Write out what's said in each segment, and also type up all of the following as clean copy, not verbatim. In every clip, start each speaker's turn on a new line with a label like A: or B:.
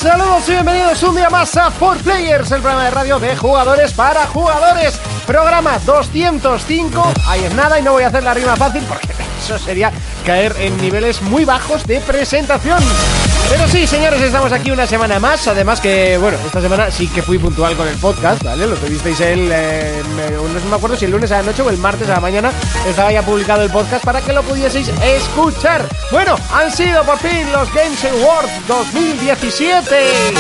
A: Saludos y bienvenidos un día más a 4Players, el programa de radio de jugadores para jugadores. Programa 205. Ahí es nada y no voy a hacer la rima fácil porque eso sería caer en niveles muy bajos de presentación. Pero sí, señores, estamos aquí una semana más. Además que, bueno, esta semana sí que fui puntual con el podcast, ¿vale? Lo tuvisteis no me acuerdo si el lunes a la noche o el martes a la mañana estaba ya publicado el podcast para que lo pudieseis escuchar. Bueno, han sido por fin los Games Awards 2017.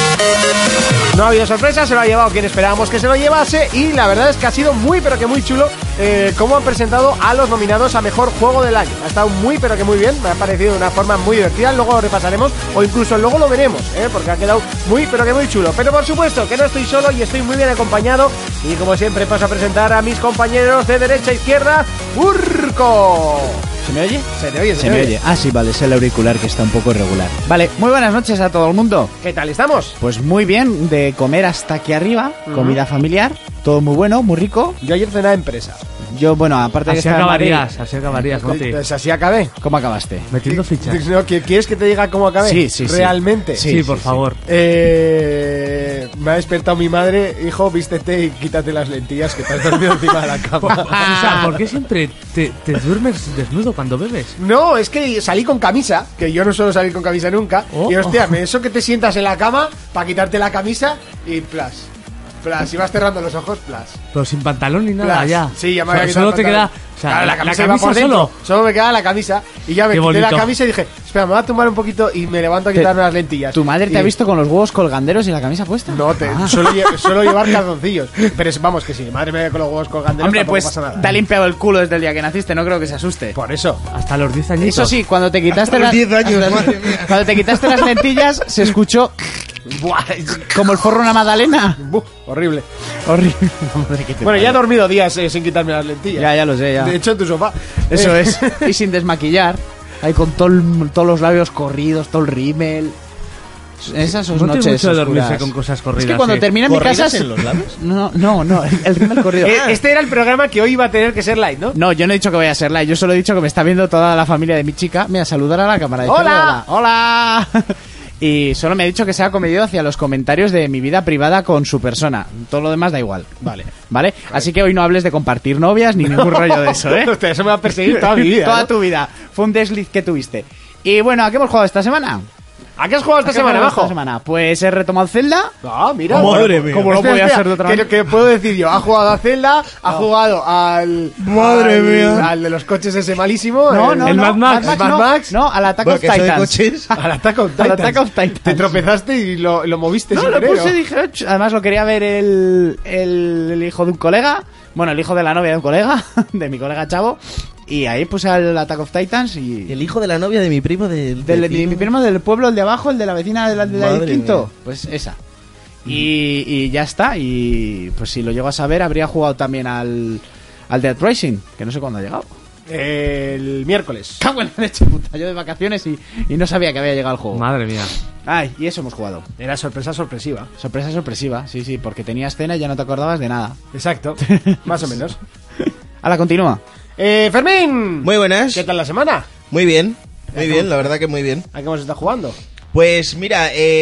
A: No ha habido sorpresa, se lo ha llevado quien esperábamos que se lo llevase. Y la verdad es que ha sido muy pero que muy chulo cómo han presentado a los nominados a Mejor Juego del Año. Ha estado muy pero que muy bien, me ha parecido de una forma muy divertida. Luego lo repasaremos o incluso luego lo veremos, porque ha quedado muy pero que muy chulo. Pero por supuesto que no estoy solo y estoy muy bien acompañado. Y como siempre paso a presentar a mis compañeros de derecha a izquierda. Urco.
B: ¿Se me oye?
A: Se me oye.
B: Ah, sí, vale, es el auricular que está un poco irregular. Vale, muy buenas noches a todo el mundo.
A: ¿Qué tal estamos?
B: Pues muy bien, de comer hasta aquí arriba, comida familiar, todo muy bueno, muy rico.
A: Yo ayer cenaba empresa.
B: Yo, bueno, aparte de que estaba en Madrid...
C: Así acabarías, Monty.
A: Pues así acabé.
B: ¿Cómo acabaste?
C: Metiendo fichas.
A: No, ¿quieres que te diga cómo acabé?
B: Sí.
A: ¿Realmente?
C: Sí, por favor.
A: Me ha despertado mi madre. Hijo, vístete y quítate las lentillas que te has dormido encima de la cama.
C: O sea, ¿por qué siempre te duermes desnudo cuando bebes?
A: No, es que salí con camisa, que yo no suelo salir con camisa nunca. Y hostia, eso que te sientas en la cama para quitarte la camisa y plas. Si vas cerrando los ojos, plas.
C: Pero sin pantalón ni nada,
A: Plas.
C: ya.
A: Sí, ya me había quitado
C: solo te queda... O sea,
A: claro,
C: la camisa
A: iba por dentro.
C: solo.
A: Solo me quedaba la camisa. Y ya me
C: Qué
A: quité
C: bonito.
A: la camisa y dije, espera, me voy a tumbar un poquito y me levanto a quitarme las lentillas.
B: ¿Tu madre te ha visto con los huevos colganderos y la camisa puesta?
A: No, suelo llevar calzoncillos. Pero vamos, que si mi madre me ve con los huevos colganderos,
B: Hombre,
A: tampoco
B: pues
A: pasa nada.
B: te ha limpiado el culo desde el día que naciste, no creo que se asuste.
A: Por eso.
C: Hasta los 10 añitos.
B: Eso sí, cuando te quitaste
D: Hasta los 10 años, madre mía.
B: Cuando te quitaste las lentillas, se escuchó...
A: Buah,
B: como el forro de una magdalena.
A: horrible.
B: Horrible.
A: Bueno, ya he dormido días sin quitarme las lentillas.
B: Ya lo sé, ya.
A: De hecho, en tu sofá.
B: Eso es. Y sin desmaquillar. Ahí con todos los labios corridos, todo el rímel. Esas son
C: No tiene
B: noches
C: mucho de dormirse
B: oscuras.
C: con cosas corridas.
B: Es que cuando
C: sí.
B: termina en mi casa...
D: en los labios?
B: No, el rímel corrido.
A: Este era el programa que hoy iba a tener que ser light, ¿no?
B: No, yo no he dicho que voy a ser live. Yo solo he dicho que me está viendo toda la familia de mi chica. Mira, saludar a la cámara.
A: ¡Hola!
B: ¡Hola! Y solo me ha dicho que sea comedido hacia los comentarios de mi vida privada con su persona. Todo lo demás da igual. ¿Vale? Así que hoy no hables de compartir novias ni ningún rollo de eso, ¿eh?
A: Hostia, eso me va a perseguir toda mi vida.
B: Toda
A: ¿no?
B: tu vida. Fue un desliz que tuviste. Y bueno, ¿a qué hemos jugado esta semana?
A: ¿A qué has jugado esta semana, Bajo?
B: Pues he retomado Zelda.
A: Ah, mira.
D: Madre mía.
B: ¿Cómo no podía ser de otra manera?
A: ¿Qué puedo decir yo? Ha jugado a Zelda, ha jugado al...
D: Madre mía.
A: Al de los coches ese malísimo.
C: el Mad Max.
A: El Mad Max.
B: No, al Attack of
D: Porque soy de
B: Titans.
D: coches.
A: Al Attack of
B: Al
A: Titans.
B: Attack of Titans.
A: Te tropezaste y lo moviste
B: No,
A: sin
B: lo
A: querer,
B: puse
A: ¿no?
B: y dije, "Ch". Además lo quería ver el hijo de un colega. Bueno, el hijo de la novia de un colega, de mi colega Chavo. Y ahí puse al Attack of Titans y...
D: El hijo de la novia de mi primo del
B: de
D: vecino.
B: mi primo del pueblo, el de abajo, el de la vecina del
D: Madre
B: quinto.
D: mía.
B: Pues esa. Y ya está. Y pues si lo llego a saber, habría jugado también al Dead Rising, que no sé cuándo ha llegado.
A: El miércoles.
B: Cago en la leche, puta. Yo de vacaciones y no sabía que había llegado el juego.
C: Madre mía.
B: Ay, y eso hemos jugado.
A: Era sorpresa sorpresiva.
B: Sorpresa sorpresiva, sí, porque tenías cena y ya no te acordabas de nada.
A: Exacto. Más o menos.
B: Ahora continúa.
A: Fermín.
D: Muy buenas.
A: ¿Qué tal la semana?
D: Muy bien. Muy bien, la verdad que muy bien.
A: ¿A qué hemos estado jugando?
D: Pues mira,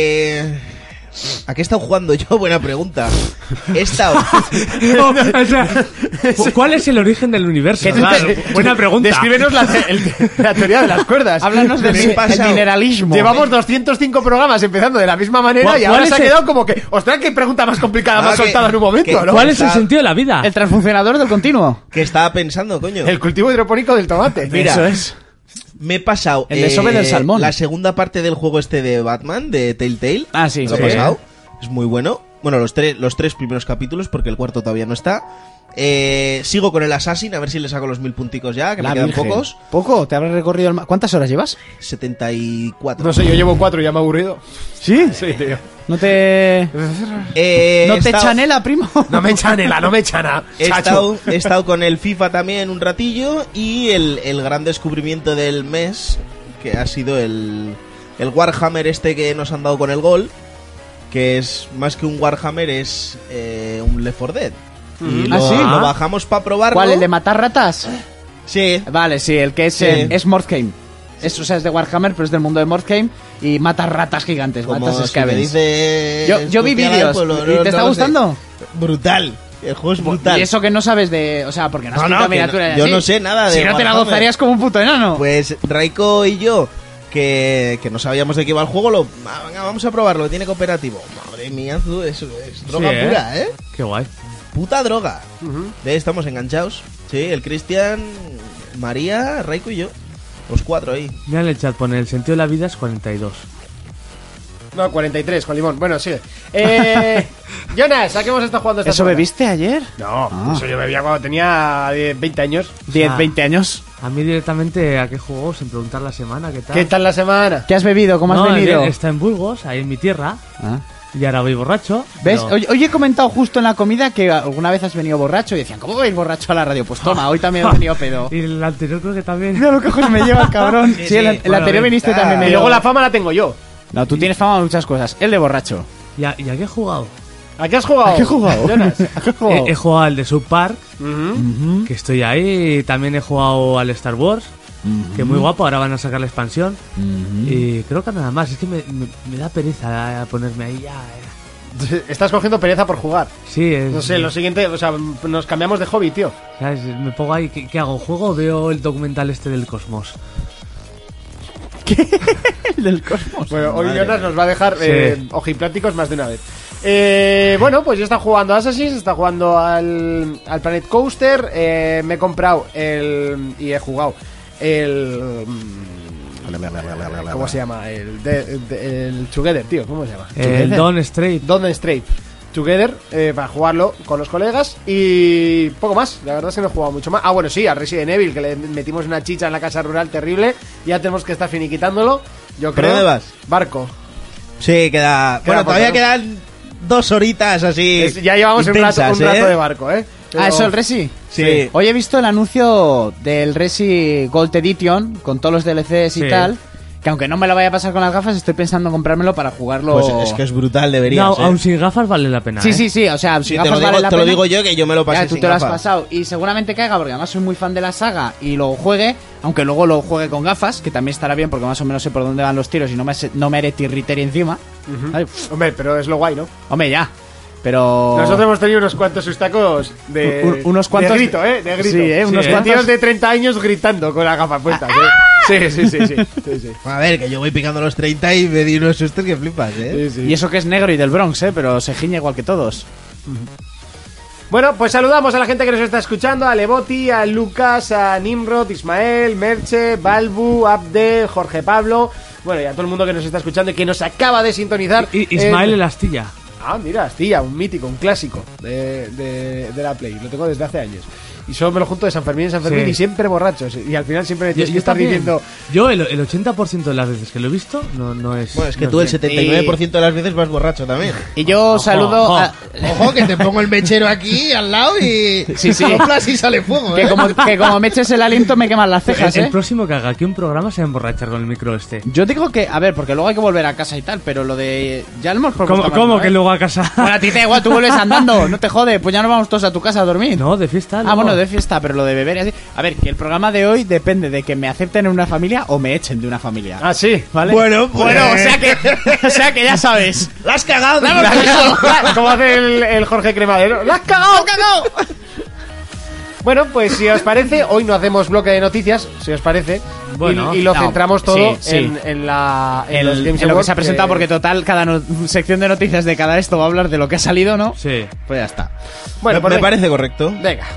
D: ¿a qué he estado jugando yo? Buena pregunta. He estado...
C: No, o sea, ¿cuál es el origen del universo? Claro, buena pregunta.
A: Descríbenos la teoría de las cuerdas.
B: Háblanos del
D: Me he pasado.
B: mineralismo.
A: Llevamos 205 programas empezando de la misma manera y
C: ¿Cuál
A: ahora
C: es
A: se ha
C: el-
A: quedado como que... Ostras, qué pregunta más complicada me
D: Ah,
A: has soltado en un momento,
D: que-
A: ¿no?
C: ¿Cuál es el
D: Está-
C: sentido de la vida?
B: El transfuncionador del continuo.
D: ¿Qué estaba pensando, coño?
A: El cultivo hidropónico del tomate.
D: Mira.
B: Eso es.
D: Me he pasado
B: El desove del salmón.
D: la segunda parte del juego este de Batman, de Telltale.
B: Ah, sí.
D: Lo he
B: Sí.
D: pasado. Es muy bueno. Bueno, los tres primeros capítulos, porque el cuarto todavía no está. Sigo con el Assassin, a ver si le saco los 1000 punticos ya, que
B: La
D: me quedan
B: Virgen.
D: pocos.
B: ¿Poco? ¿Te habrás recorrido el ¿Cuántas horas llevas?
D: 74.
A: No sé, yo llevo 4 y ya me he aburrido.
B: ¿Sí?
A: Sí, tío.
B: ¿No te... ¿No
D: he
B: te
D: estado-
B: chanela, primo?
A: No me chanela, no me chana.
D: He estado con el FIFA también un ratillo. Y el gran descubrimiento del mes, que ha sido el Warhammer este que nos han dado con el gol. Que es más que un Warhammer, es un Left 4 Dead. Y
B: ¿Ah, sí?
D: lo bajamos para probarlo.
B: ¿Cuál? ¿El de matar ratas?
D: Sí.
B: Vale, sí, el que es,
D: Sí.
B: es Mordheim. Es, o sea, es de Warhammer, pero es del mundo de Mordheim. y matas ratas gigantes,
D: Como
B: matas
D: si me
B: scavens.
D: dice
B: Yo vi vídeos. ¿Y te está gustando?
D: Brutal. El juego es brutal.
B: Y eso que no sabes de... O sea, porque no has
D: No,
B: visto
D: no, que
B: miniaturas
D: no-
B: y
D: yo
B: así.
D: no sé nada de
B: Si no te la
D: Warhammer.
B: gozarías como un puto enano.
D: Pues Raiko y yo, que no sabíamos de qué iba el juego, venga, vamos a probarlo, tiene cooperativo. Madre mía, tú, eso es droga
C: Sí,
D: pura, ¿eh?
C: Qué guay.
D: Puta droga. Estamos enganchados. Sí, el Cristian, María, Raiko y yo. Los 4 ahí.
C: Mira en el chat, pone el sentido de la vida es 42.
A: No, 43 con limón. Bueno, sigue. Jonas, ¿a qué hemos estado jugando esta
B: ¿Eso
A: semana?
B: bebiste ayer?
A: No,
B: Ah.
A: eso yo bebía cuando tenía 20 años.
B: 10,
C: Ah.
B: 20 años.
C: A mí directamente a qué jugó, sin preguntar la semana, ¿qué tal?
A: ¿Qué tal la semana?
B: ¿Qué has bebido? ¿Cómo has
C: No,
B: venido?
C: bien, está en Burgos, ahí en mi tierra,
B: Ah.
C: y ahora voy borracho.
B: ¿Ves?
C: pero-
B: Hoy he comentado justo en la comida que alguna vez has venido borracho y decían, ¿cómo vais borracho a la radio? Pues toma, hoy también he venido pedo.
C: Y el anterior creo que también.
B: Mira lo que cojones me lleva el cabrón. Sí,
D: sí.
B: el
C: Bueno,
B: anterior
C: bien.
B: viniste también
A: Y
B: medio...
A: luego la fama la tengo yo.
B: No, tú tienes fama de muchas cosas. El de borracho.
C: ¿Y a qué he jugado?
A: ¿A qué has jugado?
B: ¿A qué he jugado?
A: Jonas?
B: ¿A qué he jugado?
C: He jugado al de South Park,
A: Ujú.
C: que estoy ahí. También he jugado al Star Wars, que muy guapo. Ahora van a sacar la expansión. Y creo que nada más. Es que me da pereza ponerme ahí ya.
A: Estás cogiendo pereza por jugar.
C: Sí, es,
A: No sé, lo siguiente, o sea, nos cambiamos de hobby, tío.
C: ¿sabes? Me pongo ahí. ¿Qué hago? ¿Juego o veo el documental este del cosmos?
B: El del cosmos.
A: Bueno, hoy
D: Madre
A: Jonas
D: mía.
A: nos va a dejar
C: Sí.
A: ojipláticos más de una vez. Bueno, pues yo está jugando a Assassin's, está jugando al Planet Coaster, me he comprado y he jugado el... ¿Cómo se llama? El Together, tío, ¿cómo se llama?
C: El Dawn Straight.
A: Dawn Straight Together, para jugarlo con los colegas y poco más. La verdad es que no he jugado mucho más. Ah, bueno, sí, a Resident Evil, que le metimos una chicha en la casa rural terrible. Ya tenemos que estar finiquitándolo, yo
D: ¿Pero
A: creo.
D: dónde vas?
A: Barco.
D: Sí, queda... Bueno,
A: por
D: todavía
A: favor.
D: quedan 2 horitas así.
A: Ya llevamos
D: intensas,
A: un rato de barco, ¿eh? Pero-
B: Ah, ¿eso el Resi?
D: Sí.
B: Hoy he visto el anuncio del Resi Gold Edition con todos los DLCs y
C: Sí.
B: tal. Que aunque no me lo vaya a pasar con las gafas, estoy pensando en comprármelo para jugarlo.
D: Pues es que es brutal, deberías.
C: No,
D: ¿eh?
C: aún sin gafas vale la pena.
B: Sí,
C: ¿eh?
B: sí, sí. O sea,
D: Sí,
B: si
D: te
B: gafas
D: lo,
B: vale la
D: te lo
B: pena.
D: digo yo, que yo me lo pasé
B: Ya, tú
D: sin
B: te lo has
D: gafas.
B: pasado y seguramente caiga porque además soy muy fan de la saga y lo juegue, aunque luego lo juegue con gafas, que también estará bien porque más o menos sé por dónde van los tiros y no me haré tirriteri encima. Ay,
A: Hombre, pero es lo guay, ¿no?
B: hombre, ya. Pero...
A: Nosotros hemos tenido unos cuantos sustacos de...
B: Unos cuantos...
A: De grito, ¿eh? De grito.
B: Sí, unos
C: Sí,
A: De
B: cuantos...
A: tíos de 30 años gritando con la gafa puesta. Sí, sí, sí, sí, sí, sí.
D: A ver, que yo voy picando los 30 y me di unos sustos que flipas, ¿eh?
A: Sí, sí.
B: Y eso que es negro y del Bronx, pero se giña igual que todos.
A: Bueno, pues saludamos a la gente que nos está escuchando, a Leboti, a Lucas, a Nimrod, Ismael, Merche, Balbu, Abde, Jorge Pablo, bueno, y a todo el mundo que nos está escuchando y que nos acaba de sintonizar.
C: Ismael el Astilla.
A: Ah, mira, Astilla, un mítico, un clásico de la Play, lo tengo desde hace años. Y solo me lo junto de San Fermín en San Fermín
C: Sí.
A: y siempre borrachos. Y al final siempre me tienes que estar
C: también.
A: diciendo...
C: Yo el 80% de las veces que lo he visto no es...
D: Bueno, es que
C: no
D: tú el
C: es bien.
D: 79% de las veces vas borracho también.
B: Y yo saludo
C: ojo.
B: a...
D: Ojo, que te pongo el mechero aquí al lado y
B: Sí, sí.
D: soplas y sale fuego,
B: Que como me eches el aliento me queman las cejas,
C: El
B: ¿eh?
C: próximo que haga aquí un programa se va a emborrachar con el micro este.
B: Yo digo que, a ver, porque luego hay que volver a casa y tal, pero lo de... Ya lo hemos propuesto más,
C: ¿Cómo
B: ¿no,
C: que
B: eh?
C: luego a casa?
B: Bueno, a ti te da igual, tú vuelves andando, no te jode, pues ya nos vamos todos a tu casa a dormir.
C: No, de fiesta.
B: Ah,
C: luego.
B: bueno, de fiesta, pero lo de beber y así... A ver, que el programa de hoy depende de que me acepten en una familia o me echen de una familia.
A: Ah, sí.
B: ¿Vale?
D: Bueno, pues-
B: Bueno, o sea que ya sabes.
D: ¡La has cagado!
B: La hemos cagado.
A: Como hace el Jorge Cremadero. ¡La has cagado, cagado! Bueno, pues si os parece, hoy no hacemos bloque de noticias, si os parece.
C: Bueno,
A: y lo
B: no,
A: centramos todo
B: sí, sí.
A: en los
B: En
A: Games
B: lo que
A: Awards,
B: se ha presentado, porque total, cada sección de noticias de cada esto va a hablar de lo que ha salido, ¿no?
C: Sí.
B: Pues ya está.
A: Bueno, pues
D: me
A: venga.
D: parece correcto.
A: Venga.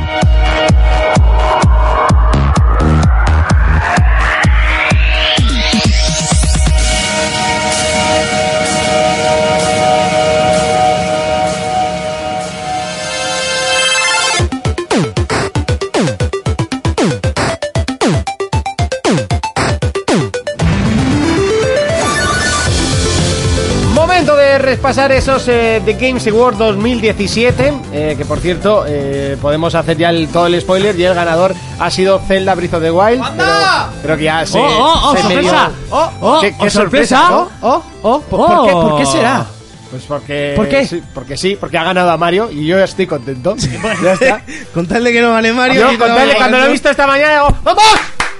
A: Momento de repasar esos The Games Awards 2017, que por cierto podemos hacer ya todo el spoiler y el ganador ha sido Zelda Breath of the Wild. Pero que ya se...
C: ¡Oh,
A: se medio-
C: sorpresa! ¡Oh,
A: ¿Qué
C: sorpresa!
A: ¿no?
B: ¿Por qué será?
A: Pues porque...
B: ¿Por qué?
A: Sí, porque ha ganado a Mario y yo estoy contento. Ya está.
D: Con tal de que no gane Mario...
A: Yo,
D: y te
A: con tal de
D: vamos
A: cuando lo he
D: ganando.
A: visto esta mañana, digo, ¡vamos!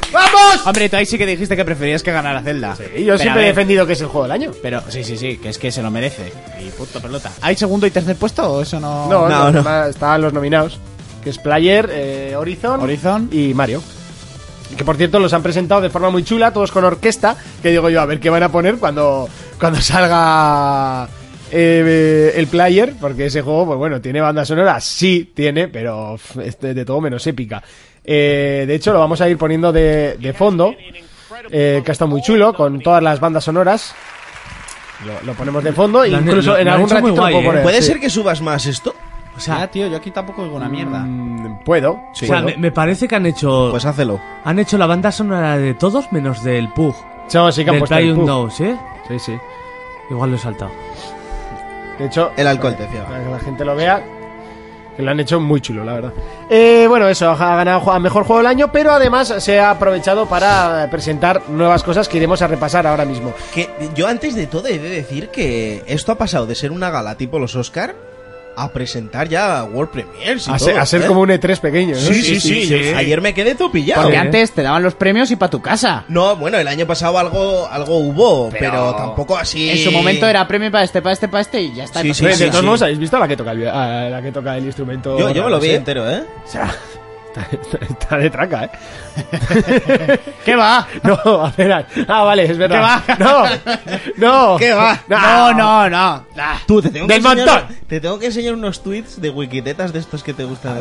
A: ¡Vamos!
B: Hombre, tú ahí sí que dijiste que preferías que ganara Zelda.
A: Y yo siempre he defendido que es el juego del año.
B: Pero sí, que es que se lo merece. Y puto pelota. ¿Hay segundo y tercer puesto o eso no?
A: No. Estaban los nominados. Que es Player, Horizon y Mario. Que por cierto los han presentado de forma muy chula, todos con orquesta. Que digo yo, a ver qué van a poner cuando salga el Player. Porque ese juego, pues bueno, tiene banda sonora. Sí, tiene, pero es de todo menos épica. De hecho, lo vamos a ir poniendo de fondo. Que ha estado muy chulo, con todas las bandas sonoras. Lo ponemos de fondo e incluso en algún ratito
C: guay,
A: lo puedo poner.
D: ¿Puede
A: sí.
D: ser que subas más esto?
C: O sea,
B: tío, yo aquí tampoco digo una mierda.
A: Puedo.
D: Sí.
C: o sea,
A: puedo.
C: me parece que han hecho
D: Pues hácelo.
C: la banda sonora de todos menos del Pug.
A: No, sí que han
C: Del
A: puesto el Pug.
C: PlayerUnknown's, ¿eh?
A: Sí.
C: Igual lo he saltado.
A: De hecho,
D: El alcohol te decía.
A: para que la gente lo vea, que lo han hecho muy chulo, la verdad. Bueno, eso, ha ganado a Mejor Juego del Año, pero además se ha aprovechado para presentar nuevas cosas que iremos a repasar ahora mismo.
D: Que yo antes de todo he de decir que esto ha pasado de ser una gala tipo los Oscar a presentar ya World Premiers y
A: A
D: todo,
A: ser
D: ¿eh?
A: como un E3 pequeño, ¿no?
D: Sí. Ayer me quedé topillado.
B: Porque antes te daban los premios y para tu casa.
D: No, bueno, el año pasado algo hubo, pero tampoco así.
B: En su momento era premio para este y ya está.
D: Sí,
B: No
D: sí,
B: sé.
A: De todos
D: sí.
A: modos, ¿habéis visto la que toca el instrumento?
D: Yo me lo vi
A: Sí.
D: entero, ¿eh?
A: O sea, está de traca, ¿eh?
B: ¿Qué va?
A: No, a ver. Ah, vale, es verdad.
B: ¿Qué
A: No.
D: ¿Qué va?
B: No.
D: Tú, te tengo
A: ¡Del
D: que enseñar,
A: montón!
D: te tengo que enseñar unos tweets de wikitetas de estos que te gustan.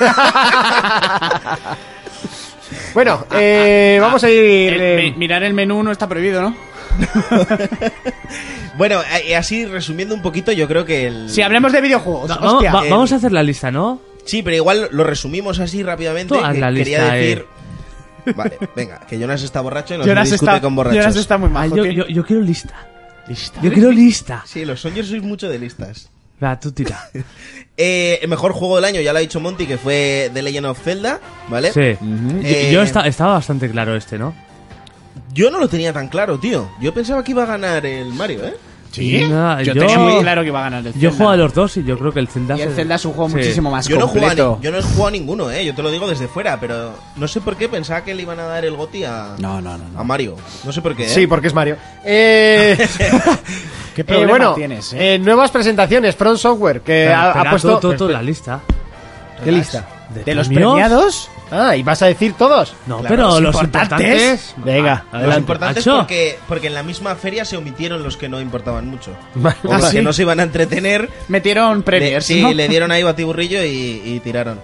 A: Bueno, vamos a ir...
B: Mirar el menú no está prohibido, ¿no?
D: Bueno, así resumiendo un poquito, yo creo que el...
B: Si hablemos de videojuegos,
C: No,
B: hostia.
C: vamos a hacer la lista, ¿no?
D: Sí, pero igual lo resumimos así rápidamente.
C: Tú haz
D: Que
C: la
D: quería
C: lista,
D: decir... Vale, venga, que Jonas está borracho y no
B: Jonas
D: discute
B: está,
D: con borrachos.
B: Jonas está muy majo, tío.
C: Yo quiero lista. Yo quiero lista.
D: Sí, los Songers sois mucho de listas.
C: Va, tú tira.
D: El mejor juego del año, ya lo ha dicho Monty, que fue The Legend of Zelda, ¿vale?
C: Sí.
D: Eh,
C: Yo estaba bastante claro este, ¿no?
D: Yo no lo tenía tan claro, tío. Yo pensaba que iba a ganar el Mario, ¿eh?
B: ¿Sí?
C: Nada,
B: yo
C: yo-
B: tenía muy claro que iba a ganar el Zelda.
C: Yo he jugado a los dos y yo creo que el Zelda...
B: Y el Zelda es un juego
C: Sí.
B: muchísimo más
D: Yo no,
B: completo.
D: yo no he jugado a ninguno, ¿eh? Yo te lo digo desde fuera, pero no sé por qué pensaba que le iban a dar el GOTY a Mario. No sé por qué, ¿eh?
A: Sí, porque es Mario.
B: ¿Qué problema
A: Bueno,
B: tienes,
A: nuevas presentaciones, From Software, que ha
C: Espera,
A: puesto...
C: tú la lista.
A: ¿Qué lista?
B: ¿De los
C: premios?
B: premiados?
A: Ah, ¿y vas a decir todos?
C: No,
D: Claro,
C: pero
B: los
C: los
B: importantes.
C: importantes...
A: Venga,
D: Los
A: adelante.
D: importantes
C: Macho.
D: porque en la misma feria se omitieron los que no importaban mucho.
A: Vale.
D: O los
B: ¿sí?
D: que no se iban a entretener.
B: Metieron premios,
D: Sí,
B: ¿no?
D: le dieron ahí batiburrillo y tiraron.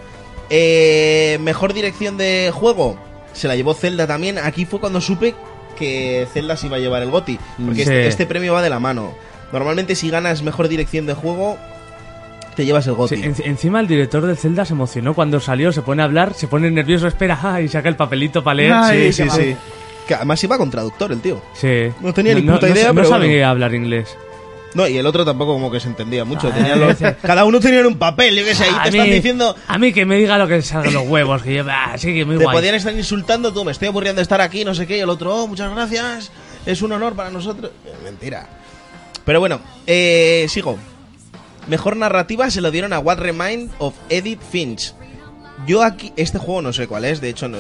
D: Mejor dirección de juego. Se la llevó Zelda también. Aquí fue cuando supe que Zelda se iba a llevar el GOTY. Porque
C: Sí.
D: este premio va de la mano. Normalmente si ganas mejor dirección de juego, te llevas el GOTY.
C: Sí, encima el director del Zelda se emocionó cuando salió, se pone a hablar, se pone nervioso, espera, y saca el papelito para leer.
B: Ay,
D: Sí, sí, sí. Que además iba con traductor el tío.
C: Sí.
D: No tenía ni puta idea,
C: no
D: pero
C: sabía
D: bueno.
C: hablar inglés.
D: No, y el otro tampoco como que se entendía mucho.
C: Ah,
D: Tenían los- cada uno tenía un papel, yo qué sé, ahí te están diciendo...
C: A mí que me diga lo que salga los huevos, que yo... sí, que muy
D: Te
C: guay.
D: podían estar insultando, tú, me estoy aburriendo de estar aquí, no sé qué, y el otro, oh, muchas gracias, es un honor para nosotros. Mentira. Pero bueno, sigo. Mejor narrativa se lo dieron a What Remains of Edith Finch. Yo aquí, este juego no sé cuál es, de hecho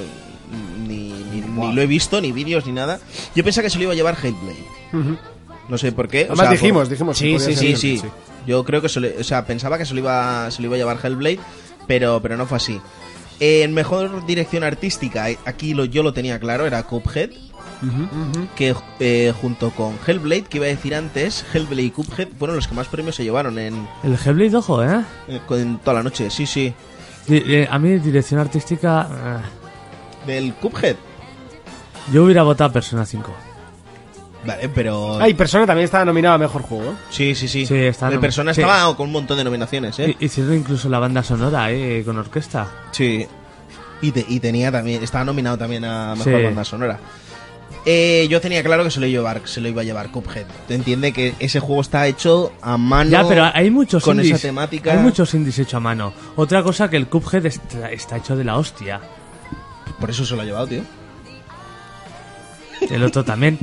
D: ni lo he visto, ni vídeos, ni nada. Yo pensaba que se lo iba a llevar Hellblade. No sé por qué.
A: Además dijimos que
D: Sí,
A: podía
D: sí,
A: ser
D: sí,
A: Hellblade,
D: sí. Yo creo que pensaba que se lo iba a llevar Hellblade, pero no fue así. En mejor dirección artística, aquí yo lo tenía claro, era Cuphead. Que junto con Hellblade, que iba a decir antes, Hellblade y Cuphead fueron los que más premios se llevaron en
C: El Hellblade, ojo,
D: toda la noche. Sí, sí.
C: A mí, dirección artística...
D: Del Cuphead.
C: yo hubiera votado Persona 5.
D: Vale, pero...
A: Ah, y Persona también estaba nominado a Mejor Juego, ¿eh?
D: Sí, sí, sí.
C: Sí, está
D: El Persona
C: sí.
D: estaba con un montón de nominaciones, ¿eh?
C: Hicieron incluso la banda sonora, con orquesta.
D: Sí. Y tenía también... Estaba nominado también a Mejor
C: Sí.
D: Banda Sonora. Yo tenía claro que se lo iba a llevar Cuphead. Te entiende que ese juego está hecho a mano.
C: Ya, pero hay muchos
D: con
C: indies.
D: esa temática.
C: Hay muchos indies hechos a mano. Otra cosa que el Cuphead está hecho de la hostia.
D: Por eso se lo ha llevado, tío.
C: El otro también.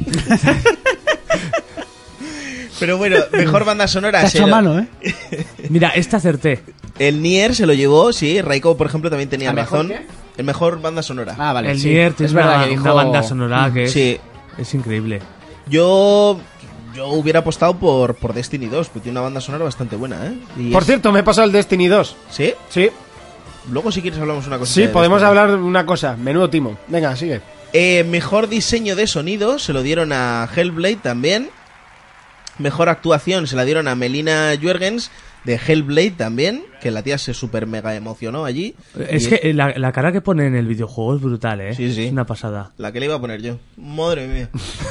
D: Pero bueno, mejor banda sonora.
B: Está hecho a mano, ¿eh?
C: Mira, este acerté.
D: El Nier se lo llevó, sí. Raiko, por ejemplo, también tenía
B: ¿A mejor
D: razón.
B: qué?
D: El mejor banda sonora.
B: Ah, vale,
C: el
B: sí.
C: Nier tiene
B: Es verdad
C: una,
B: que dijo...
C: una banda sonora que
D: Sí.
C: es increíble.
D: Yo hubiera apostado por Destiny 2, porque tiene una banda sonora bastante buena, ¿eh? Y
A: Por cierto, me he pasado el Destiny 2.
D: ¿Sí?
A: Sí,
D: Luego si quieres hablamos una cosa.
A: sí, podemos hablar de una cosa. Menudo timo. Venga, sigue.
D: Mejor diseño de sonido se lo dieron a Hellblade también. Mejor actuación se la dieron a Melina Juergens de Hellblade también, que la tía se super mega emocionó allí.
C: Es
D: Y
C: que la cara que pone en el videojuego es brutal, ¿eh?
D: Sí, sí.
C: Es una pasada.
D: La que le iba a poner yo. Madre mía.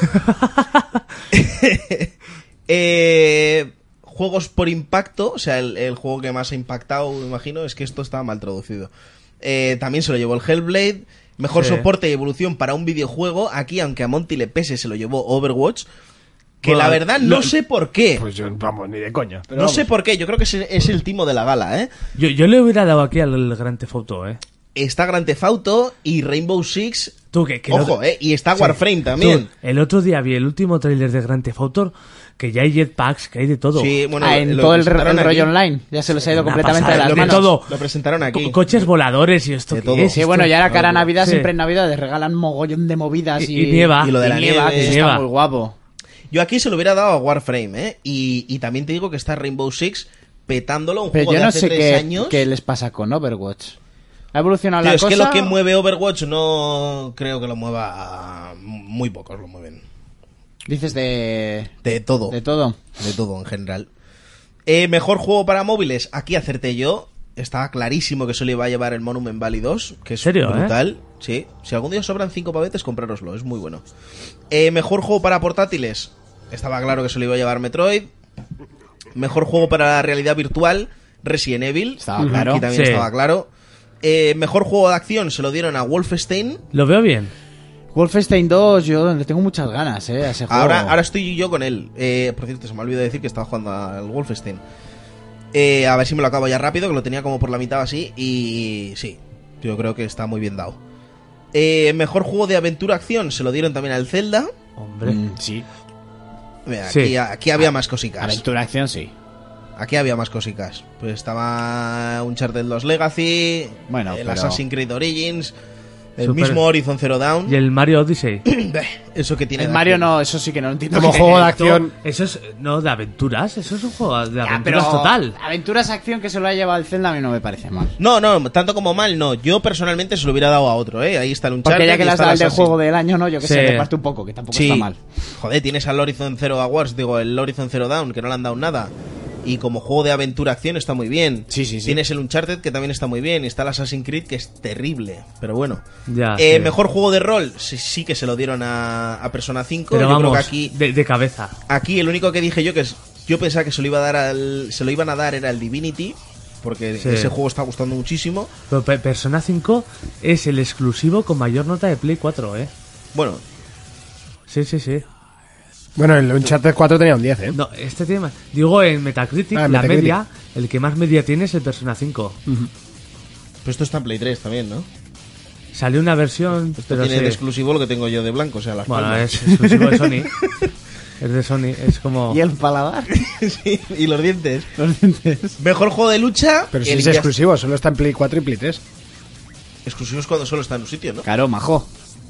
D: Juegos por impacto, o sea, el juego que más ha impactado, me imagino, es que esto estaba mal traducido. También se lo llevó el Hellblade. Mejor
C: Sí.
D: soporte y evolución para un videojuego. Aquí, aunque a Monty le pese, se lo llevó Overwatch. Que
C: Bueno,
D: la verdad no sé por qué.
A: Pues yo, vamos, ni de coña. Pero
D: No
A: vamos.
D: sé por qué. Yo creo que es el timo de la gala, ¿eh?
C: Yo le hubiera dado aquí al Grand Theft Auto, ¿eh?
D: Está Grand Theft Auto y Rainbow Six.
C: Tú, que
D: Ojo, y está Warframe también.
C: Tú, el otro día vi el último tráiler de Grand Theft Auto, que ya hay jetpacks, que hay de todo.
D: Sí, bueno,
B: en
D: lo
B: todo el
D: presentaron aquí.
B: rollo online. Ya se les ha ido
C: Una
B: completamente
C: pasada,
B: de las
C: lo que
B: manos.
C: todo.
D: Lo presentaron aquí.
C: Coches voladores y esto
D: De
C: ¿qué
D: todo.
C: es?
B: Sí, bueno, ya era cara a Navidad,
C: Sí.
B: siempre en Navidad regalan mogollón de movidas y
C: nieva.
D: Y lo de la nieve,
B: que eso
C: nieva.
B: está muy guapo.
D: Yo aquí se lo hubiera dado a Warframe, ¿eh? Y también te digo que está Rainbow Six petándolo, un
B: Pero
D: juego
B: yo
D: de
B: no
D: hace
B: sé
D: 3 años.
B: qué les pasa con Overwatch. Ha evolucionado
D: Tío,
B: la
D: es
B: cosa.
D: que lo que mueve Overwatch no creo que lo mueva... Muy pocos lo mueven.
B: Dices de
D: todo.
B: de todo.
D: De todo en general. Mejor juego para móviles. Aquí acerté yo. Estaba clarísimo que se lo iba a llevar el Monument Valley 2. Que es
C: ¿Serio,
D: brutal. Sí. Si algún día sobran 5 pavetes, comprároslo. Es muy bueno. Mejor juego para portátiles. Estaba claro que se lo iba a llevar Metroid. Mejor juego para la realidad virtual. Resident Evil.
B: Estaba claro.
D: Aquí también
C: Sí.
D: estaba claro. Mejor juego de acción se lo dieron a Wolfenstein.
C: Lo veo bien.
B: Wolfenstein 2, yo le tengo muchas ganas, a ese juego.
D: Ahora estoy yo con él. Por cierto, se me olvidó decir que estaba jugando al Wolfenstein. A ver si me lo acabo ya rápido, que lo tenía como por la mitad así. Y sí, yo creo que está muy bien dado. Mejor juego de aventura-acción se lo dieron también al Zelda.
C: Hombre.
B: Sí.
D: Mira,
C: Sí.
D: aquí había más cositas.
B: Aventura acción, sí.
D: Aquí había más cositas. Pues estaba Uncharted 2 Legacy,
B: Bueno,
D: el
B: pero-
D: Assassin's Creed Origins, el
C: Super-
D: mismo Horizon Zero Dawn.
C: Y el Mario Odyssey.
D: Eso que tiene
B: El
D: de
B: Mario
D: acción.
B: no, eso sí que no lo entiendo.
A: Como
B: Que-
A: juego de acción.
C: Eso es, no, de aventuras. Eso es un juego de
B: Ya,
C: aventuras
B: pero
C: total.
B: Aventuras acción que se lo ha llevado el Zelda a mí no me parece mal.
D: No, tanto como mal, no. Yo personalmente se lo hubiera dado a otro, ¿eh? Ahí está el Uncharted.
B: Porque ya que
D: y
B: le has
D: está
B: dado
D: el
B: el del
D: Assassin.
B: juego del año, ¿no? Yo que
C: Sí.
B: sé, reparte un poco, que tampoco
D: Sí.
B: está mal.
D: Joder, tienes al Horizon Zero Awards, digo, el Horizon Zero Dawn, que no le han dado nada. Y como juego de aventura-acción está muy bien.
B: Sí, sí, sí.
D: Tienes el Uncharted, que también está muy bien. Y está el Assassin's Creed, que es terrible. Pero bueno.
C: Ya, sí.
D: Mejor juego de rol, sí que se lo dieron a Persona 5.
C: Pero
D: yo
C: vamos,
D: creo que aquí,
C: de cabeza.
D: aquí el único que dije yo, yo pensaba que se lo iban a dar era el Divinity. Porque
C: Sí.
D: ese juego está gustando muchísimo.
C: Pero Persona 5 es el exclusivo con mayor nota de Play 4, ¿eh?
D: Bueno,
C: Sí, sí, sí.
A: Bueno, el Uncharted 4 tenía un 10, ¿eh?
C: No, este tema. Digo, en Metacritic,
A: Ah, en
C: la
A: Metacritic.
C: media, el que más media tiene es el Persona 5.
D: pues esto está en Play 3 también, ¿no?
C: Salió una versión,
D: Esto
C: pero
D: tiene
C: sí.
D: de exclusivo lo que tengo yo de blanco, o sea, las
C: Bueno,
D: palmas.
C: es exclusivo de Sony. Es de Sony, es como...
B: ¿Y el paladar?
D: Sí, y los dientes. Mejor juego de lucha.
A: Pero si
D: el
A: es
D: Injustice.
A: exclusivo, solo está en Play 4 y Play 3.
D: Exclusivos cuando solo está en un sitio, ¿no?
B: Claro, majo.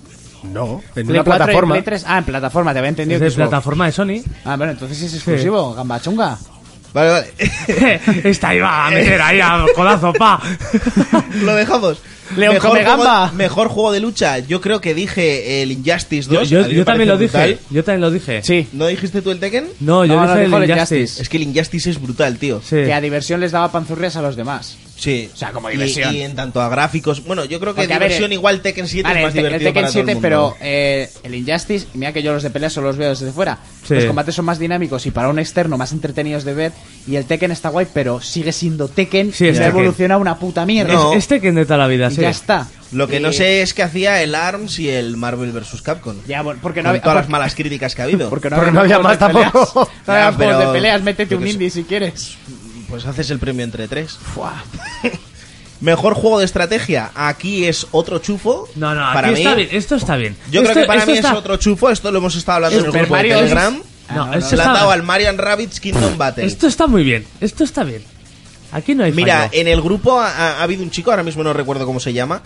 A: No, en
B: Play
A: una
B: 4 y
A: plataforma.
B: Play 3. Ah, en plataforma, te había entendido
C: Es
B: que
C: de
B: es
C: plataforma de Sony.
B: Ah, bueno, entonces sí es exclusivo, gamba chunga.
D: Vale, vale.
C: Esta iba a meter ahí a codazo, pa.
D: Lo dejamos.
B: León come gamba.
D: Mejor juego de lucha. Yo creo que dije el Injustice 2.
C: Yo
D: a mí me
C: yo también lo
D: parece
C: dije.
D: brutal.
C: Yo también lo dije.
B: Sí.
D: ¿No dijiste tú el Tekken?
C: No, yo
B: No, no,
C: dije
B: dijo
C: el
B: el
C: Injustice.
B: Injustice.
D: Es que el Injustice es brutal, tío.
C: Sí.
B: Que a diversión les daba panzurrias a los demás.
D: Sí.
B: O sea, como
D: Y-
B: diversión.
D: Y, en tanto a gráficos. Bueno, yo creo que
B: Porque, a ver,
D: diversión igual Tekken 7
B: Vale,
D: es más
B: el
D: divertido
B: Tekken
D: para todo el
B: 7,
D: mundo.
B: pero el Injustice, mira que yo los de pelea solo los veo desde fuera.
C: Sí.
B: Los combates son más dinámicos y para un externo más entretenidos de ver. Y el Tekken está guay, pero sigue siendo Tekken
C: Sí,
B: y
C: es
B: no ha
C: Tekken.
B: evolucionado una puta mierda.
D: No.
C: Es Tekken de toda la vida,
B: Y
C: sí.
B: ya está.
D: Lo que no sé es qué hacía el ARMS y el Marvel vs. Capcom.
B: Ya, bueno, porque
D: Con
B: no había,
D: todas las
B: porque-
D: malas críticas que ha habido.
B: porque
A: Porque no había
B: juegos
A: más
B: de peleas.
A: tampoco.
B: No había
D: Ya,
B: juegos de
D: pero-
B: peleas, métete
D: yo
B: un
D: qué sé.
B: indie si quieres.
D: Pues haces el premio entre 3.
B: Fua.
D: Mejor juego de estrategia. Aquí es otro chufo.
C: No, no,
D: para
C: aquí
D: mí.
C: está bien. Esto está bien.
D: Yo creo
C: Esto-
D: que para
C: esto
D: mí
C: está-
D: es otro chufo. Esto lo hemos estado hablando en el
B: Super
D: grupo
B: Mario
D: de Telegram.
C: No,
B: no,
C: esto
D: Se la han
C: está-
D: dado al Mario Rabbids Kingdom Battle.
C: Esto está muy bien. Esto está bien. Aquí no hay
D: Mira,
C: fallo.
D: en el grupo ha habido un chico, ahora mismo no recuerdo cómo se llama,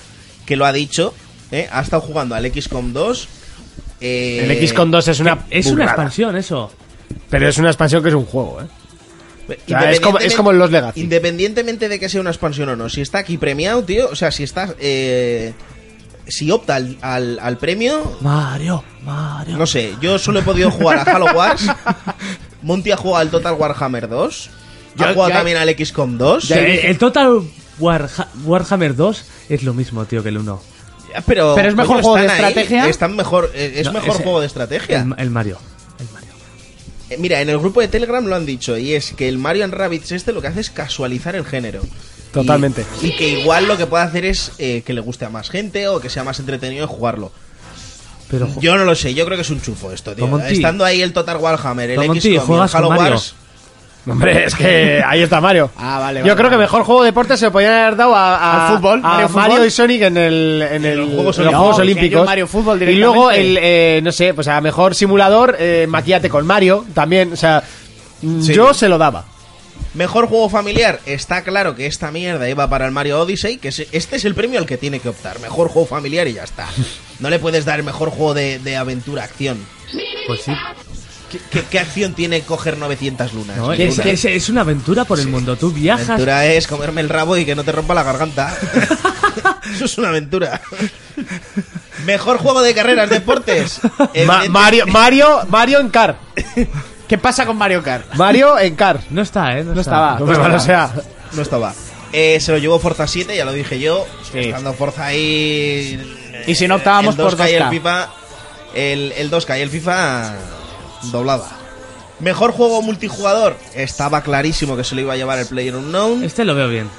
D: que lo ha dicho, ha estado jugando al XCOM 2.
A: El XCOM 2 es una
C: Es una
A: burrada.
C: expansión, eso.
A: Pero es una expansión que es un juego, O sea, es como en los Legacy.
D: Independientemente de que sea una expansión o no, si está aquí premiado, tío, o sea, si está... si opta al premio...
C: Mario.
D: No sé, yo solo he podido jugar a Halo Wars. Monty ha jugado al Total Warhammer 2. Ha jugado también al XCOM 2.
C: El Total Warhammer 2 es lo mismo, tío, que el 1.
D: Pero
B: es mejor
D: coño,
B: juego de
D: están ahí,
B: estrategia.
D: Están mejor, es
C: No,
D: mejor
C: ese-
D: juego de estrategia.
C: El Mario.
D: Mira, en el grupo de Telegram lo han dicho, y es que el Mario & Rabbids lo que hace es casualizar el género.
A: Totalmente.
D: Y que igual lo que puede hacer es que le guste a más gente o que sea más entretenido jugarlo.
C: Pero
D: Yo no lo sé, yo creo que es un chufo esto, tío.
C: Monty.
D: Estando ahí el Total Warhammer, el
C: Monty,
D: XCOM y el
C: ¿juegas con
D: Halo
C: Mario?
D: Wars...
A: Hombre, es que ahí está Mario.
B: Ah, vale,
A: Yo
B: vale,
A: creo que
B: vale.
A: mejor juego de deporte se lo podían haber dado
B: Al fútbol,
A: a
B: Mario
A: Mario
B: Fútbol.
A: y Sonic en
D: los Juegos
A: los
D: Olímpicos.
A: Juegos
B: No,
A: Olímpicos.
B: yo Mario Fútbol
A: y luego
B: directamente.
A: no sé, pues a mejor simulador, maquíate con Mario también, o sea,
D: Sí.
A: yo se lo daba.
D: Mejor juego familiar, está claro que esta mierda iba para el Mario Odyssey, que este es el premio al que tiene que optar. Mejor juego familiar y ya está. No le puedes dar el mejor juego de aventura, acción.
C: Pues sí.
D: ¿Qué acción tiene coger 900 lunas?
C: No,
D: Ninguna.
C: es una aventura por el mundo. Tú viajas.
D: Aventura es comerme el rabo y que no te rompa la garganta. Eso es una aventura. Mejor juego de carreras, deportes.
A: Mario en Car.
B: ¿Qué pasa con Mario Kart?
A: Mario en Car.
C: No está,
B: No estaba.
A: No me vale, o sea,
D: No estaba. Se lo llevó Forza 7, ya lo dije yo.
B: Sí.
D: Estando Forza ahí.
B: Y si no optábamos
D: el 2K
B: por
D: y el
B: 2K.
D: FIFA. El 2K y el FIFA. Doblada. Mejor juego multijugador. Estaba clarísimo que se lo iba a llevar el PlayerUnknown.
C: Este lo veo bien.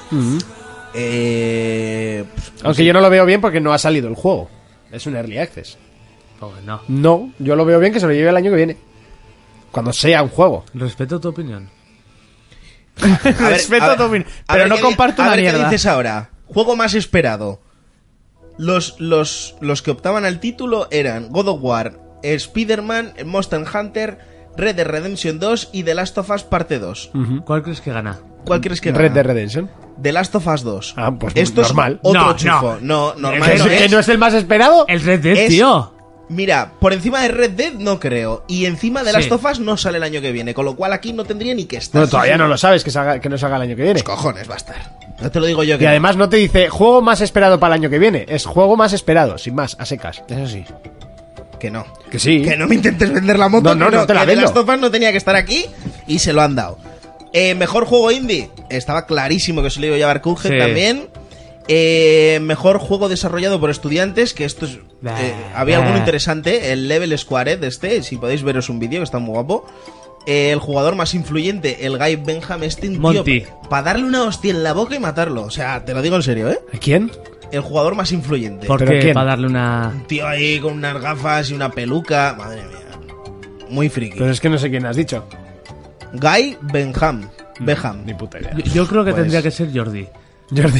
A: aunque yo no lo veo bien porque no ha salido el juego. Es un early access.
C: Pues no.
A: No, yo lo veo bien que se lo lleve el año que viene. Cuando sea un juego.
C: Respeto tu opinión.
B: Respeto tu opinión, pero no
D: qué
B: comparto una
D: ¿qué
B: mierda.
D: dices ahora? Juego más esperado. Los que optaban al título eran God of War, Spider-Man, Monster Hunter, Red Dead Redemption 2 y The Last of Us Parte 2.
C: ¿Cuál crees que gana?
D: ¿Cuál crees que gana?
A: Red Dead Redemption.
D: The Last of Us 2.
A: Ah, pues
D: Esto
A: normal.
D: es otro
C: No,
D: chufo. No, normal
A: ¿Que,
D: no
A: que
D: es.
A: no es el más esperado?
C: El Red Dead,
D: Es-
C: tío.
D: Mira, por encima de Red Dead no creo. Y encima de
C: Sí.
D: Last of Us no sale el año que viene. Con lo cual aquí no tendría ni que estar.
A: No, todavía no lo sabes que no salga el año que viene.
D: Pues cojones va a estar. No te lo digo yo que
A: Y
D: no.
A: además no te dice juego más esperado para el año que viene. Es juego más esperado, sin más, a secas.
B: Eso sí.
D: Que no.
A: Que sí.
D: Que no me intentes vender la moto.
A: No,
D: que
A: no te la
D: que The
A: vendo.
D: Last of Us no tenía que estar aquí y se lo han dado. Mejor juego indie. Estaba clarísimo que se lo iba a llevar Cuphead
C: Sí.
D: también. Mejor juego desarrollado por estudiantes, que esto es... había alguno interesante, el Level Squared si podéis veros un vídeo que está muy guapo. El jugador más influyente, el Guy Benham Stein,
C: Monty.
D: para darle una hostia en la boca y matarlo. O sea, te lo digo en serio, ¿eh?
A: ¿A quién?
D: El jugador más influyente.
C: ¿Por
A: ¿Pero
C: qué?
A: quién?
C: Para darle una...
D: Un tío ahí con unas gafas y una peluca. Madre mía. Muy friki.
A: Pero es que no sé quién has dicho.
D: Guy Benham. Beham.
A: Ni puta idea.
C: Yo creo que
D: Pues-
C: tendría que ser Jordi.
A: Jordi.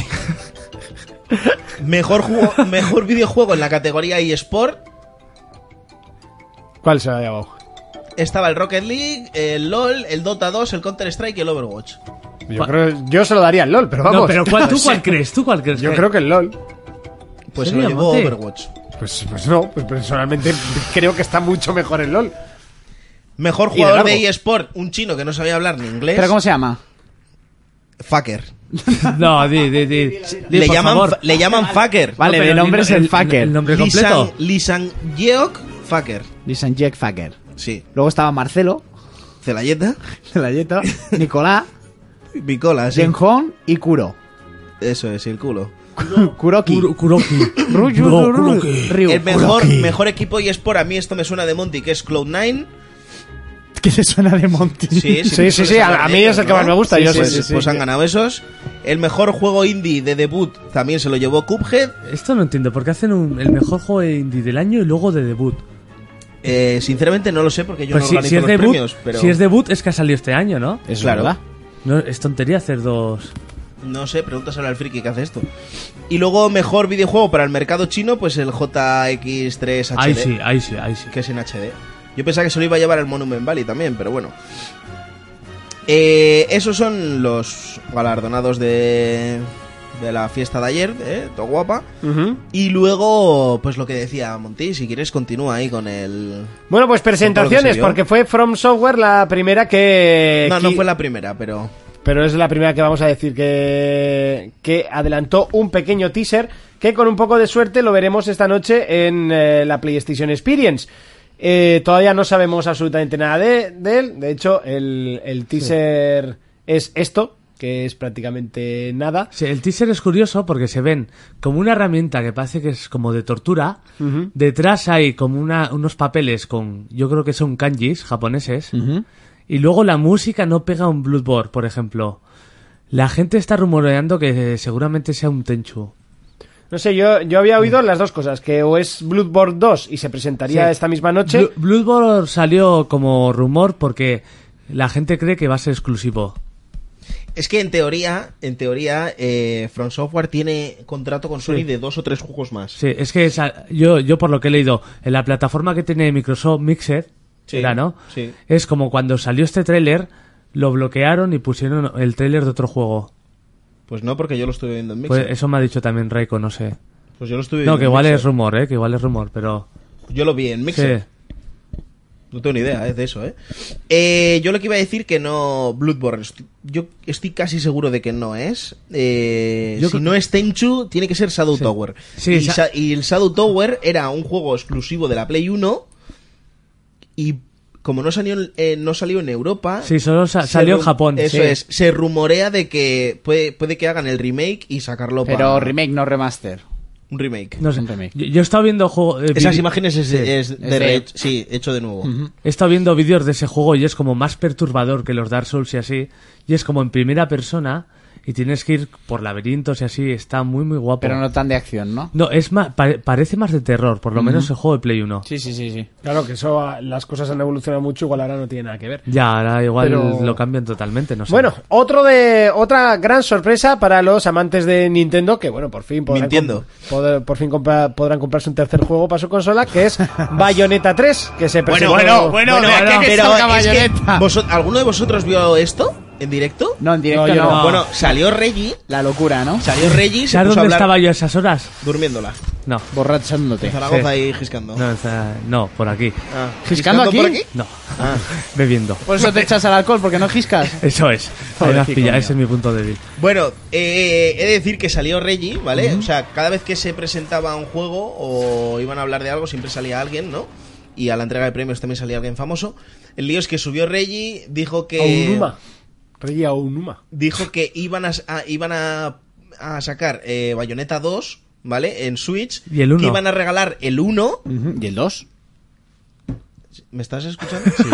D: Mejor videojuego en la categoría eSport.
A: ¿Cuál se lo ha llevado?
D: Estaba el Rocket League, el LOL, el Dota 2, el Counter Strike y el Overwatch.
A: Yo se lo daría al LOL, pero vamos.
C: No, pero ¿tú cuál crees? ¿Tú cuál crees?
A: Yo creo que el LOL.
D: Pues se
C: ¿Serio,
D: lo llevó
C: Monty?
D: Overwatch.
A: Pues no, pues personalmente creo que está mucho mejor el LOL.
D: Mejor
A: Y de
D: jugador
A: largo.
D: de eSport, un chino que no sabía hablar ni inglés.
B: ¿Pero cómo se llama?
D: Fucker.
C: No, di, por favor.
D: Le llaman Fucker.
B: Vale,
C: No,
B: de
C: pero
B: nombre es el fucker.
C: El nombre completo.
D: Lisan Yeok Fucker.
B: Dicen Jack Fucker.
D: Sí.
B: Luego estaba Marcelo,
D: Celayeta.
B: Celayeta, Nicolás,
D: Bicola, sí.
B: Genjón y Kuro.
D: Eso es, el culo.
B: Kuroki.
C: Kuroki.
B: Ryu.
D: El mejor equipo eSport, a mí esto me suena de Monty, que es Cloud9.
B: ¿Qué te suena de Monty?
A: Sí, a mí es el que más me gusta,
B: Sí,
A: yo
B: sí,
A: sé.
D: Pues han ganado esos. El mejor juego indie de debut también se lo llevó Cuphead.
C: Esto no entiendo, ¿por qué hacen el mejor juego indie del año y luego de debut?
D: Sinceramente no lo sé porque yo
C: Pues
D: no
C: si
D: organizo
C: es
D: los
C: debut,
D: premios, pero
C: si es debut es que ha salido este año, ¿no?
B: Eso
D: Claro.
B: es verdad.
C: No, es tontería hacer dos.
D: no sé, pregúntaselo al friki que hace esto. Y luego mejor videojuego para el mercado chino, pues el JX3 HD,
C: Ahí sí.
D: que es en HD. Yo pensaba que se lo iba a llevar el Monument Valley también, pero bueno. Esos son los galardonados de de la fiesta de ayer, todo guapa.
A: Ujú.
D: Y luego, pues lo que decía Monty, si quieres continúa ahí con el...
A: Bueno, pues
D: Con todo
A: presentaciones,
D: lo que se vio.
A: porque fue From Software la primera que...
D: No fue la primera, pero...
A: Pero es la primera que vamos a decir que adelantó un pequeño teaser que con un poco de suerte lo veremos esta noche en la PlayStation Experience. Todavía no sabemos absolutamente nada de él. De hecho, el teaser es esto, que es prácticamente nada.
C: Sí, el teaser es curioso porque se ven como una herramienta que parece que es como de tortura.
A: Ujú.
C: Detrás hay como unos papeles con, yo creo que son kanjis japoneses.
B: Ujú.
C: Y luego la música no pega a un Bloodborne, por ejemplo. La gente está rumoreando que seguramente sea un Tenchu.
A: No sé, yo había oído las dos cosas, que o es Bloodborne 2 y se presentaría
C: Sí.
A: esta misma noche.
C: Bloodborne salió como rumor porque la gente cree que va a ser exclusivo.
D: Es que en teoría, From Software tiene contrato con Sony de 2 o 3 juegos más.
C: Sí, es que yo por lo que he leído, en la plataforma que tiene Microsoft Mixer,
D: Sí,
C: era, ¿no?
D: sí.
C: Es como cuando salió este tráiler, lo bloquearon y pusieron el tráiler de otro juego.
D: Pues no, porque yo lo estuve viendo en Mixer.
C: Pues eso me ha dicho también Reiko, no sé.
D: Pues yo lo estuve viendo
C: No, que
D: en
C: igual
D: Mixer.
C: es rumor, que igual es rumor, pero...
D: Yo lo vi en Mixer.
C: Sí.
D: No tengo ni idea de eso, yo lo que iba a decir que no... Bloodborne, yo estoy casi seguro de que no es.
C: Yo
D: si
C: creo-
D: no es Tenchu, tiene que ser Shadow
C: Sí.
D: Tower.
C: Sí,
D: y el Shadow Tower era un juego exclusivo de la Play 1 y como no salió en Europa...
C: Sí, solo
D: se
C: salió en
D: ru-
C: Japón.
D: Eso
C: sí.
D: es, se rumorea de que puede que hagan el remake y sacarlo
B: Pero
D: para...
B: remake, no remaster.
D: Un remake.
C: No sé.
B: Un remake.
C: Yo he estado viendo juego,
D: Esas
C: vide-
D: imágenes es
B: Es
D: de
B: de-
D: rehecho, sí, hecho de nuevo.
C: He estado viendo vídeos de ese juego y es como más perturbador que los Dark Souls y así. Y es como en primera persona y tienes que ir por laberintos y así. Está muy, muy guapo.
B: Pero no tan de acción, ¿no?
C: No, es más, parece más de terror, por lo menos el juego de Play 1.
B: Sí, sí, sí, sí.
A: Claro que eso, las cosas han evolucionado mucho, igual ahora no tiene nada que ver.
C: Ya, ahora igual
A: Pero-
C: lo cambian totalmente, no sé.
A: Bueno, otra gran sorpresa para los amantes de Nintendo, que bueno, por fin
D: Mintiendo.
A: podrán comprarse un tercer juego para su consola, que es Bayonetta 3, que se presentó...
B: de aquí que salga
D: es que
B: Bayonetta.
D: ¿alguno de vosotros vio esto en directo?
B: No, en directo
A: No, yo
B: no.
A: no.
D: Bueno, salió Reggie,
B: La locura, ¿no?
D: se
C: ¿Sabes
D: puso a
C: dónde
D: hablar
C: estaba yo a esas horas?
D: durmiéndola.
C: No,
B: Borrachándote.
D: En Zaragoza
C: Sí.
D: ahí giscando.
C: no, por aquí.
D: Ah,
B: ¿Giscando aquí?
D: por aquí?
C: No,
D: Ah.
C: bebiendo.
B: Por eso te echas al alcohol, porque no giscas.
C: Eso es.
B: Pobrecito
C: Ahí me has pillado,
B: mío.
C: ese es mi punto débil.
D: Bueno, he de decir que salió Reggie, ¿vale? O sea, cada vez que se presentaba un juego o iban a hablar de algo, siempre salía alguien, ¿no? Y a la entrega de premios también salía alguien famoso. El lío es que subió Reggie, dijo que...
A: Aonuma. Rey Aonuma.
D: Dijo que iban a sacar Bayonetta 2, ¿vale? En Switch.
C: Y el 1.
D: Que iban a regalar el 1.
B: ¿Y el 2?
D: ¿Me estás escuchando? Sí.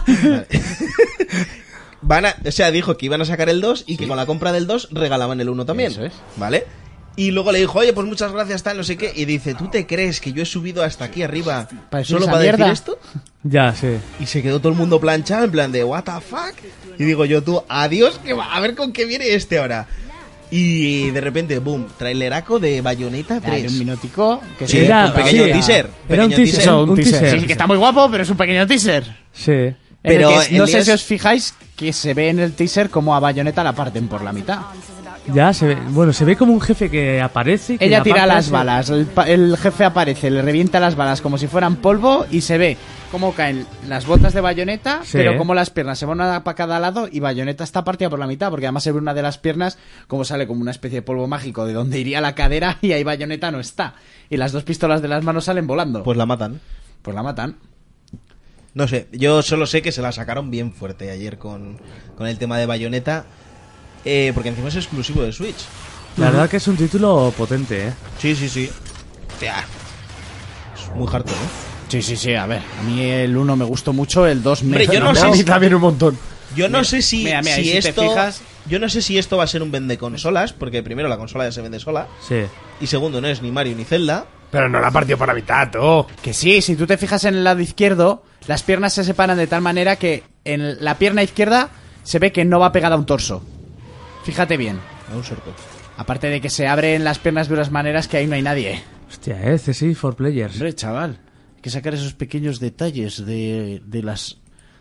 D: Vale. O sea, dijo que iban a sacar el 2 y que con la compra del 2 regalaban el 1 también.
B: Eso es.
D: ¿Vale? Y luego le dijo, oye, pues muchas gracias, tal, no sé qué. Y dice, ¿tú te crees que yo he subido hasta aquí arriba
B: Para decir
D: solo
B: esa
D: para decir
B: mierda?
D: esto?
C: Ya, sí.
D: Y se quedó todo el mundo planchado, en plan de, what the fuck. Y digo yo, tú, adiós, que va, a ver con qué viene este ahora. Y de repente, boom, traileraco de Bayonetta 3.
B: Un minutico. Que
D: Sí,
B: se-
C: Era-
D: un pequeño
C: sí,
D: teaser.
C: Era un
D: pequeño
C: teaser.
B: Eso, un
C: un
B: teaser.
C: teaser.
B: Sí, que está muy guapo, pero es un pequeño teaser.
C: Sí.
B: En
D: Pero
B: el que, no
D: el
B: sé
D: lío
B: si
D: es-
B: os fijáis que se ve en el teaser como a Bayonetta la parten por la mitad.
C: Ya se ve, bueno, se ve como un jefe que aparece. y que
B: Ella
C: la
B: tira
C: parte
B: las
C: ese-
B: balas, el jefe aparece, le revienta las balas como si fueran polvo y se ve cómo caen las botas de Bayonetta,
C: Sí.
B: pero como las piernas se van una para cada lado y Bayonetta está partida por la mitad, porque además se ve una de las piernas como sale como una especie de polvo mágico de donde iría la cadera y ahí Bayonetta no está. Y las dos pistolas de las manos salen volando.
D: Pues la matan.
B: Pues la matan.
D: No sé, yo solo sé que se la sacaron bien fuerte ayer con el tema de Bayonetta. Porque encima es exclusivo de Switch.
C: La verdad que es un título potente, ¿eh?
D: Sí, sí, sí. Hostia. Es muy harto, ¿no?
B: Sí, sí, sí, a ver, a mí el 1 me gustó mucho, el 2 me...
D: Hombre, yo no sé
A: A mí
D: si-
A: también un montón.
D: Yo no sé si,
B: mira,
D: si
B: y si te
D: esto...
B: fijas-
D: Yo no sé si esto va a ser un vende consolas, porque primero la consola ya se vende sola,
C: Sí.
D: y segundo no es ni Mario ni Zelda.
A: Pero no la partió por la mitad, tú.
B: Que sí, si tú te fijas en el lado izquierdo, las piernas se separan de tal manera que en la pierna izquierda se ve que no va pegada a un torso. Fíjate bien.
D: A un sorco.
B: Aparte de que se abren las piernas de unas maneras que ahí no hay nadie.
C: Hostia, CSI for Players.
B: Hombre, chaval, hay que sacar esos pequeños detalles de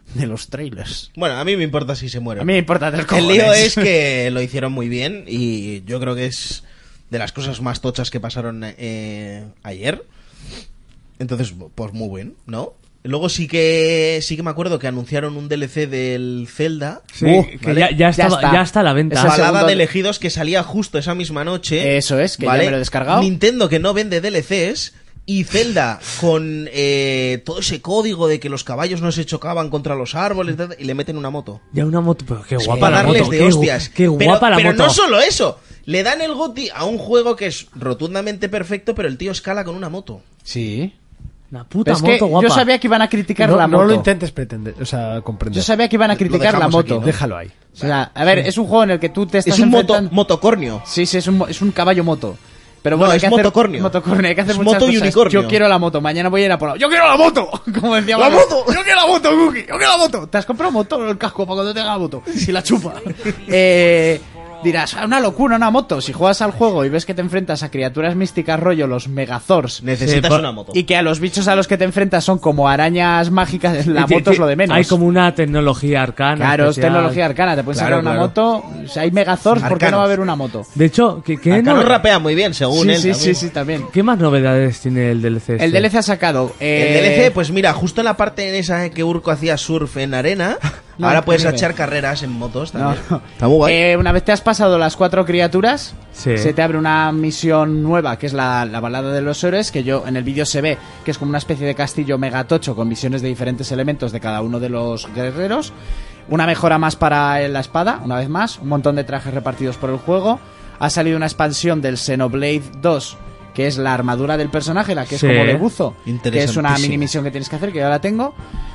B: de los trailers.
D: Bueno, a mí me importa si se muere.
B: A mí me importa tres
D: El
B: cojones.
D: lío es que lo hicieron muy bien y yo creo que es de las cosas más tochas que pasaron ayer. Entonces, pues muy bien, ¿no? Luego sí que me acuerdo que anunciaron un DLC del Zelda.
C: Sí, que
D: ¿vale?
C: ya está a la venta.
B: Es el
D: Balada
B: segundo-
D: de elegidos que salía justo esa misma noche.
B: Eso es, que
D: ¿vale?
B: ya me lo he descargado.
D: Nintendo que no vende DLCs y Zelda con todo ese código de que los caballos no se chocaban contra los árboles y le meten una moto.
C: Ya una moto, pero qué guapa
D: Para
C: la
D: darles
C: moto.
D: de
C: Qué
D: hostias.
C: Qué guapa la
D: pero
C: moto.
D: no solo eso. Le dan el GOTY a un juego que es rotundamente perfecto, pero el tío escala con una moto.
B: Sí.
C: Una puta
B: Es que
C: moto guapa.
B: yo sabía que iban a criticar
A: No,
B: la moto.
A: no lo intentes pretender, o sea, comprender.
B: Yo sabía que iban a criticar la
D: dejamos
B: moto.
D: aquí, ¿no?
A: Déjalo ahí.
B: O sea, a ver, es un juego en el que tú te estás
D: Es un
B: enfrentando...
D: motocornio.
B: Sí, es un caballo moto. Pero
D: No,
B: bueno, hay
D: es
B: que hacer
D: motocornio.
B: motocornio, hay que hacer
D: Es
B: muchas
D: moto y
B: cosas.
D: unicornio.
B: Yo quiero la moto, mañana voy a ir a por la... ¡Yo quiero la moto! Como decía
D: ¡La
B: Manuel.
D: moto!
B: ¡Yo quiero la moto, Cookie! ¡Yo quiero la moto! ¿Te has comprado moto o el casco para cuando tenga la moto? Si la chupa. Dirás, una locura, una moto. Si juegas al juego y ves que te enfrentas a criaturas místicas rollo los Megazords
D: Necesitas
C: Sí,
D: una moto.
B: y que a los bichos a los que te enfrentas son como arañas mágicas, la
C: Y
B: moto es lo de menos.
C: Hay como una tecnología arcana.
B: Claro, es
C: especial.
B: tecnología arcana. Te puedes
D: Claro,
B: sacar una
D: claro.
B: moto. Si hay Megazords, ¿por qué no va a haber una moto?
C: De hecho, ¿qué
D: Arcano rapea muy bien, según
B: Sí,
D: él.
B: sí,
D: también.
B: sí, también.
C: ¿Qué más novedades tiene el DLC?
B: El DLC ha sacado...
D: El DLC, pues mira, justo en la parte en esa que Urco hacía surf en arena,
B: No,
D: ahora puedes
B: increíble.
D: echar carreras en motos
B: No.
D: también. Está muy guay.
B: Una vez te has pasado las 4 criaturas,
C: Sí.
B: se te abre una misión nueva, que es la balada de los héroes, que yo en el vídeo se ve que es como una especie de castillo megatocho con misiones de diferentes elementos de cada uno de los guerreros. Una mejora más para la espada, una vez más, un montón de trajes repartidos por el juego. Ha salido una expansión del Xenoblade 2, que es la armadura del personaje, la que es
C: Sí.
B: como de buzo, que es una
D: Interesantísimo.
B: mini misión que tienes que hacer, que ya la tengo.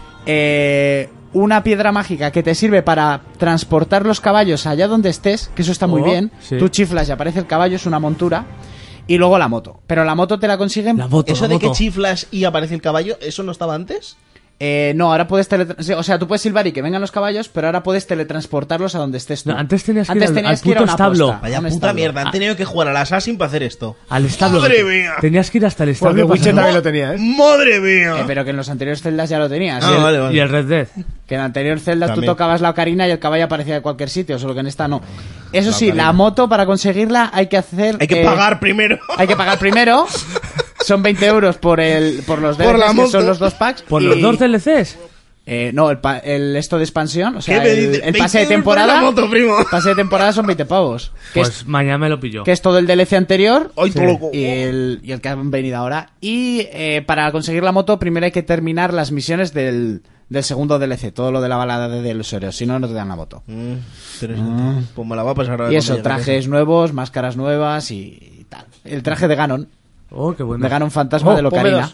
B: Una piedra mágica que te sirve para transportar los caballos allá donde estés, que eso está muy
C: Oh,
B: bien.
C: sí.
B: Tú chiflas y aparece el caballo, es una montura. Y luego la moto. Pero la moto te la consiguen...
C: La moto,
D: Eso
C: la
D: de que
C: moto.
D: chiflas y aparece el caballo, ¿eso no estaba antes?
B: No, ahora puedes o sea, tú puedes silbar y que vengan los caballos, pero ahora puedes teletransportarlos a donde estés tú.
C: No, antes tenías que ir al
B: tenías que ir a
C: puto
B: una
C: establo.
B: posta,
D: Vaya
B: a un
D: puta
B: establo.
D: mierda, han tenido que jugar al Assassin para hacer esto.
C: Al establo.
D: ¡Madre mía!
C: Tenías que ir hasta el
A: Porque
C: establo.
A: Witcher
C: pasando-
A: también lo tenía, ¿eh?
D: ¡Madre mía!
B: Pero que en los anteriores celdas ya lo tenías.
D: Ah,
B: Y el-
D: vale, vale.
C: Y el Red Dead.
B: Que en el anterior celda tú
D: También.
B: tocabas la ocarina y el caballo aparecía de cualquier sitio, solo que en esta no. Eso sí,
D: ocarina.
B: la moto para conseguirla hay que hacer...
D: Hay que pagar primero.
B: Hay que pagar primero. Son 20 euros por los
D: Por
B: DLCs,
D: la
B: que
D: moto.
B: son los 2 packs.
C: ¿Por
B: y-
C: los dos DLCs?
B: No, el esto de expansión, o sea,
D: ¿Qué me
B: el
D: dices?
B: pase de
D: 20 euros por
B: temporada.
D: la moto, primo.
B: El pase de temporada son 20 pavos. Que,
C: Pues mañana me lo pillo.
B: es todo el DLC anterior
D: ¡Ay, todo loco!
B: y el que han venido ahora. Y para conseguir la moto, primero hay que terminar las misiones del segundo DLC, todo lo de la balada de los héroes, si no, no te dan la moto.
D: Interesante. Pues me la va a pasar ahora.
B: Y
D: cuando
B: eso,
D: llegue a
B: trajes nuevos, máscaras nuevas y tal. El traje de Ganon,
C: Oh, qué bueno.
B: de Ganon fantasma
A: Oh,
B: de
A: ponme
B: Locarina.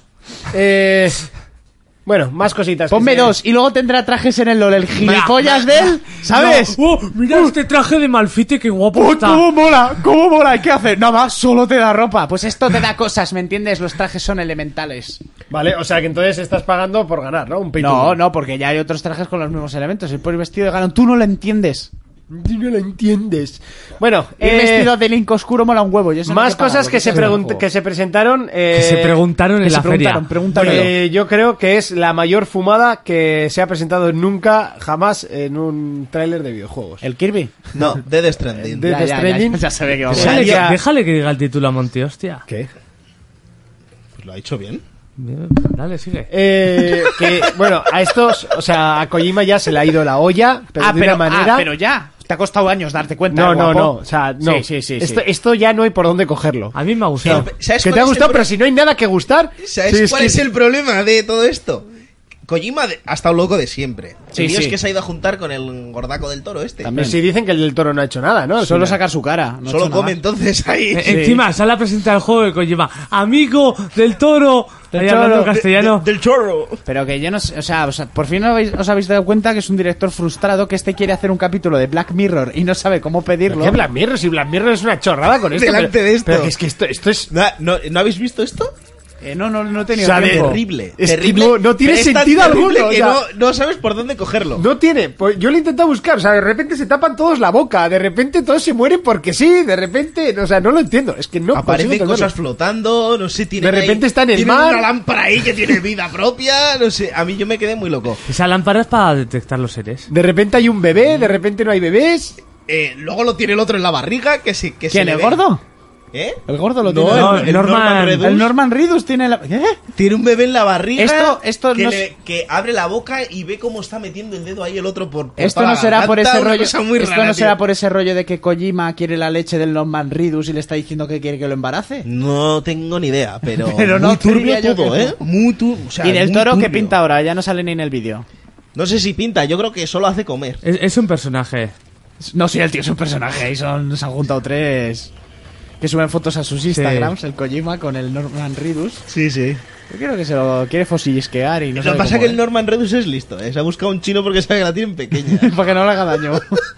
A: dos. Bueno, más cositas.
B: Ponme
A: que se-
B: 2 y luego tendrá trajes en el LOL, el gilipollas de él, ¿sabes?
C: No. Oh, mira este traje de Malfite, qué guapo
B: ¡Oh,
C: está.
B: cómo mola! ¿Cómo mola? ¿Y qué hace? Nada, solo te da ropa. Pues esto te da cosas, ¿me entiendes? Los trajes son elementales.
A: Vale, o sea que entonces estás pagando por ganar, ¿no? Un pay to
B: No,
A: win.
B: no, porque ya hay otros trajes con los mismos elementos. El vestido de Ganon, tú no lo entiendes.
A: Tú no lo entiendes. Bueno,
B: El vestido de Link oscuro mola un huevo. Yo eso no
A: más
B: hay que pagarlo,
A: cosas que se,
B: eso es del juego.
A: que se presentaron.
C: Que se preguntaron
B: que
C: en
B: se
C: la feria.
B: pregúntamelo.
A: Yo creo que es la mayor fumada que se ha presentado nunca, jamás, en un tráiler de videojuegos.
B: ¿El Kirby?
D: No, Death Stranding.
A: Death Stranding.
B: Ya sabe que vamos a
C: Déjale,
A: Salía-
C: déjale que diga el título a Monty, hostia.
A: ¿Qué?
D: Pues lo ha hecho bien.
C: Bien, Dale, sigue.
A: Que, bueno, a estos, o sea, a Kojima ya se le ha ido la olla, pero de una manera...
B: pero ya. Te ha costado años darte cuenta.
A: No, no,
B: guapo.
A: no, o sea, no.
B: Sí.
A: Esto ya no hay por dónde cogerlo.
C: A mí me ha gustado.
D: ¿Sabes
A: Que
D: cuál
A: te ha
D: es el
A: gustado,
D: pro-
A: pero si no hay nada que gustar...
D: ¿Sabes
A: sí,
D: cuál
A: que-
D: es el problema de todo esto? Kojima ha estado loco de siempre.
B: Sí,
D: el lío
B: sí.
D: es que se ha ido a juntar con el gordaco del toro este.
B: También.
A: Pero si dicen que el del toro no ha hecho nada, ¿no? Al
B: Solo
A: final.
B: sacar su cara. No ha
D: Solo
B: hecho
D: come
B: nada.
D: entonces ahí.
C: Encima, sale a presentar el juego de Kojima. Amigo del toro. Ahí hablando
A: toro.
C: castellano.
D: Del chorro.
B: Pero que yo no sé, o sea, por fin os habéis dado cuenta que es un director frustrado que quiere hacer un capítulo de Black Mirror y no sabe cómo pedirlo.
A: ¿Qué Black Mirror? Si Black Mirror es una chorrada con esto.
D: Delante
A: pero-
D: de esto.
A: Pero que es que esto es...
D: ¿No habéis visto esto?
B: No he
A: O
B: tenido
A: sea,
B: tiempo.
D: Terrible.
A: Es que
D: terrible.
A: no tiene
D: Es tan
A: sentido
D: terrible
A: alguno,
D: que
A: o sea,
D: no sabes por dónde cogerlo.
A: No tiene, pues yo lo he intentado buscar, o sea, de repente se tapan todos la boca, de repente todos se mueren porque sí, de repente, o sea, no lo entiendo, es que no
D: Aparecen
A: consigo entenderlo.
D: cosas flotando, no sé, tienen
A: De repente
D: ahí-
A: está en el
D: tienen
A: mar.
D: una lámpara ahí que tiene vida propia, no sé, a mí yo me quedé muy loco.
C: Esa lámpara es para detectar los seres.
A: De repente hay un bebé, de repente no hay bebés.
D: Luego lo tiene el otro en la barriga, que se
B: ¿Quién,
D: le
B: el
D: ve.
B: gordo?
D: ¿Eh?
B: El gordo lo
D: No,
B: tiene.
C: No,
D: el
C: Norman-
D: Norman Reedus.
B: El Norman Reedus tiene la... ¿Qué?
D: Tiene un bebé en la barriga
B: Esto
D: que,
B: no
D: que abre la boca y ve cómo está metiendo el dedo ahí el otro por
B: Esto
D: toda
B: no
D: la
B: será por
D: garganta,
B: ese
D: una
B: rollo.
D: cosa muy
B: Esto
D: rara,
B: no será
D: tío.
B: por ese rollo de que Kojima quiere la leche del Norman Reedus y le está diciendo que quiere que lo embarace.
D: No tengo ni idea, pero,
B: Pero no
D: muy turbio
B: creía yo
D: todo,
B: que-
D: ¿eh? Muy turbio. O sea,
B: Y del
D: muy
B: Toro, ¿qué
D: turbio.
B: pinta ahora? Ya no sale ni en el vídeo.
D: No sé si pinta, yo creo que solo hace comer.
C: Es un personaje.
B: No, sí, el tío es un personaje. Ahí se han juntado tres que suben fotos a sus Instagrams, el Kojima con el Norman Reedus.
D: Sí, sí.
B: Yo creo que se lo quiere fosillisquear y no
D: Lo
B: sabe
D: que pasa es
B: cómo,
D: que el Norman Reedus es listo, ¿eh? Se ha buscado un chino porque sabe que la tienen pequeña.
B: para que no le haga daño.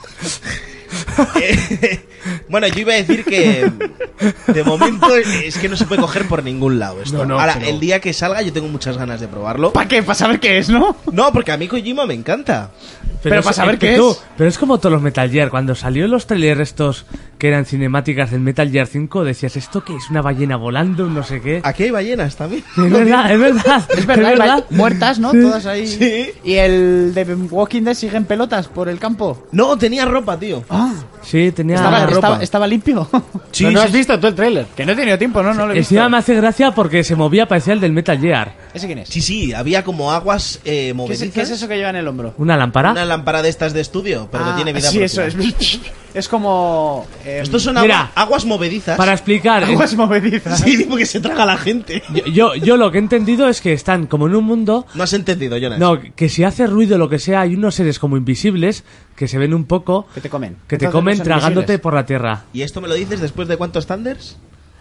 D: Bueno, yo iba a decir que de momento es que no se puede coger por ningún lado esto.
A: No,
D: Ahora,
A: pero-
D: el día que salga yo tengo muchas ganas de probarlo.
B: ¿Para qué? ¿Para saber qué es, no?
D: No, porque a mí Kojima me encanta.
B: Pero para saber qué
C: tú,
B: es.
C: Pero es como todos los Metal Gear. Cuando salió los trailers estos que eran cinemáticas del Metal Gear 5, decías, ¿esto qué es? ¿Una ballena volando? No sé qué.
D: Aquí hay ballenas también.
C: Es verdad, es verdad.
B: Es verdad, muertas, ¿no? Todas ahí.
D: Sí.
B: Y el de Walking Dead sigue en pelotas por el campo.
D: No, tenía ropa, tío.
B: Ah,
C: Sí, tenía...
D: Estaba ropa.
B: estaba limpio.
D: Sí,
A: ¿No
D: sí,
A: has
D: sí.
A: visto tú el tráiler?
B: Que no he tenido tiempo, no lo he visto.
C: Encima me hace gracia porque se movía, parecía el del Metal Gear.
B: ¿Ese quién es?
D: Sí, sí, había como aguas movedizas.
B: ¿Qué es eso que lleva en el hombro?
C: ¿Una lámpara?
D: Una lámpara de estas de estudio, pero que tiene vida
B: sí,
D: propia.
B: eso es. Es como...
D: Estos son
C: Mira,
D: aguas movedizas.
C: Para explicar...
B: aguas movedizas.
D: Sí, tipo que se traga a la gente.
C: Yo lo que he entendido es que están como en un mundo...
D: No has entendido, Jonas.
C: No, que si hace ruido lo que sea, hay unos seres como invisibles que se ven un poco...
B: Que te comen.
C: Que te
B: Entonces
C: comen
B: no son
C: tragándote
B: invisibles.
C: por la tierra.
D: ¿Y esto me lo dices después de cuántos Thunders?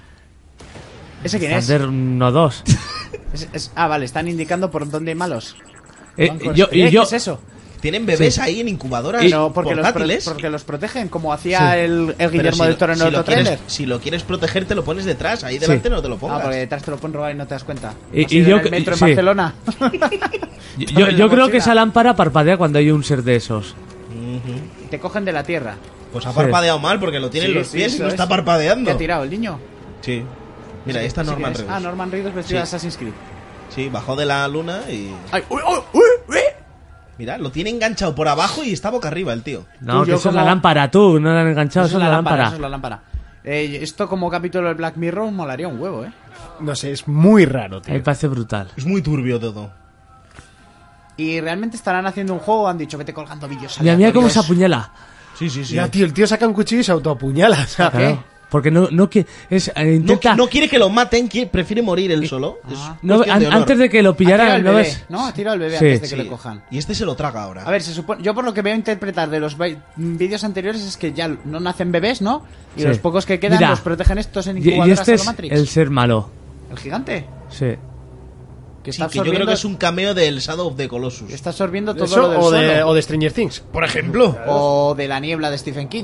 B: ¿Ese quién es?
C: Thunder 1-2.
B: Vale, están indicando por dónde hay malos.
C: ¿Qué
B: ¿Qué es eso?
D: Tienen bebés ahí en incubadoras
B: Pero porque
D: portátiles.
B: porque los protegen, como hacía el
D: Pero
B: Guillermo del Toro en el otro
D: lo quieres,
B: tráiler.
D: si lo quieres proteger, te lo pones detrás. Ahí delante no te lo pongas.
B: Porque detrás te lo pueden robar y no te das cuenta.
C: Y-
B: ¿Has
C: y
B: ido
C: yo
B: en el
C: que-
B: metro en
C: sí.
B: Barcelona?
C: Yo
B: en la
C: creo que
B: mochila.
C: esa lámpara parpadea cuando hay un ser de esos.
B: Te cogen de la tierra.
D: Pues ha parpadeado mal porque lo tiene en
B: Sí,
D: los
B: sí,
D: pies y
B: eso
D: no
B: es.
D: está parpadeando.
B: ¿Qué ha tirado el niño?
D: Sí. Mira, ahí está
B: ¿Ese
D: Norman
B: quién es?
D: Reedus.
B: Norman Reedus vestido de
D: Sí.
B: Assassin's Creed.
D: Sí, bajó de la luna y...
B: Ay, uy, uy, uy, uy.
D: Mira, lo tiene enganchado por abajo y está boca arriba el tío.
C: No,
B: Tú,
C: que
B: yo
C: eso es la
B: como-
C: lámpara, tú, no la han enganchado,
B: Eso
C: eso es la lámpara.
B: Eso es la lámpara. Esto como capítulo de Black Mirror molaría un huevo, ¿eh?
A: No sé, es muy raro,
C: A mí
A: tío.
C: me parece brutal.
D: Es muy turbio todo.
B: Y realmente estarán haciendo un juego o han dicho, vete colgando vídeos.
C: Mira cómo se
B: aleatorios.
C: apuñala.
D: Sí, sí, sí.
A: Ya, tío, el tío saca un cuchillo y se autoapuñala. O sea,
B: ¿Qué?
C: Claro. Porque no que es
D: No,
C: intenta
D: no quiere que lo maten, prefiere morir él solo. Es
C: no,
D: cuestión de honor.
C: antes de que lo
B: Ha tirado
C: pillaran,
B: el
C: ¿no
B: bebé,
C: ves?
B: ¿no? Ha tirado el bebé
C: Sí.
B: antes de que
D: Sí.
B: le cojan.
D: Y este se lo traga ahora.
B: A ver, se supone, yo por lo que veo interpretar de los vídeos anteriores es que ya no nacen bebés, ¿no? Y
C: Sí.
B: los pocos que quedan
C: Mira,
B: los protegen estos en
C: Y
B: incubadoras
C: este
B: a
C: es
B: lo Matrix.
C: el ser malo.
B: ¿El gigante?
C: Sí.
B: Que
D: Sí,
B: está
D: que yo creo
B: absorbiendo,
D: que es un cameo del Shadow of the Colossus.
B: que está absorbiendo todo
A: eso
B: lo del suelo.
A: o de Stranger Things.
D: Por ejemplo.
B: O de la niebla de Stephen King.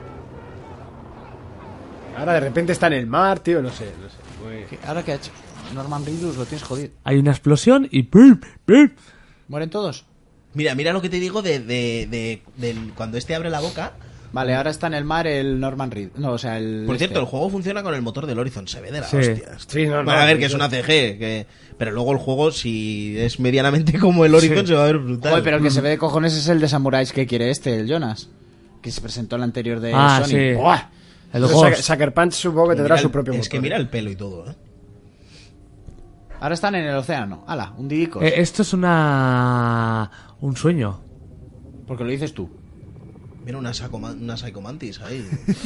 A: Ahora de repente está en el mar, tío, no sé.
B: ¿Ahora qué ha hecho? Norman Reedus lo tienes jodido.
C: Hay una explosión y ¡pum! ¡pum!
B: ¿Mueren todos?
D: Mira lo que te digo de cuando este abre la boca.
B: Vale, ahora está en el mar el Norman Reedus. No, o sea, el...
D: Por cierto, el juego funciona con el motor del Horizon, se ve de la
C: Sí.
D: hostias.
A: Sí, no,
D: Bueno, a ver, que es una CG, pero luego el juego, si es medianamente como el Horizon, se va a ver brutal.
B: Joder, pero el que se ve de cojones es el de Samuráis que quiere el Jonas. Que se presentó en el anterior de
C: Ah,
B: Sony.
C: sí.
B: ¡Buah!
C: El
A: Pero
C: Ghost.
A: Sucker Punch supongo que tendrá
D: Mira
A: su
D: el-
A: propio
D: Es
A: motor.
D: que mira el pelo y todo, ¿eh?
B: Ahora están en el océano. ¡Hala! Hundidicos.
C: Esto es un sueño.
B: Porque lo dices tú.
D: Mira una Psychomantis ahí.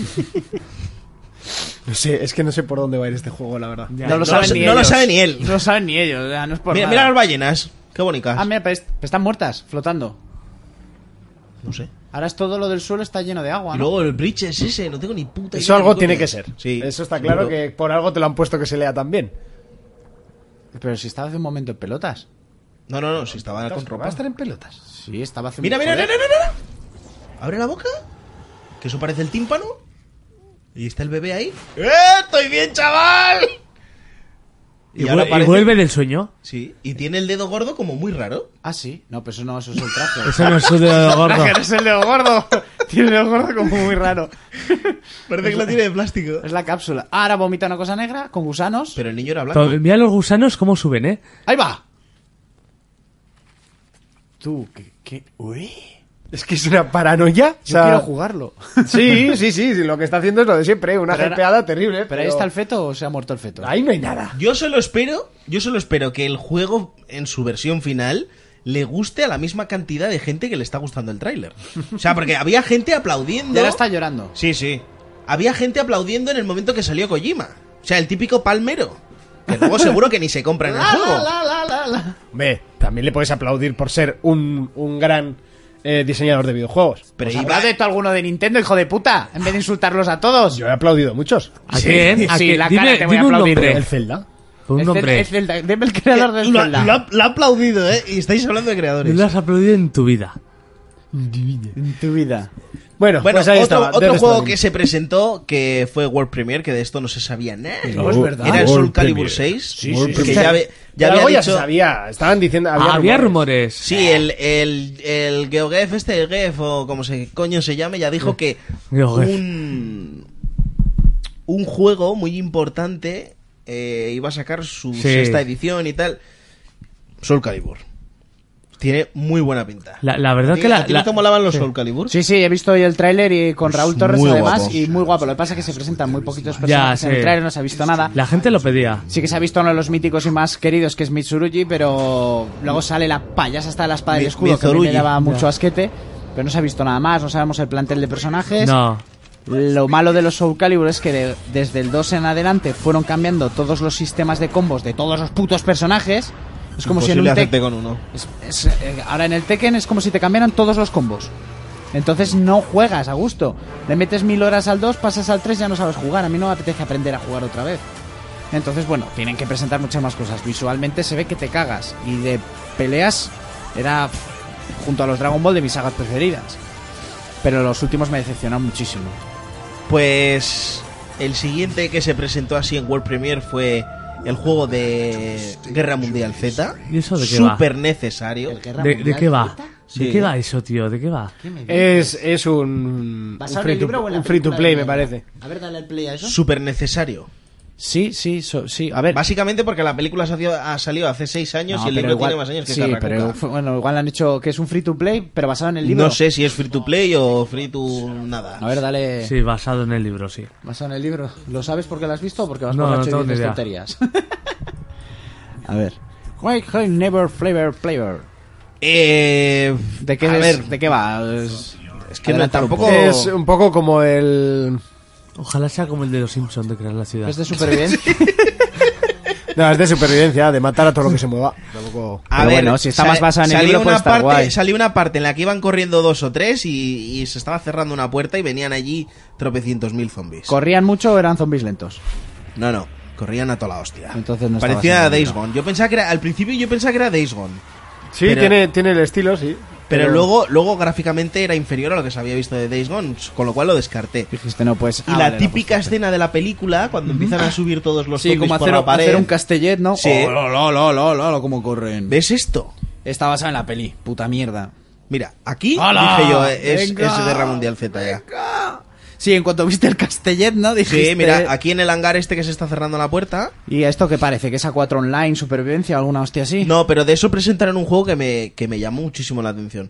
A: No sé, es que no sé por dónde va a ir este juego, la verdad.
C: Ya.
B: No lo
D: No
B: saben
D: lo-
B: ni
D: no lo
B: ellos.
D: sabe ni él.
B: No lo saben ni ellos. O sea, no es por
D: Mira,
B: nada.
D: mira las ballenas. Qué bonitas.
B: Ah, mira, pero están muertas, flotando.
D: No sé.
B: Ahora es todo lo del suelo está lleno de agua,
D: Y
B: ¿no?
D: luego el bridge es ese, no tengo ni puta idea.
A: Eso
D: de
A: algo
D: qué
A: tiene
D: coño
A: que
D: es.
A: ser.
D: Sí.
A: Eso está claro
D: seguro.
A: que por algo te lo han puesto que se lea también.
B: Pero si estaba hace un momento en pelotas.
D: No, si estaba con
A: Va a
D: ropa.
A: estar en pelotas.
B: Sí, estaba hace
D: Mira,
B: un...
D: mira,
B: joder.
D: no. Abre la boca. Que eso parece el tímpano. Y está el bebé ahí. ¡Eh! ¡Estoy bien, chaval!
C: Y,
D: ahora
C: y
D: parece-
C: vuelve del sueño.
D: Sí, y tiene el dedo gordo como muy raro.
B: Ah, sí. No, pero eso no, eso es el traje.
C: Eso no es un dedo gordo.
A: Es el dedo gordo. Tiene el dedo gordo como muy raro.
D: Parece que lo tiene de plástico.
B: Es la cápsula. Ahora vomita una cosa negra con gusanos.
D: Pero el niño era blanco.
C: Mira los gusanos cómo suben, ¿eh?
B: ¡Ahí va! Tú, ¿qué? Uy.
A: Es que es una paranoia. O
B: Yo
A: sea,
B: quiero jugarlo.
A: sí, lo que está haciendo es lo de siempre, una
B: Pero ahora-
A: hypeada terrible.
B: ¿Pero ahí está el feto o se ha muerto el feto?
A: Ahí no hay nada.
D: Yo solo espero que el juego en su versión final le guste a la misma cantidad de gente que le está gustando el tráiler. O sea, porque había gente aplaudiendo.
B: Ya ahora está llorando.
D: Sí. Había gente aplaudiendo en el momento que salió Kojima. O sea, el típico palmero. Que luego seguro que ni se compra en el juego.
A: Ve, también le puedes aplaudir por ser un gran diseñador de videojuegos.
D: Pero
B: Pues
D: iba-
B: aplaude tú a alguno de Nintendo, hijo de puta, en vez de insultarlos a todos.
A: Yo he aplaudido muchos.
C: ¿A quién? ¿A
B: sí,
C: quién?
B: la cara te voy a
C: dime un
B: aplaudir.
C: nombre.
A: El Zelda.
C: Un nombre.
B: Deme el creador del Zelda.
D: Lo ha aplaudido, ¿eh? Y estáis hablando de
C: No
D: creadores.
C: lo has aplaudido en tu vida.
B: En tu vida.
A: Bueno,
D: Bueno,
A: pues ahí
D: otro
A: estaba,
D: juego
A: Death Stranding.
D: que se presentó, que fue World Premiere, que de esto no se sabía nada.
B: No, es verdad.
D: Era el
A: World
D: Soul Calibur
A: Premiere.
D: 6.
A: Sí,
D: que
A: sí.
D: ya
A: Algo
D: había
A: ya se
D: dicho...
A: sabía. Estaban diciendo...
C: Había rumores.
D: Sí, el GeoGef el GEF, o como se coño se llame, ya dijo que
C: GeoGef.
D: un juego muy importante iba a sacar su
C: Sí.
D: sexta edición y tal. Soul Calibur. Tiene muy buena pinta.
C: La verdad
D: ¿A ti-
C: que
D: ¿A ti no te molaban los
C: sí.
D: Soul Calibur?
B: Sí, he visto hoy el tráiler y con Raúl Torres
D: muy
B: además
D: guapo.
B: y muy guapo. Lo que pasa es que se presentan muy poquitos personajes
C: Ya,
B: en el
C: sí.
B: tráiler, no se ha visto nada.
C: La gente lo pedía.
B: Sí que se ha visto uno de los míticos y más queridos que es Mitsurugi, pero luego sale la payasa hasta de la espada y escudo que a mí me
D: Mitsurugi.
B: daba mucho
C: Ya.
B: asquete, pero no se ha visto nada más, no sabemos el plantel de personajes.
C: No.
B: Lo malo de los Soul Calibur es que desde el 2 en adelante fueron cambiando todos los sistemas de combos de todos los putos personajes. Es como si en
D: Imposible
B: un
D: hacerte
B: Tekken...
D: con uno.
B: ahora en el Tekken es como si te cambiaran todos los combos. Entonces no juegas a gusto. Le metes 1000 horas al 2, pasas al 3, ya no sabes jugar. A mí no me apetece aprender a jugar otra vez. Entonces, bueno, tienen que presentar muchas más cosas. Visualmente se ve que te cagas. Y de peleas era, junto a los Dragon Ball, de mis sagas preferidas. Pero los últimos me decepcionaron muchísimo.
D: Pues el siguiente que se presentó así en World Premiere fue el juego de Guerra Mundial Z.
C: ¿Y eso de qué va?
D: Súper necesario.
C: ¿De qué va?
D: Sí.
C: ¿De qué va eso, tío? ¿De qué va?
A: Es un
B: ¿Basado en el libro o en la
A: free to
B: película
A: play,
B: de
A: me
B: mierda?
A: parece.
B: A ver, dale al play a eso.
D: Súper necesario.
B: Sí. A ver.
D: Básicamente porque la película ha salido hace 6 años
B: No,
D: y el
B: pero
D: libro
B: igual-
D: tiene más años que
B: sí,
D: Terra
B: pero
D: Coca.
B: bueno, igual han hecho que es un free to play, pero basado en el libro.
D: No sé si es free to play o free to nada.
B: A ver, dale.
C: Sí, basado en el libro, sí.
B: Basado en el libro. ¿Lo sabes porque lo has visto o porque vas
C: No,
B: borracho
C: no tengo
B: y
C: ni
B: dices
C: idea.
B: tonterías? A ver. Why I never flavor. ¿De qué
D: a
B: es-
D: ver,
B: ¿De qué va?
D: es que no,
B: adelantar un
D: tampoco...
B: poco.
A: Es un poco como el...
C: Ojalá sea como el de los Simpsons de crear la ciudad.
B: ¿Es de supervivencia?
A: No, es de supervivencia, de matar a todo lo que se mueva. Tampoco...
D: A
B: Pero
D: ver,
B: bueno, si está más basado en el
D: salió
B: libro, puede
D: una
B: estar
D: parte,
B: guay.
D: salió una parte en la que iban corriendo 2 o 3 y se estaba cerrando una puerta y venían allí tropecientos mil zombies.
B: ¿Corrían mucho o eran zombies lentos?
D: No, corrían a toda la hostia.
B: Entonces no estaba
D: Parecía
B: basado en el
D: Days
B: libro.
D: Gone. Yo pensaba que era, al principio yo pensaba que era Days Gone.
A: Sí,
D: Pero-
A: tiene el estilo, sí.
D: Pero luego gráficamente era inferior a lo que se había visto de Days Gone, con lo cual lo descarté.
B: Dijiste, no, pues...
D: Y la típica escena de la película, cuando empiezan a subir todos los
B: Sí,
D: zombies
B: como
D: por la pared.
B: hacer un castellet, ¿no?
D: Sí.
B: Oh, lo, cómo corren.
D: ¿Ves esto?
B: Está basado en la peli, puta mierda.
D: Mira, aquí
B: ¡Hala!
D: dije yo, es
B: Venga.
D: Guerra Mundial Z ya.
B: Sí, en cuanto viste el castellet, ¿no? Dijiste...
D: Sí, mira, aquí en el hangar este que se está cerrando la puerta.
B: ¿Y esto qué parece? ¿Que es A4 Online, supervivencia o alguna hostia así?
D: No, pero de eso presentaron un juego que me llamó muchísimo la atención.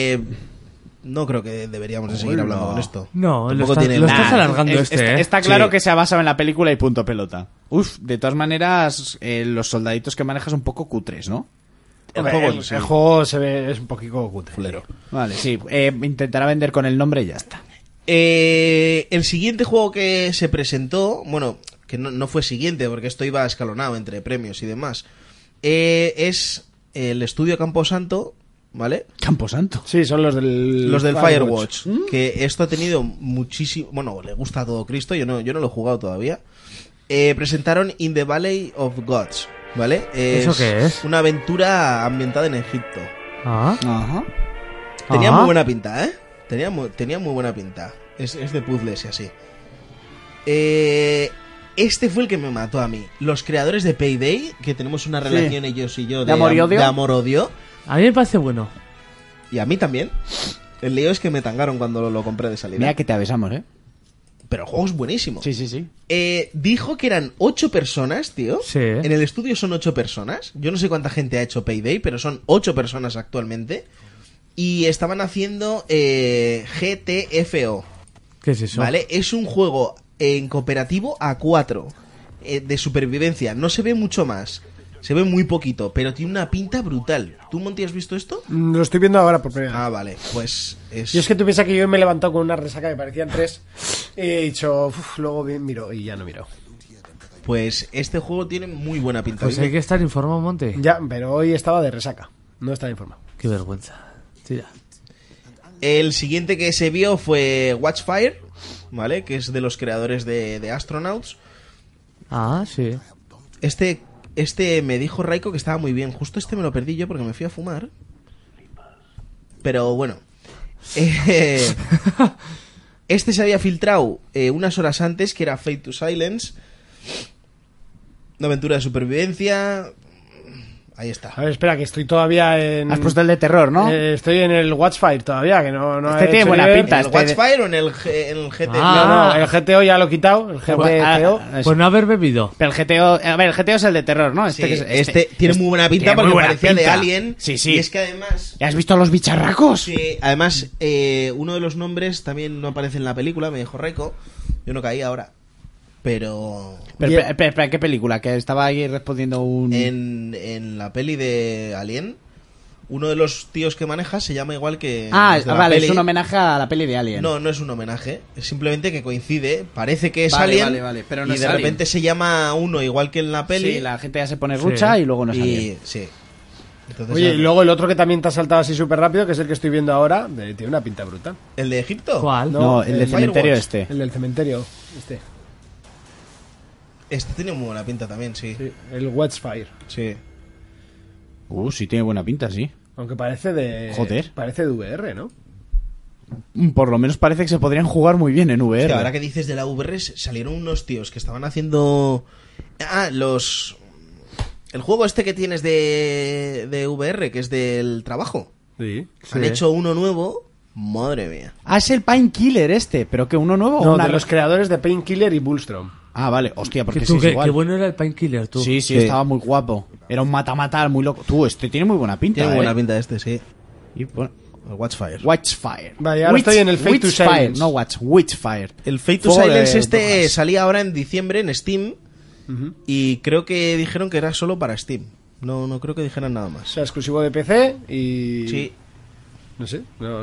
D: No creo que deberíamos de seguir hablando con esto.
C: No, lo
D: Tampoco
C: estás-
D: tiene
C: lo
D: nada.
C: estás alargando
B: Está,
C: ¿eh?
B: está claro
D: Sí.
B: que se ha basado en la película y punto pelota. Uf, de todas maneras, los soldaditos que manejas un poco cutres, ¿no?
D: El
A: Hombre,
D: juego,
A: el,
D: sí.
A: el juego se ve, es un poquito cutre.
D: Fulero.
B: Vale, sí. Intentará vender con el nombre y ya está.
D: El siguiente juego que se presentó, bueno, que no fue siguiente porque esto iba escalonado entre premios y demás, es el estudio Camposanto, ¿vale?
B: Camposanto.
A: Sí, son los del
D: Firewatch, que esto ha tenido muchísimo, bueno, le gusta a todo Cristo, yo no lo he jugado todavía. Presentaron In the Valley of Gods, ¿vale?
C: ¿Eso qué es?
D: Una aventura ambientada en Egipto.
C: Ah,
B: Ajá.
D: Tenía
C: Ajá.
D: muy buena pinta, ¿eh? Tenía muy buena pinta. Es de puzzles y así. este fue el que me mató a mí. Los creadores de Payday, que tenemos una relación ellos y yo
B: ¿De amor y odio?
D: de amor-odio.
C: A mí me parece bueno.
D: Y a mí también. El lío es que me tangaron cuando lo compré de salida.
B: Mira que te avisamos, ¿eh?
D: Pero el juego es buenísimo.
B: Sí.
D: Dijo que eran 8 personas, tío.
C: Sí.
D: En el estudio son 8 personas. Yo no sé cuánta gente ha hecho Payday, pero son 8 personas actualmente. Y estaban haciendo GTFO.
C: ¿Qué es eso?
D: ¿Vale? Es un juego en cooperativo a 4 de supervivencia. No se ve mucho más. Se ve muy poquito, pero tiene una pinta brutal. ¿Tú, Monty, has visto esto?
A: Lo estoy viendo ahora por primera vez.
D: Ah, vale. Pues es...
A: Y es que tú piensas que yo me he levantado con una resaca, me parecían 3. Y he dicho, luego miro y ya no miro.
D: Pues este juego tiene muy buena pinta.
C: Pues hay que estar informado, Monte.
A: Ya, pero hoy estaba de resaca. No estaba informado.
C: Qué vergüenza. Tira.
D: El siguiente que se vio fue Watchfire, ¿vale? Que es de los creadores de Astronauts.
C: Ah, sí.
D: Este me dijo Raiko que estaba muy bien. Justo este me lo perdí yo porque me fui a fumar. Pero bueno. Este se había filtrado unas horas antes, que era Fate to Silence. Una aventura de supervivencia. Ahí está.
A: A ver, espera, que estoy todavía en...
B: Has puesto el de terror, ¿no?
A: Estoy en el Watchfire todavía, que no
B: Este
A: he
B: tiene
A: hecho
B: buena
A: nivel.
B: pinta.
D: ¿En el Watchfire o en el GT?
C: Ah.
A: No, el GTO ya lo he quitado. El GTO.
C: Pues no haber bebido.
B: Pero el GTO... A ver, el GTO es el de terror, ¿no?
D: Sí, este tiene muy buena pinta
B: tiene
D: porque
B: muy buena
D: parecía de
B: pinta.
D: Alien.
B: Sí.
D: Y es que además...
B: ¿Has visto a los bicharracos?
D: Sí, además, uno de los nombres también no aparece en la película, me dijo Raiko. Yo no caí ahora. Pero...
B: Pero, espera, ¿qué película? Que estaba ahí respondiendo un...
D: En la peli de Alien, uno de los tíos que maneja se llama igual que...
B: Ah,
D: los de la
B: vale,
D: peli.
B: es un homenaje a la peli de Alien.
D: No, no es un homenaje. Es simplemente que coincide. Parece que es
B: Vale,
D: Alien.
B: vale, pero no
D: y
B: es
D: de
B: Alien.
D: repente se llama uno igual que en la peli.
B: Sí, la gente ya se pone rucha y luego no es Alien.
D: y sí. Entonces,
A: Oye, y luego el otro que también te ha saltado así súper rápido, que es el que estoy viendo ahora, tiene una pinta brutal.
D: ¿el de Egipto?
C: ¿Cuál?
B: No, el del cementerio
D: Firewatch.
B: este.
A: El del cementerio.
D: Este tiene muy buena pinta también, sí.
A: Sí, el Watchfire.
D: Sí.
B: Sí tiene buena pinta, sí.
A: Aunque parece de...
B: Joder.
A: Parece de VR, ¿no?
B: Por lo menos parece que se podrían jugar muy bien en VR.
D: Hostia, ahora que dices de la VR, salieron unos tíos que estaban haciendo... El juego este que tienes de VR, que es del trabajo.
A: Sí.
D: Han hecho uno nuevo. Madre mía.
B: Ah, es el Painkiller este, pero que uno nuevo o
A: No,
B: una...
A: de los creadores de Painkiller y Bullstrom.
B: Ah, vale, hostia, porque
C: Que
B: sí
C: tú,
B: es
C: qué
B: igual.
C: bueno era el Painkiller, tú.
B: Sí, estaba muy guapo. Era un mata-mata muy loco. Tú, este tiene muy buena pinta,
D: Tiene
B: ¿eh?
D: buena pinta este, sí.
B: Y, bueno,
D: El Watchfire.
B: Watchfire.
A: Vale, ahora estoy en el Fate to
B: Witchfire,
A: Silence.
B: no Witchfire.
D: El Fate to
B: Fuego de
D: Silence este
B: brujas.
D: salía ahora en diciembre en Steam. Y creo que dijeron que era solo para Steam. No creo que dijeran nada
A: O
D: más.
A: sea, exclusivo de PC y...
D: Sí.
A: No sé,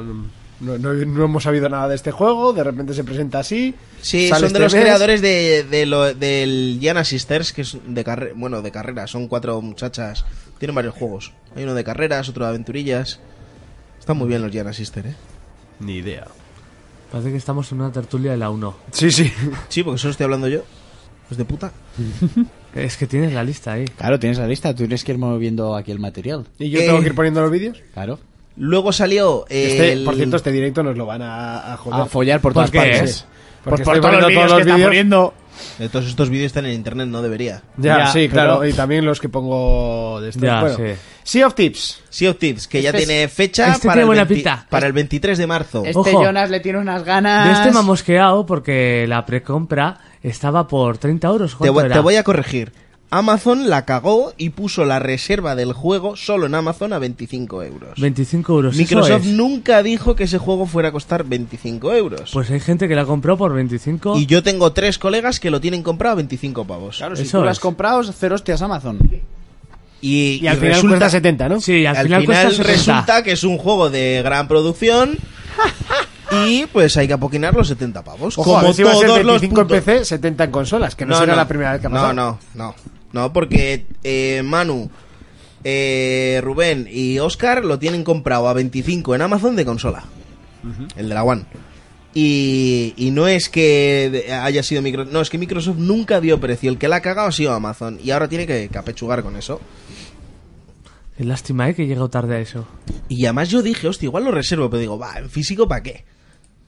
A: no hemos sabido nada de este juego, de repente se presenta así.
D: Sí,
A: sale
D: son de
A: este
D: los
A: mes.
D: creadores del Giana Sisters, que es de carrera. Son 4 muchachas. Tienen varios juegos. Hay uno de carreras, otro de aventurillas. Están muy bien los Giana Sisters, ¿eh?
A: Ni idea.
C: Parece que estamos en una tertulia de la 1.
A: Sí, sí.
D: Sí, porque solo estoy hablando yo. Pues de puta.
C: Es que tienes la lista ahí.
B: Claro, tienes la lista. Tú tienes que ir moviendo aquí el material.
A: ¿Y yo tengo que ir poniendo los vídeos?
B: Claro.
D: Luego salió
A: Por cierto, este directo nos lo van a joder.
B: A follar por
C: ¿Por
B: todas
C: qué?
B: partes.
A: Sí.
B: Pues
A: Porque
B: por
A: estoy
B: todos los
A: poniendo
B: vídeos que están
A: vídeos.
B: poniendo.
D: Todos estos vídeos están en internet, no debería.
A: Ya,
B: Ya,
A: sí, claro.
B: claro.
A: Y también los que pongo de estos.
C: Ya,
A: Bueno,
C: sí.
A: Sea of Tips.
D: Sea of Thieves, que ya
B: Este es-
D: tiene fecha
C: este
D: para,
C: tiene
D: el
C: buena
D: 20
C: pinta.
D: para el 23 de marzo.
B: Este
C: Ojo.
B: Jonas le tiene unas ganas.
C: De este me ha mosqueado porque la precompra estaba por 30 euros.
D: Te
C: ¿Cuánto era?
D: voy a corregir. Amazon la cagó y puso la reserva del juego solo en Amazon a 25 euros.
C: 25 euros.
D: Microsoft
C: eso es.
D: nunca dijo que ese juego fuera a costar 25 euros.
C: Pues hay gente que la compró por 25.
D: Y yo tengo 3 colegas que lo tienen comprado a 25 pavos.
B: Claro, si
C: Eso
B: tú lo
C: es.
B: has comprado, cero hostias Amazon.
D: Y
A: al final
D: resulta,
A: cuesta 70, ¿no?
C: Sí, al
D: al
C: final,
D: final
C: cuesta 70.
D: resulta que es un juego de gran producción y pues hay que apoquinar los 70 pavos.
A: Ojo, a ver si va a ser 25 en
D: puntos.
A: PC, 70 en consolas, que no, será la primera vez que ha pasado.
D: No, porque Manu, Rubén y Oscar lo tienen comprado a 25 en Amazon de consola. El de la One. Y no es que haya sido Microsoft. No, es que Microsoft nunca dio precio. El que la ha cagado ha sido Amazon. Y ahora tiene que apechugar con eso.
C: Qué lástima, que he llegado tarde a eso.
D: Y además yo dije, hostia, igual lo reservo. Pero digo, va, en físico, ¿para qué?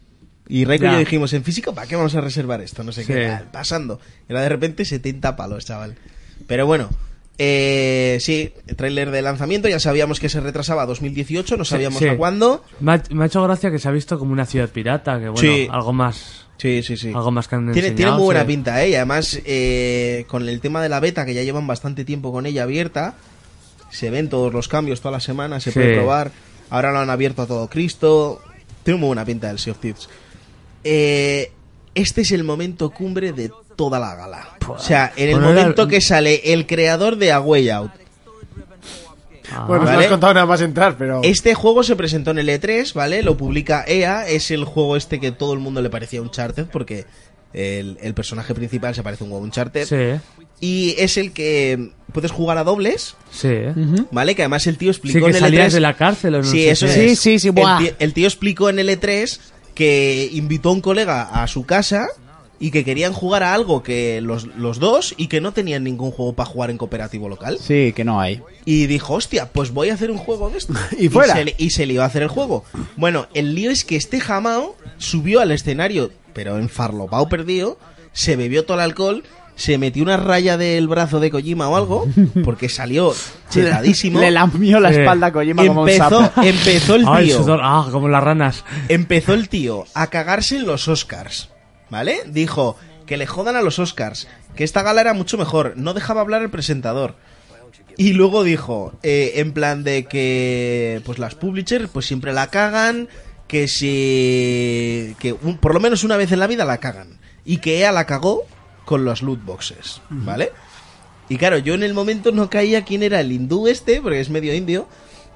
D: Y Raiko y
C: Ya.
D: yo dijimos, en físico, ¿para qué vamos a reservar esto? No sé
C: Sí.
D: qué, pasando. Era de repente 70 palos, chaval. Pero bueno, sí, el tráiler de lanzamiento, ya sabíamos que se retrasaba a 2018, no sabíamos
C: sí.
D: a cuándo.
C: Me ha hecho gracia que se ha visto como una ciudad pirata, que bueno,
D: Sí.
C: algo más
D: Sí.
C: algo más que han
D: Tiene
C: enseñado,
D: muy buena
C: sí.
D: pinta, ¿eh? Y además, con el tema de la beta, que ya llevan bastante tiempo con ella abierta, se ven todos los cambios toda la semana, se
C: Sí.
D: puede probar. Ahora lo han abierto a todo Cristo. Tiene muy buena pinta el Sea of Thieves. Este es el momento cumbre de toda la gala. O sea, en el
C: Bueno, era-
D: momento que sale el creador de A Way Out.
C: Ah,
A: Bueno, no
D: ¿vale?
A: has contado nada más entrar, pero...
D: Este juego se presentó en el E3, ¿vale? Lo publica EA. Es el juego este que todo el mundo le parecía Uncharted, porque el personaje principal se parece a un juego Uncharted.
C: sí,
D: Y es el que puedes jugar a dobles,
C: sí.
D: ¿vale? Que además el tío
C: Sí,
D: explicó
C: que
D: en el
C: salías
D: E3...
C: de la cárcel o no
D: Sí,
C: sé
D: eso
C: qué.
D: es.
B: Sí, buah.
D: El tío explicó en el E3 que invitó a un colega a su casa y que querían jugar a algo que los dos y que no tenían ningún juego para jugar en cooperativo local.
B: Sí, que no hay.
D: Y dijo, hostia, pues voy a hacer un juego de esto.
A: Y fuera.
D: Y se le iba a hacer el juego. Bueno, el lío es que este jamao subió al escenario, pero enfarlopao perdido, se bebió todo el alcohol, se metió una raya del brazo de Kojima o algo, porque salió chetadísimo.
B: Le lamió la
C: Sí.
B: espalda a Kojima como un sapo.
D: Empezó el
C: Ay,
D: tío.
C: sudor, como las ranas.
D: Empezó el tío a cagarse en los Oscars, ¿vale? Dijo que le jodan a los Oscars, que esta gala era mucho mejor, no dejaba hablar el presentador. Y luego dijo, en plan de que pues las publishers pues siempre la cagan, que si por lo menos una vez en la vida la cagan, y que EA la cagó con los loot boxes, ¿vale? Y claro, yo en el momento no caía quién era el hindú este, porque es medio indio.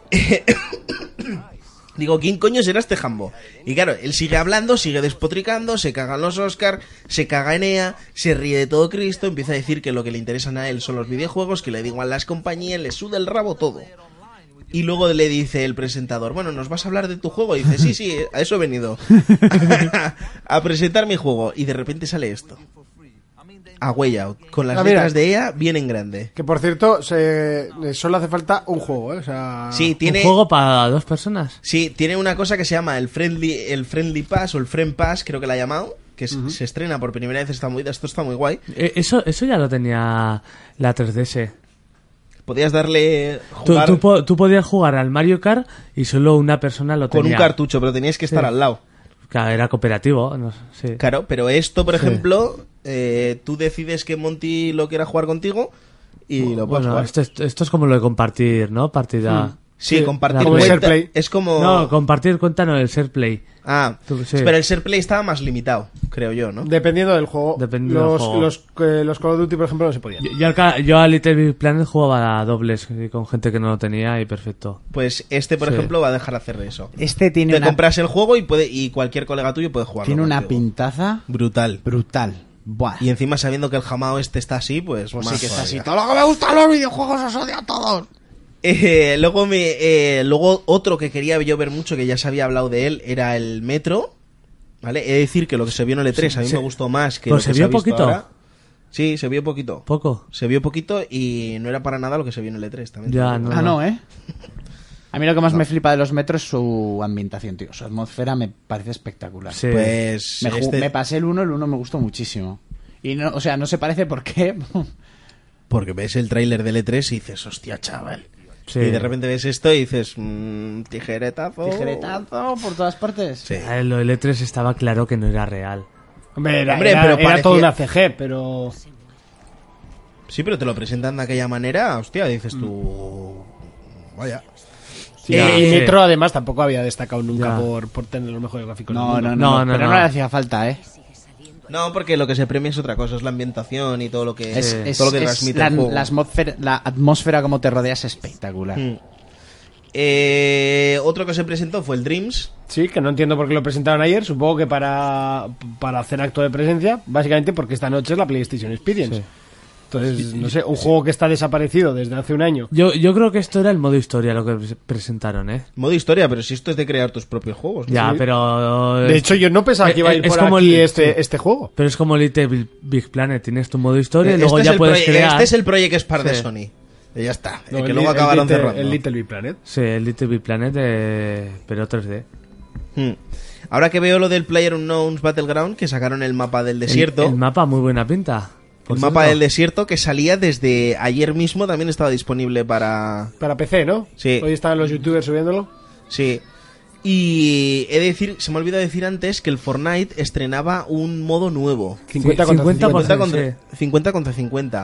D: Digo, ¿quién coño será este jambo? Y claro, él sigue hablando, sigue despotricando, se caga en los Oscars, se caga en EA, se ríe de todo Cristo, empieza a decir que lo que le interesan a él son los videojuegos, que le da igual las compañías, le suda el rabo todo. Y luego le dice el presentador, bueno, ¿nos vas a hablar de tu juego? Y dice, sí, a eso he venido. A presentar mi juego. Y de repente sale esto. A Way Out. Con las
A: mira.
D: letras de EA bien en grande.
A: Que por cierto, solo hace falta un juego, ¿eh? O sea...
D: Sí,
C: ¿Un
D: tiene...
C: juego para dos personas?
D: Sí, tiene una cosa que se llama el Friendly Pass o el Friend Pass, creo que la ha llamado, que se estrena por primera vez, esto está muy guay.
C: Eso ya lo tenía la 3DS.
D: Podías darle
C: Tú,
D: jugar
C: tú podías jugar al Mario Kart y solo una persona lo
D: con
C: tenía.
D: un cartucho, pero tenías que estar
C: Sí.
D: al lado.
C: Claro, era cooperativo. No, sí.
D: Claro, pero esto, por
C: Sí.
D: ejemplo, tú decides que Monty lo quiera jugar contigo y lo puedes
C: Bueno,
D: jugar.
C: esto es como lo de compartir, ¿no? Partida.
D: Sí, compartir
C: Como el
D: cuenta.
A: SharePlay.
D: Es como...
C: No, compartir cuenta no, el SharePlay.
D: Ah,
C: Sí.
D: pero el SharePlay estaba más limitado, creo yo, ¿no?
A: Dependiendo del juego.
C: Dependiendo del juego.
A: Los Call of Duty, por ejemplo, no se podían.
C: Yo a Little Big Planet jugaba a dobles con gente que no lo tenía y perfecto.
D: Pues este, por
C: Sí.
D: ejemplo, va a dejar de hacer eso.
B: Este tiene
D: Te
B: una,
D: compras el juego y cualquier colega tuyo puede jugarlo.
B: tiene una
D: contigo.
B: pintaza
D: Brutal.
B: brutal. Buah.
D: Y encima sabiendo que el jamao este está así, pues
B: Pues
D: más
B: sí que está así.
D: todavía.
B: Todo lo que me gustan los videojuegos os odio a todos.
D: Luego otro que quería yo ver mucho, que ya se había hablado de él, era el Metro. ¿Vale? He de decir que lo que se vio en el E3 a mí me gustó más que
C: Pero
D: lo que
C: se
D: se
C: vio
D: ha visto
C: poquito.
D: ahora. Sí, se vio poquito.
C: Poco.
D: Se vio poquito y no era para nada lo que se vio en el E3 también.
C: Ya, no.
B: Ah, no, ¿eh? A mí lo que más me flipa de los metros es su ambientación, tío. Su atmósfera me parece espectacular.
C: Sí.
D: Pues
B: Me pasé el 1 me gustó muchísimo. Y no, o sea, no se parece por qué.
D: porque ves el tráiler del E3 y dices, hostia, chaval.
C: Sí.
D: Y de repente ves esto y dices, tijeretazo.
B: Tijeretazo por todas partes.
D: Sí.
C: Lo del E3 estaba claro que no era real.
A: Hombre, era,
D: Hombre,
A: era-
D: pero
A: era
D: parecía-
A: todo una CG, pero...
D: Sí, pero te lo presentan de aquella manera, hostia, dices tú... Vaya.
A: Sí,
C: Ya,
A: y
C: sí.
A: Metro además tampoco había destacado nunca
C: Ya.
A: por tener los mejores gráficos del
B: No,
A: mundo.
B: no,
C: No,
B: pero
C: no.
B: no le hacía falta, ¿eh?
D: No, porque lo que se premia es otra cosa, es la ambientación y todo lo que,
B: Es
D: todo lo que transmite
B: la,
D: el juego.
B: la atmósfera como te rodea es espectacular.
D: Otro que se presentó fue el Dreams.
A: Sí, que no entiendo por qué lo presentaron ayer. Supongo que para hacer acto de presencia, básicamente porque esta noche es la PlayStation Experience.
C: Sí.
A: Entonces, no sé, un juego que está desaparecido desde hace un año.
C: Yo creo que esto era el modo historia lo que presentaron, ¿eh?
D: Modo historia, pero si esto es de crear tus propios juegos. ¿no?
C: Ya,
A: Sí.
C: pero...
A: De hecho, yo no pensaba que iba a ir
C: es
A: por
C: como
A: aquí
C: el-
A: este juego.
C: Pero es como Little Big Planet, tienes tu modo historia y luego
D: Este es
C: ya
D: el
C: puedes crear...
D: Este es el Project Spark de
C: Sí.
D: Sony. Y ya está.
A: No,
D: que luego acabaron
A: Little-
D: cerrando.
A: el Little Big Planet.
C: Sí, el Little Big Planet, pero 3D.
D: Ahora que veo lo del PlayerUnknown's Battleground, que sacaron el mapa del desierto.
C: El mapa, muy buena pinta.
D: El mapa del desierto que salía desde ayer mismo, también estaba disponible para
A: PC, ¿no?
D: Sí.
A: Hoy estaban los youtubers subiéndolo.
D: Sí. Y he de decir, se me ha olvidado decir antes que el Fortnite estrenaba un modo nuevo.
A: 50 contra
D: 50
C: 50.
D: contra 50 contra 50.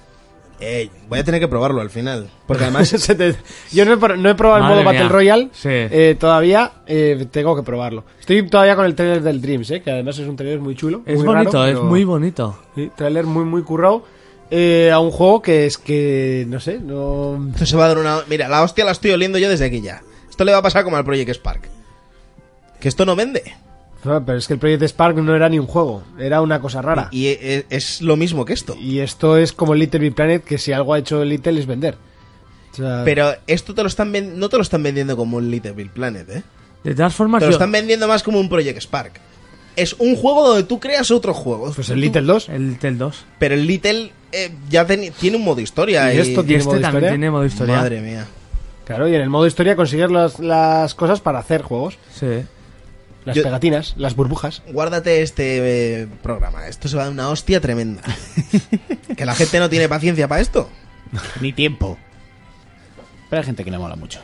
D: Voy a tener que probarlo al final. Porque además
A: Yo no he probado el
C: Madre
A: modo Battle
C: mía.
A: Royale.
C: Sí.
A: Todavía tengo que probarlo. Estoy todavía con el trailer del Dreams, que además es un trailer muy chulo.
C: Es
A: muy
C: bonito,
A: raro,
C: es
A: pero-
C: muy bonito.
A: Sí, trailer muy currado. A un juego que es que, no sé, no...
D: esto se va a dar una... Mira, la hostia la estoy oliendo yo desde aquí ya. Esto le va a pasar como al Project Spark. Que esto no vende.
A: No, pero es que el Project Spark no era ni un juego, era una cosa rara.
D: Y es lo mismo que esto.
A: Y esto es como el Little Big Planet, que si algo ha hecho Little es vender. O sea,
D: Pero esto no te lo están vendiendo como un Little Big Planet, ¿eh?
C: De todas formas,
D: Te lo
C: yo-
D: están vendiendo más como un Project Spark. Es un juego donde tú creas otro juego.
A: pues el Little 2.
C: el Tel 2.
D: Pero el Little ya tiene un modo historia.
A: Y esto
C: Y
A: ¿Tiene
C: este
A: modo
C: también
A: historia?
C: tiene modo historia.
D: Madre mía.
A: Claro, y en el modo historia consigues las cosas para hacer juegos.
C: Sí.
A: Las
D: Yo-
A: pegatinas, las burbujas.
D: Guárdate este programa. Esto se va a dar una hostia tremenda. Que la gente no tiene paciencia para esto.
B: Ni tiempo. Pero hay gente que le mola mucho.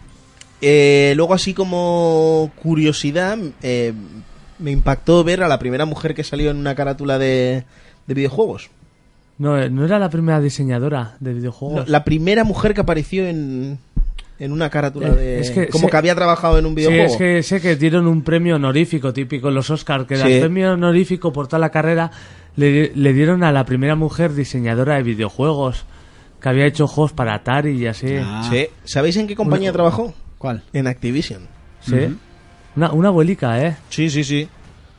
D: Luego, así como curiosidad, me impactó ver a la primera mujer que salió en una carátula de videojuegos.
C: No era la primera diseñadora de
D: No,
C: videojuegos.
D: la primera mujer que apareció en una carátula de...
C: es que
D: como
C: sé-
D: que había trabajado en un
C: Sí,
D: videojuego.
C: es que sé que dieron un premio honorífico típico en los Oscars, que
D: Sí.
C: el premio honorífico por toda la carrera le dieron a la primera mujer diseñadora de videojuegos, que había hecho juegos para Atari y así.
B: Ah.
D: Sí. ¿Sabéis en qué compañía trabajó?
B: ¿Cuál?
D: En Activision.
C: Sí. Una abuelica, ¿eh?
D: Sí, sí, sí.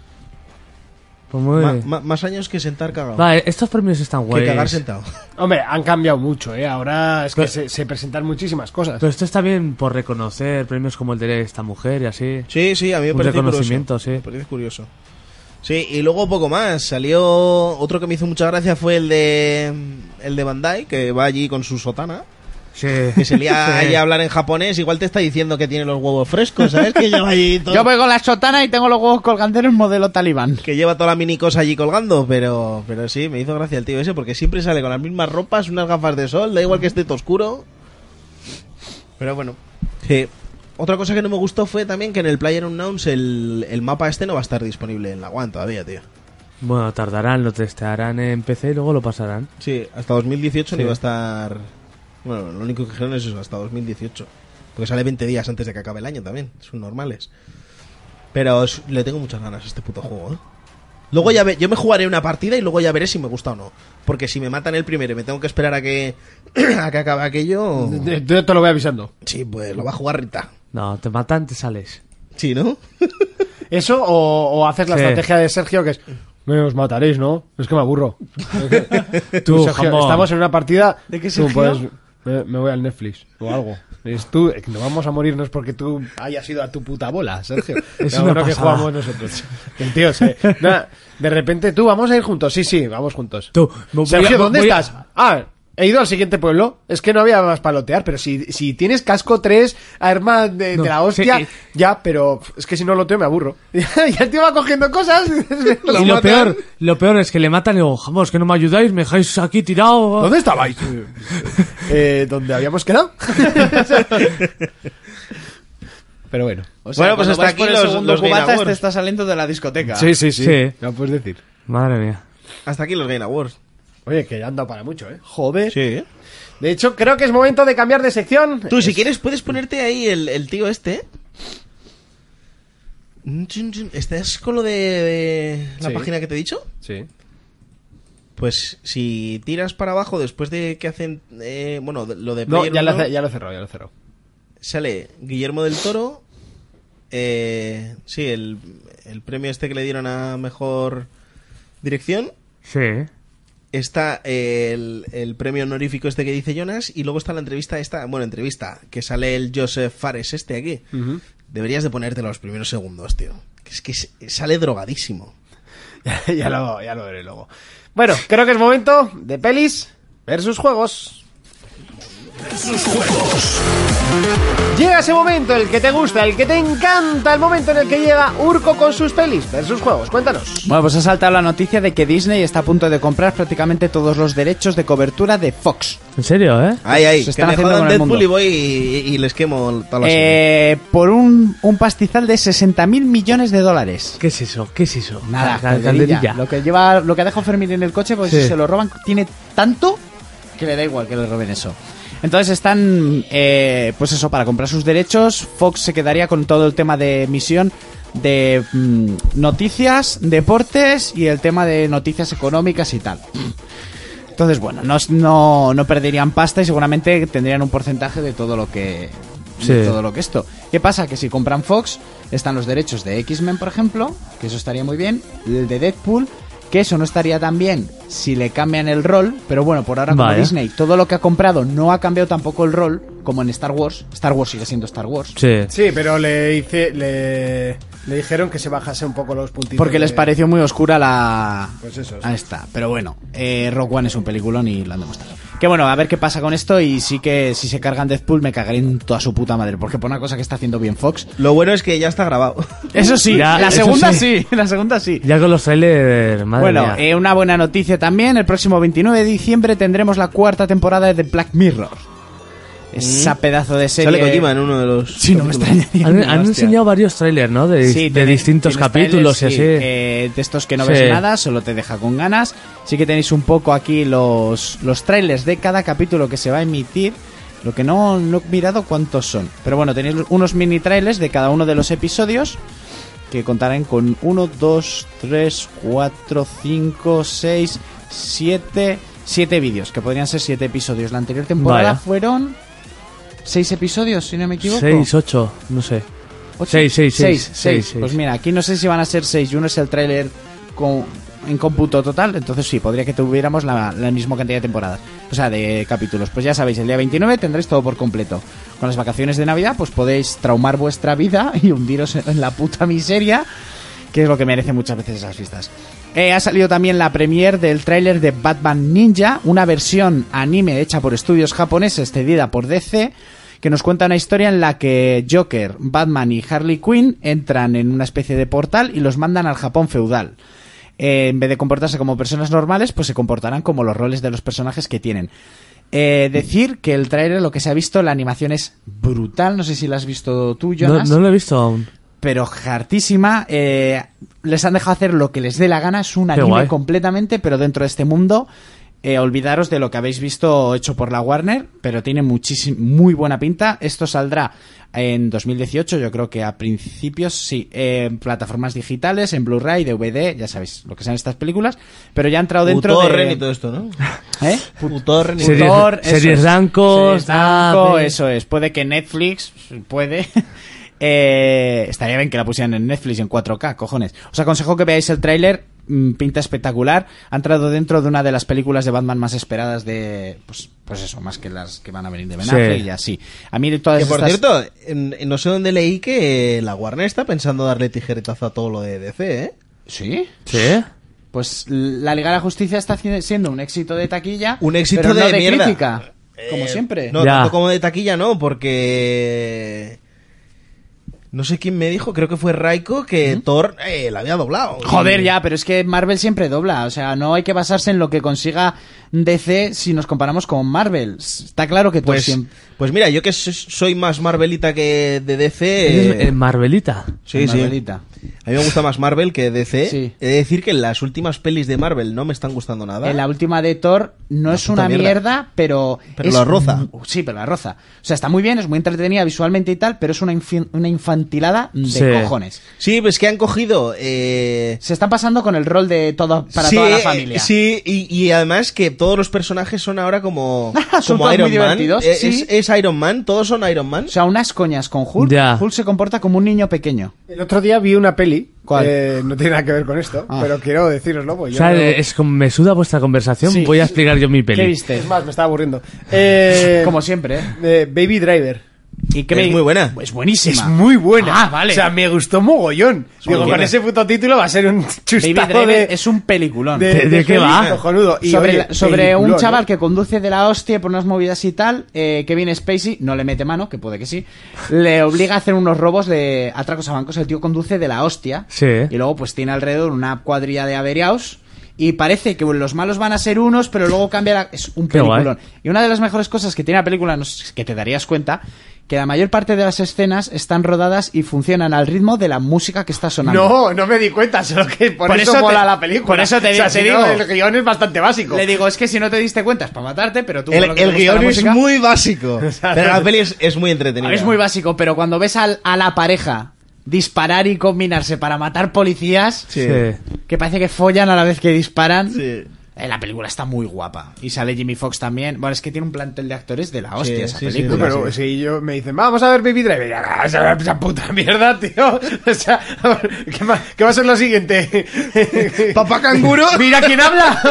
C: Pues muy...
D: Más años que sentar cagado.
C: Va, estos premios están
D: Que
C: guays.
D: cagar sentado.
A: Hombre, han cambiado mucho, Ahora es que
C: Pero-
A: se presentan muchísimas cosas.
C: Pero esto está bien por reconocer premios como el de esta mujer y así.
D: Sí, sí, a mí me
C: Un
D: parece
C: reconocimiento,
D: curioso.
C: sí.
D: Me parece curioso. Sí, y luego poco más. Salió otro que me hizo mucha gracia, fue el de Bandai, que va allí con su sotana.
C: Sí.
D: Que se lía
C: Sí.
D: ahí a hablar en japonés. Igual te está diciendo que tiene los huevos frescos, ¿sabes? Que lleva allí todo.
B: Yo voy con la sotana y tengo los huevos colganderos modelo talibán.
D: Que lleva toda la mini cosa allí colgando, pero sí, me hizo gracia el tío ese, porque siempre sale con las mismas ropas, unas gafas de sol, da igual que esté todo oscuro. Pero bueno. Sí. Otra cosa que no me gustó fue también que en el PlayerUnknown's el mapa este no va a estar disponible en la One todavía, tío.
C: Bueno, tardarán, lo testearán en PC y luego lo pasarán.
D: Sí, hasta 2018 no
C: Sí.
D: iba a estar... Bueno, lo único que dijeron es eso, hasta 2018. Porque sale 20 días antes de que acabe el año también, son normales. Pero le tengo muchas ganas a este puto juego, ¿eh? Luego ya yo me jugaré una partida y luego ya veré si me gusta o no. Porque si me matan el primero y me tengo que esperar a que acabe aquello...
A: Yo te lo voy avisando.
D: Sí, pues lo va a jugar Rita.
C: No, te matan, te sales.
D: Sí, ¿no?
A: Eso o haces la
C: Sí.
A: estrategia de Sergio, que es... Os mataréis, ¿no? Es que me aburro.
C: Tú,
A: Sergio,
C: jamón.
A: estamos en una partida...
B: ¿De qué,
A: tú,
B: Sergio?
A: pues, me voy al Netflix o algo. Es tú, no vamos a morirnos porque tú hayas ido a tu puta bola, Sergio.
C: Es
A: No,
C: una
A: no que
C: pasada.
A: jugamos nosotros. El tío de repente tú, vamos a ir juntos. Sí, vamos juntos.
C: Tú, voy
A: Sergio,
C: a-
A: ¿dónde
C: voy a-
A: estás? Ah, he ido al siguiente pueblo. Es que no había más para lotear, pero si tienes casco 3, arma de
C: No,
A: la hostia,
C: sí.
A: ya, pero es que si no loteo me aburro. Y el tío va cogiendo cosas.
C: Y lo peor es que le matan y digo, vamos, que no me ayudáis, me dejáis aquí tirado.
A: ¿Dónde estabais? ¿Dónde habíamos quedado? Pero bueno.
B: O sea,
D: Bueno, pues
B: cuando
D: hasta
B: vais
D: aquí
B: por el
D: los
B: segundo
D: Game
B: cubata,
D: Awards.
B: este está saliendo de la discoteca.
A: Sí.
C: Sí.
A: No puedes decir.
C: Madre mía.
D: Hasta aquí los Game Awards.
A: Oye, que ya anda para mucho, ¿eh?
B: Joder.
D: Sí.
A: De hecho, creo que es momento de cambiar de sección.
D: Tú, si quieres, puedes ponerte ahí el tío este. ¿Estás con lo de la
A: Sí.
D: página que te he dicho?
A: Sí.
D: Pues si tiras para abajo después de que hacen... bueno, lo de
A: No,
D: Player
A: ya lo
D: Unknown,
A: he cerrado,
D: sale Guillermo del Toro. Sí, el premio este que le dieron a mejor dirección.
C: Sí.
D: Está el premio honorífico este que dice Jonas. Y luego está la entrevista esta. Bueno, entrevista. Que sale el Joseph Fares este aquí. Deberías de ponerte los primeros segundos, tío. Que es que sale drogadísimo.
A: ya lo veré luego. Bueno, creo que es momento de pelis versus juegos.
E: Sus juegos.
A: Llega ese momento, el que te gusta, el que te encanta, el momento en el que llega Urco con sus pelis versus juegos. Cuéntanos.
B: Bueno, pues ha saltado la noticia de que Disney está a punto de comprar prácticamente todos los derechos de cobertura de Fox.
C: ¿En serio, eh?
D: Ay,
B: Se
D: que
B: están
D: me
B: haciendo
D: jodan
B: con el
D: Deadpool
B: mundo.
D: y voy y les quemo toda la serie.
B: Por un pastizal de 60.000 millones de dólares.
C: ¿Qué es eso? ¿Qué es eso?
B: Nada,
C: La
B: calderilla. Lo que ha dejado Fermín en el coche, pues
C: Sí.
B: si se lo roban, tiene tanto que le da igual que le roben eso. Entonces están, pues eso, para comprar sus derechos. Fox se quedaría con todo el tema de emisión de noticias, deportes y el tema de noticias económicas y tal. Entonces, bueno, no perderían pasta y seguramente tendrían un porcentaje de todo lo que...
C: Sí.
B: de todo lo que esto. ¿Qué pasa? Que si compran Fox, están los derechos de X-Men, por ejemplo, que eso estaría muy bien, el de Deadpool, que eso no estaría tan bien si le cambian el rol, pero bueno, por ahora como
C: Vaya.
B: Disney todo lo que ha comprado no ha cambiado tampoco el rol, como en Star Wars. Star Wars sigue siendo Star Wars.
C: Sí.
A: Sí, pero le dijeron que se bajase un poco los puntitos.
B: Porque les pareció muy oscura la...
A: Pues eso.
B: Ahí está. Pero bueno, Rogue One es un peliculón y lo han demostrado. Que bueno, a ver qué pasa con esto. Y sí que si se cargan Deadpool me cagaré en toda su puta madre. Porque por una cosa que está haciendo bien Fox.
D: Lo bueno es que ya está grabado.
B: Eso sí,
C: Ya,
B: la
C: eso
B: segunda
C: sí.
B: sí. La segunda sí.
C: Ya con los trailers, madre
B: Bueno,
C: mía.
B: una buena noticia también. El próximo 29 de diciembre tendremos la 4ª temporada de Black Mirror. Esa pedazo de serie...
D: Sale Kojima en uno de los...
B: Sí, no me
D: capítulos.
B: extrañaría.
C: Han
B: Hostia.
C: enseñado varios trailers, ¿no? De distintos
B: tienes
C: capítulos
B: trailers,
C: y
B: sí,
C: así.
B: de estos que no
C: Sí.
B: ves nada, solo te deja con ganas. Sí que tenéis un poco aquí los trailers de cada capítulo que se va a emitir. Lo que no he mirado cuántos son. Pero bueno, tenéis unos mini trailers de cada uno de los episodios que contarán con 1, 2, 3, 4, 5, 6, 7 vídeos, que podrían ser 7 episodios. La anterior temporada
C: Vaya.
B: fueron 6 episodios, si no me equivoco.
C: 6, 8, no sé.
B: ¿Ocho?
C: 6.
B: Seis. Pues mira, aquí no sé si van a ser 6 y uno es el tráiler en cómputo total, entonces sí, podría que tuviéramos la misma cantidad de temporadas, o sea, de capítulos. Pues ya sabéis, el día 29 tendréis todo por completo. Con las vacaciones de Navidad, pues podéis traumar vuestra vida y hundiros en la puta miseria, que es lo que merece muchas veces esas fiestas. Ha salido también la premiere del tráiler de Batman Ninja, una versión anime hecha por estudios japoneses, cedida por DC, que nos cuenta una historia en la que Joker, Batman y Harley Quinn entran en una especie de portal y los mandan al Japón feudal. En vez de comportarse como personas normales, pues se comportarán como los roles de los personajes que tienen. Decir que el tráiler, lo que se ha visto, la animación es brutal. No sé si la has visto tú, Jonas.
C: No lo he visto aún.
B: Pero hartísima. Les han dejado hacer lo que les dé la gana. Es un
C: Qué
B: anime
C: guay.
B: completamente, pero dentro de este mundo. Olvidaros de lo que habéis visto hecho por la Warner, pero tiene muy buena pinta. Esto saldrá en 2018, yo creo que a principios, sí, en plataformas digitales, en Blu-ray, DVD, ya sabéis lo que sean estas películas, pero ya ha entrado dentro
D: Utorren
B: de...
D: y todo esto, ¿no?
B: ¿Eh?
D: Utorren y
C: Series-
B: Tutor, eso
C: series
B: es.
C: blancos,
B: Series blanco,
C: de-
B: eso es. Puede que Netflix, puede... estaría bien que la pusieran en Netflix en 4K, cojones. Os aconsejo que veáis el tráiler, pinta espectacular. Ha entrado dentro de una de las películas de Batman más esperadas de... Pues eso, más que las que van a venir de Ben
C: Sí.
B: Affleck y así. A mí de todas
D: Que por
B: estas...
D: cierto, no sé dónde leí que la Warner está pensando darle tijeretazo a todo lo de DC, ¿eh?
B: ¿Sí?
C: ¿Sí?
B: Pues la Liga de la Justicia está siendo un éxito de taquilla.
D: Un éxito
B: pero no
D: de mierda.
B: crítica, como siempre.
D: No,
C: Ya.
D: tanto como de taquilla no, porque... No sé quién me dijo, creo que fue Raiko, que Thor la había doblado.
B: Joder,
D: Y-
B: ya, pero es que Marvel siempre dobla. O sea, no hay que basarse en lo que consiga DC si nos comparamos con Marvel. Está claro que Thor
D: Pues,
B: siempre...
D: pues mira, yo que soy más Marvelita que de DC...
C: ¿Es Marvelita?
D: sí, sí.
B: Marvelita.
D: A mí me gusta más Marvel que DC.
B: Sí.
D: He de decir que las últimas pelis de Marvel no me están gustando nada.
B: En la última de Thor no es
D: puta
B: una
D: mierda.
B: mierda, pero...
D: Pero
B: es-
D: la roza.
B: Sí, pero la roza. O sea, está muy bien, es muy entretenida visualmente y tal, pero es una infantilada de
C: Sí.
B: cojones.
D: Sí, pues que han cogido...
B: Se están pasando con el rol de todo para
D: sí,
B: toda la familia.
D: Sí, y además que todos los personajes son ahora como,
B: Son
D: como
B: todos
D: Iron
B: muy
D: Man.
B: divertidos, sí.
D: Es Iron Man, todos son Iron Man.
B: O sea, unas coñas con Hulk.
C: Ya.
B: Hulk se comporta como un niño pequeño.
A: El otro día vi una peli.
B: ¿Cuál?
A: No tiene nada que ver con esto,
B: Ah.
A: pero quiero decíroslo. Pues
C: O
A: yo
C: sea,
A: no-
C: es como me suda vuestra conversación,
B: Sí.
C: voy a explicar yo mi peli.
B: ¿Qué viste?
A: Es más, me estaba aburriendo.
B: Como siempre, ¿eh?
A: Baby Driver.
B: ¿Y qué
D: Es muy buena.
B: Es buenísima.
A: Es muy buena.
B: Ah, vale.
A: O sea, me gustó mogollón. Digo,
D: buena.
A: con ese puto título va a ser un
B: Baby
A: chustazo
B: Driver
A: de...
B: es un peliculón.
C: ¿De qué va?
A: Cojonudo. Y,
B: sobre
A: oye,
B: sobre un
A: peliculón,
B: chaval
A: ¿eh?
B: que conduce de la hostia por unas movidas y tal, Kevin Spacey no le mete mano, que puede que sí, le obliga a hacer unos robos de atracos a bancos. El tío conduce de la hostia
C: Sí.
B: y luego pues tiene alrededor una cuadrilla de averiados y parece que los malos van a ser unos, pero luego cambia es un
C: Qué
B: peliculón.
C: guay.
B: Y una de las mejores cosas que tiene la película, no sé, que te darías cuenta, que la mayor parte de las escenas están rodadas y funcionan al ritmo de la música que está sonando.
A: No me di cuenta, solo que por
B: Por
A: eso
B: eso
A: mola
B: te-
A: la película.
B: por eso te
A: O sea,
B: te
A: si no,
B: digo.
A: el guión es bastante básico.
B: Le digo, es que si no te diste cuenta es para matarte, pero tú... con lo que te
D: El
B: gusta
D: guión
B: la
D: es
B: música-
D: muy básico. Pero la peli es muy entretenida.
B: Es muy básico, pero cuando ves a la pareja disparar y combinarse para matar policías,
D: Sí.
B: que parece que follan a la vez que disparan,
D: Sí.
B: la película está muy guapa. Y sale Jimmy Fox también. Bueno, es que tiene un plantel de actores de la hostia
D: Sí,
B: esa
D: sí, sí,
B: película.
A: Pero si yo me dicen, vamos a ver Baby Driver, y ya, esa puta mierda, tío. O sea, ¿qué va a ser lo siguiente?
D: ¿Papá canguro?
A: Mira quién habla.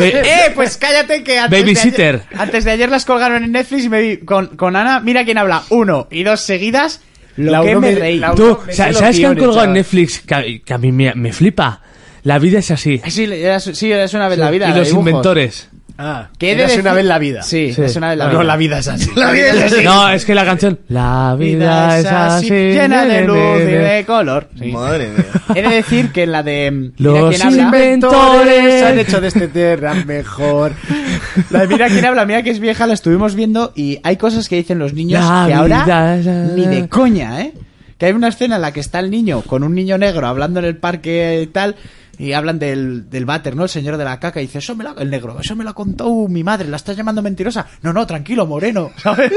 B: Pues cállate que antes
C: Babysitter.
B: de ayer, antes de ayer las colgaron en Netflix y me vi con Ana, mira quién habla, 1 y 2 seguidas, lo
A: La
B: que
A: uno
B: me
A: me-
B: reí.
A: la
C: Tú,
A: me sé
C: ¿sabes
A: los
C: que han
A: guiones,
C: colgado en
A: chaval.
C: Netflix? Que a mí me flipa. La vida es así.
B: Sí, es una vez la vida.
C: Y
B: de
C: los
B: dibujos.
C: inventores.
A: Ah,
B: ¿Qué he de
A: eras
B: decir?
A: una vez la vida.
B: Sí,
C: Sí.
B: es una vez la
A: No,
B: vida.
A: la vida es así.
D: La vida es así.
C: No, es que la canción... La vida es así.
B: llena de luz y de color. Sí.
D: Madre mía.
B: He de decir que en la de Mira
C: Los
B: quién habla,
C: inventores
A: han hecho de este tierra mejor.
B: la de Mira quién habla, mira que es vieja, la estuvimos viendo y hay cosas que dicen los niños
C: La
B: que ahora
C: vida es así.
B: ni de coña, ¿eh? Que hay una escena en la que está el niño con un niño negro hablando en el parque y tal. Y hablan del váter, ¿no? El señor de la caca. Y dice, el negro, eso me lo ha contado mi madre, ¿la estás llamando mentirosa? No, tranquilo, moreno, ¿sabes?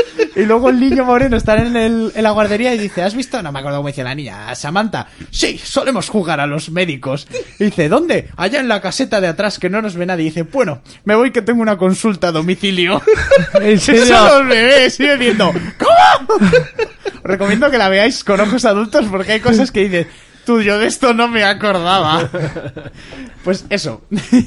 B: Y luego el niño moreno está en la guardería y dice, ¿has visto? No me acuerdo cómo dice la niña, Samantha. Sí, solemos jugar a los médicos. Y dice, ¿dónde? Allá en la caseta de atrás que no nos ve nadie. Y dice, bueno, me voy que tengo una consulta a domicilio.
C: ¿En serio?
B: Eso los bebés, sigue diciendo, ¿cómo? Os recomiendo que la veáis con ojos adultos porque hay cosas que dices, tú, yo de esto no me acordaba. Pues eso.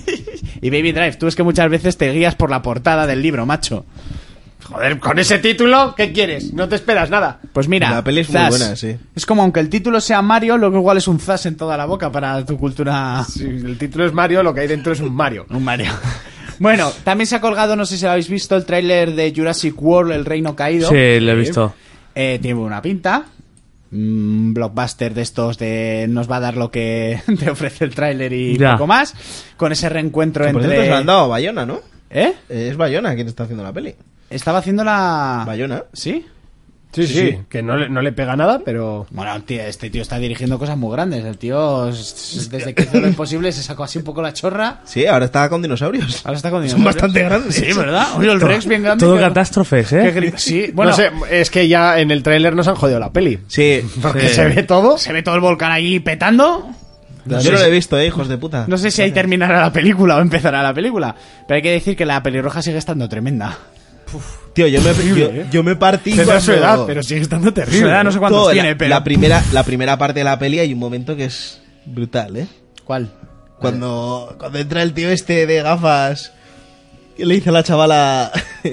B: Y Baby Drive, tú es que muchas veces te guías por la portada del libro, macho.
A: Joder, con ese título, ¿qué quieres? No te esperas nada.
B: Pues mira,
D: La peli es muy
B: zas.
D: buena, sí.
B: Es como aunque el título sea Mario, luego igual es un zas en toda la boca para tu cultura.
A: Si el título es Mario, lo que hay dentro es un Mario.
B: Un Mario. Bueno, también se ha colgado, no sé si lo habéis visto, el tráiler de Jurassic World, El Reino Caído.
C: Sí, lo he visto.
B: Tiene buena pinta. Blockbuster de estos de nos va a dar lo que te ofrece el tráiler y
C: Ya.
B: poco más. Con ese reencuentro
D: Por cierto, se
B: entre...
D: lo han dado a Bayona, ¿no?
B: ¿Eh?
D: Es Bayona quien está haciendo la peli.
B: Estaba haciendo la...
D: Bayona.
B: ¿Sí?
A: Sí, que no le pega nada, pero...
B: Bueno, tío, este tío está dirigiendo cosas muy grandes. El tío, desde que hizo Lo Imposible, se sacó así un poco la chorra.
D: Sí, ahora está con dinosaurios.
B: Ahora está con
D: Son
B: dinosaurios.
D: bastante grandes.
B: Sí, ¿verdad? Oye, el Rex bien grande.
C: Todo
B: que-
C: catástrofes,
B: que
C: ¿eh?
B: grita- Sí, bueno,
A: no sé, es que ya en el tráiler nos han jodido la peli.
D: Sí.
A: Porque se ve todo.
B: se ve todo el volcán ahí petando.
D: Yo no lo he visto, hijos de puta.
B: No sé si ahí terminará la película o empezará la película. Pero hay que decir que la pelirroja sigue estando tremenda.
D: Tío, yo me partí
A: Tendrá su
D: cuando-
A: edad, pero sigue estando terrible.
B: Su edad no sé cuántos
D: Todo,
B: tiene,
D: la,
B: pero...
D: la primera parte de la peli hay un momento que es brutal, ¿eh?
B: ¿Cuál?
D: Cuando entra el tío este de gafas y le dice a la chavala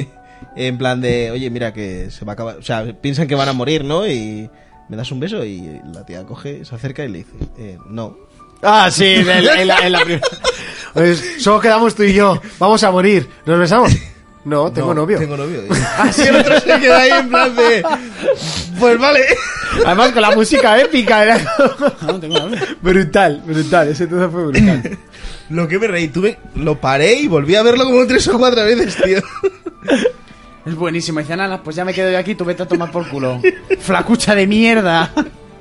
D: en plan de, oye, mira que se va a acabar, o sea, piensan que van a morir, ¿no? Y me das un beso y la tía coge, se acerca y le dice, no.
A: Ah, sí, en la primera. Pues, solo quedamos tú y yo. Vamos a morir. ¿Nos besamos? No, tengo novio.
D: Tengo novio. Así el otro se queda ahí en plan de, pues vale.
A: Además con la música épica era
B: No, tengo novio.
A: brutal. Ese todo fue brutal.
D: Lo que me reí, lo paré y volví a verlo como 3 o 4 veces, tío.
B: Es buenísimo. Dice, nada, pues ya me quedo yo aquí, tú vete a tomar por culo. Flacucha de mierda.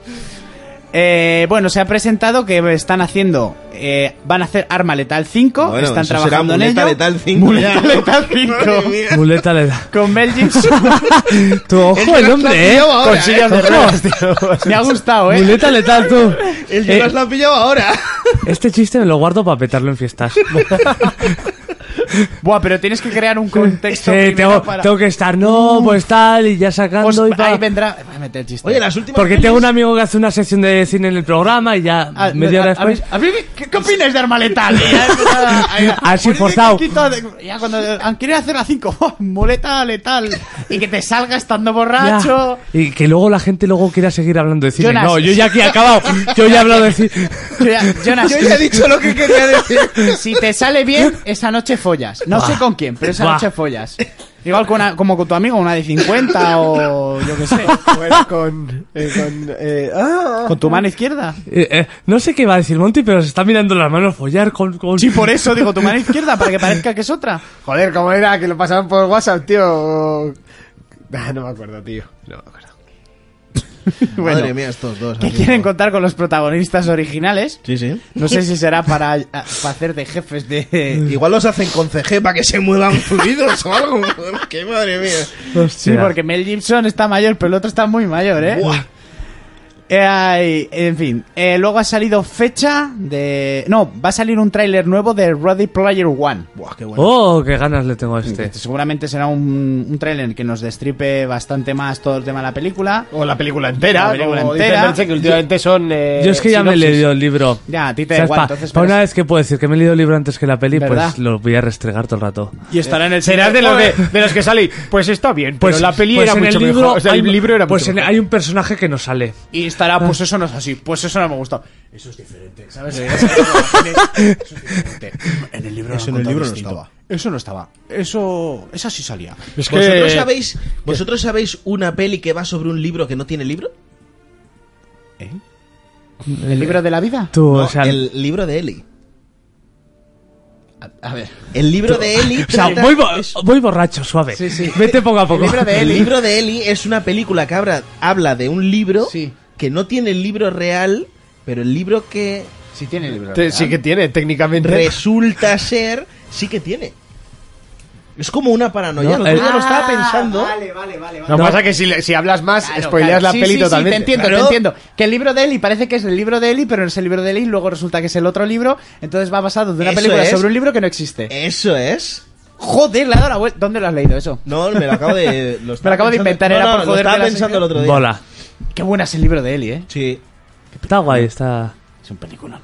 B: Bueno, se ha presentado que están haciendo... van a hacer Arma Letal 5.
D: Bueno,
B: están
D: eso
B: trabajando en
D: será
B: ello.
D: Muleta Letal 5.
B: Muleta Letal 5.
D: Madre mía.
C: Muleta le da.
B: Con Mel Gibson.
C: Tu ojo, el hombre, ¿eh?
A: Con sillas de ruedas, tío.
B: Me ha gustado, ¿eh?
C: Muleta letal, tú.
D: El Jonas lo ha pillado ahora.
C: Este chiste me lo guardo para petarlo en fiestas.
B: Buah, pero tienes que crear un contexto
C: Sí,
B: primero para...
C: tengo que estar, no, pues tal, y ya sacando
B: Pues
C: y pa-
B: ahí vendrá... Voy a meter chiste.
D: Oye, las últimas
C: Porque
D: pelis-
C: tengo un amigo que hace una sección de cine en el programa y ya media hora después...
B: ¿Qué opinas de Arma Letal? Y ya
C: Así forzado.
B: Ya cuando quiere hacer a 5, muleta letal. Y que te salga estando borracho.
C: Ya. Y que luego la gente luego quiera seguir hablando de cine.
B: Jonas.
C: No, yo ya aquí he acabado. Yo ya he hablado de cine.
B: Jonas,
D: Yo ya he dicho lo que quería decir.
B: si te sale bien, esa noche follas. No sé con quién, pero esa
C: Buah.
B: noche follas. Igual como con tu amigo, una de 50 o yo qué sé.
A: Bueno,
B: Con tu mano izquierda.
C: No sé qué va a decir Monty, pero se está mirando las manos follar con...
B: Sí, por eso digo tu mano izquierda, para que parezca que es otra.
A: Joder, ¿cómo era? Que lo pasaban por WhatsApp, tío. No me acuerdo, tío. No me acuerdo.
B: Bueno,
D: Madre mía, estos dos.
B: que
D: aquí,
B: quieren
D: ¿no?
B: contar con los protagonistas originales.
D: Sí, sí.
B: No sé si será para hacer de jefes de...
D: Igual los hacen con CG para que se muevan fluidos o algo. ¡Qué madre mía!
B: Sí, porque Mel Gibson está mayor, pero el otro está muy mayor, ¿eh?
D: Buah.
B: En fin, luego ha salido fecha de... No, va a salir un tráiler nuevo de Ready Player One.
D: Buah, qué bueno.
C: Oh, qué ganas le tengo a este.
B: Seguramente será un tráiler que nos destripe bastante más todo el tema de la película.
A: O la película entera.
B: La película
A: como dice
B: entera.
A: Merche, que últimamente son.
C: Yo es que ya me he
A: sinopsis.
C: leído el libro.
B: Ya, a ti te da
C: ¿Sabes?
B: igual,
C: Pa-
B: entonces...
C: pa' una vez que puedo decir que me he leído el libro antes que la peli,
B: ¿Verdad?
C: pues lo voy a restregar todo el rato.
B: Y estará en el...
A: Serás de los que salí. Pues está bien, pero la peli era
C: en
A: mucho
C: el libro,
A: mejor. O sea, el libro era
C: pues
A: mucho
C: en-
A: mejor.
C: hay un personaje que no sale.
B: Y estará, pues eso no es así, pues eso no me gusta. Eso es diferente, ¿sabes? Eso es diferente. En el libro
D: Eso en el libro no estaba.
B: Eso no estaba. Esa sí salía.
A: Es
D: ¿Vosotros sabéis una peli que va sobre un libro que no tiene libro?
B: ¿El libro de la vida?
C: Tú,
D: No,
C: o sea,
D: el libro de Eli.
B: A ver.
D: El libro de Eli.
C: o sea,
D: trata- es-
C: voy borracho, suave.
B: Sí, sí.
C: Vete poco a poco.
B: El libro de
D: El
B: Eli.
D: libro de Eli es una película que habla de un libro
B: Sí.
D: que no tiene el libro real, pero el libro que
B: Sí tiene el libro.
A: Sí que tiene, técnicamente.
D: resulta ser, sí que tiene. Es como una paranoia.
C: No,
D: El otro día lo estaba pensando.
B: Vale.
A: Lo que pasa es que si hablas más,
B: Claro,
A: spoileas
B: claro.
A: la peli
B: Sí,
A: totalmente.
B: te entiendo,
D: Claro.
B: te entiendo. Que el libro de Eli parece que es el libro de Eli, pero no es el libro de Eli, luego resulta que es el otro libro, entonces va basado de una
D: Eso
B: película
D: es.
B: sobre un libro que no existe.
D: Eso es.
B: Joder, le ha dado la vuelta. ¿Dónde lo has leído eso?
D: No, me lo acabo de.
B: Me lo acabo de inventar, era por
D: lo
B: joder
D: estaba
B: de la
D: pensando el
B: sección.
D: otro día.
C: Bola.
B: Qué buena es el libro de Eli, ¿eh?
D: Sí.
C: Está guay, está...
B: Es un peliculón.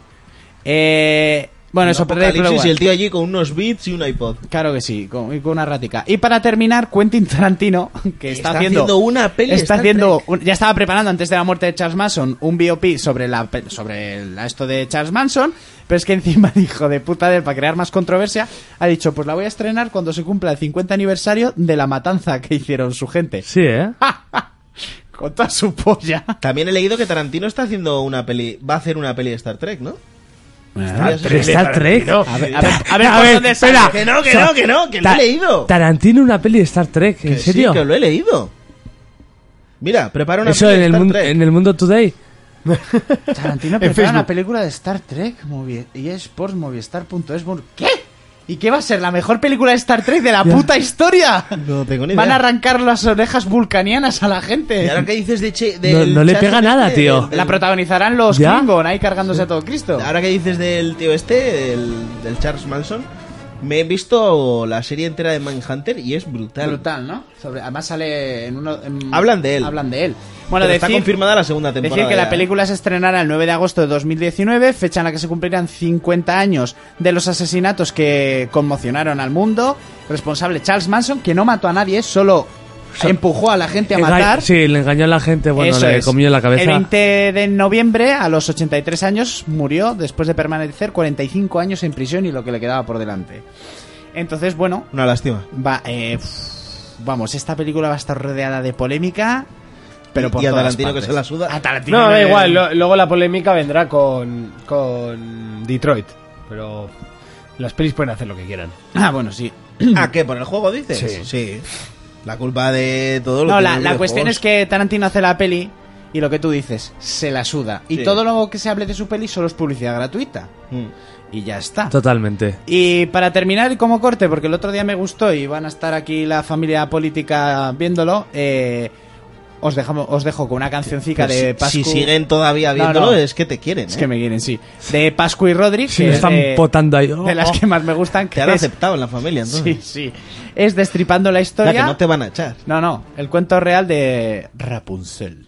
B: Bueno, eso,
D: Apocalipsis y el tío allí con unos beats y un iPod.
B: Claro que sí, con una ratica. Y para terminar, Quentin Tarantino, que está haciendo
D: una peli. de
B: está
D: Star
B: haciendo
D: Trek.
B: ya estaba preparando antes de la muerte de Charles Manson un biopic sobre esto de Charles Manson, pero es que encima el hijo de puta de él, para crear más controversia, ha dicho, pues la voy a estrenar cuando se cumpla el 50 aniversario de la matanza que hicieron su gente.
C: Sí, ¿eh?
B: Con toda su polla.
D: También he leído que Tarantino está haciendo una peli. Va a hacer una peli de Star Trek, ¿no?
C: Star Trek.
B: A ver, ¿por dónde
C: espera.
B: sale?
D: Que no, que lo he leído.
C: Tarantino una peli de Star Trek, ¿en
D: Que
C: serio?
D: Sí, que lo he leído. Mira, prepara una
C: Eso
D: peli
C: en
D: de
C: el,
D: Star
C: mundo,
D: Trek.
C: en el mundo Today.
B: Tarantino prepara una película de Star Trek, y Sports, Movistar.es. ¿Qué? ¿Y qué va a ser? ¿La mejor película de Star Trek de la puta historia?
D: No tengo ni idea.
B: Van a arrancar las orejas vulcanianas a la
D: ¿Y
B: gente.
D: ahora qué dices de
C: No le pega nada, tío.
B: La protagonizarán los
C: ¿Ya?
B: Klingon ahí cargándose a todo Cristo.
D: Ahora que dices del tío del Charles Manson, me he visto la serie entera de Mindhunter y es brutal.
B: Brutal, ¿no? Además sale en uno...
D: Hablan de él.
B: Hablan de él. Bueno,
D: Pero está confirmada la segunda temporada.
B: decir que la
D: ya.
B: película se estrenará el 9 de agosto de 2019, fecha en la que se cumplirán 50 años de los asesinatos que conmocionaron al mundo. Responsable Charles Manson, que no mató a nadie, solo empujó a la gente a matar.
C: Sí, le engañó a la gente, bueno,
B: Eso
C: le
B: es.
C: comió la cabeza.
B: El 20 de noviembre, a los 83 años, murió después de permanecer 45 años en prisión y lo que le quedaba por delante. Entonces, bueno,
D: Una lástima.
B: vamos, esta película va a estar rodeada de polémica, pero por
D: y a
B: todas
D: Tarantino que
B: partes.
D: se la suda.
B: A Tarantino
A: No, da
B: le-
A: igual. Luego la polémica vendrá con Detroit. Pero las pelis pueden hacer lo que quieran.
B: Ah, bueno, sí.
D: ¿Ah, qué? ¿Por el juego dices?
A: Sí.
D: La culpa de todo lo
B: No,
D: que
B: la cuestión es que Tarantino hace la peli y lo que tú dices, se la suda. Y
D: Sí.
B: todo lo que se hable de su peli solo es publicidad gratuita.
D: Mm.
B: Y ya está.
C: Totalmente.
B: Y para terminar y como corte, porque el otro día me gustó y van a estar aquí la familia política viéndolo, os dejo con una cancioncica
D: Pues
B: de Pascu.
D: si siguen todavía viéndolo,
B: No.
D: es que te quieren.
B: Es que me quieren, sí. De Pascu y Rodri,
C: Sí,
B: que
C: me
B: es
C: están potando ahí.
B: de las que más me gustan.
D: Te
B: Que
D: han
B: es,
D: aceptado en la familia, entonces.
B: sí. Es Destripando la
D: O
B: historia.
D: sea, que no te van a echar.
B: No, el cuento real de Rapunzel.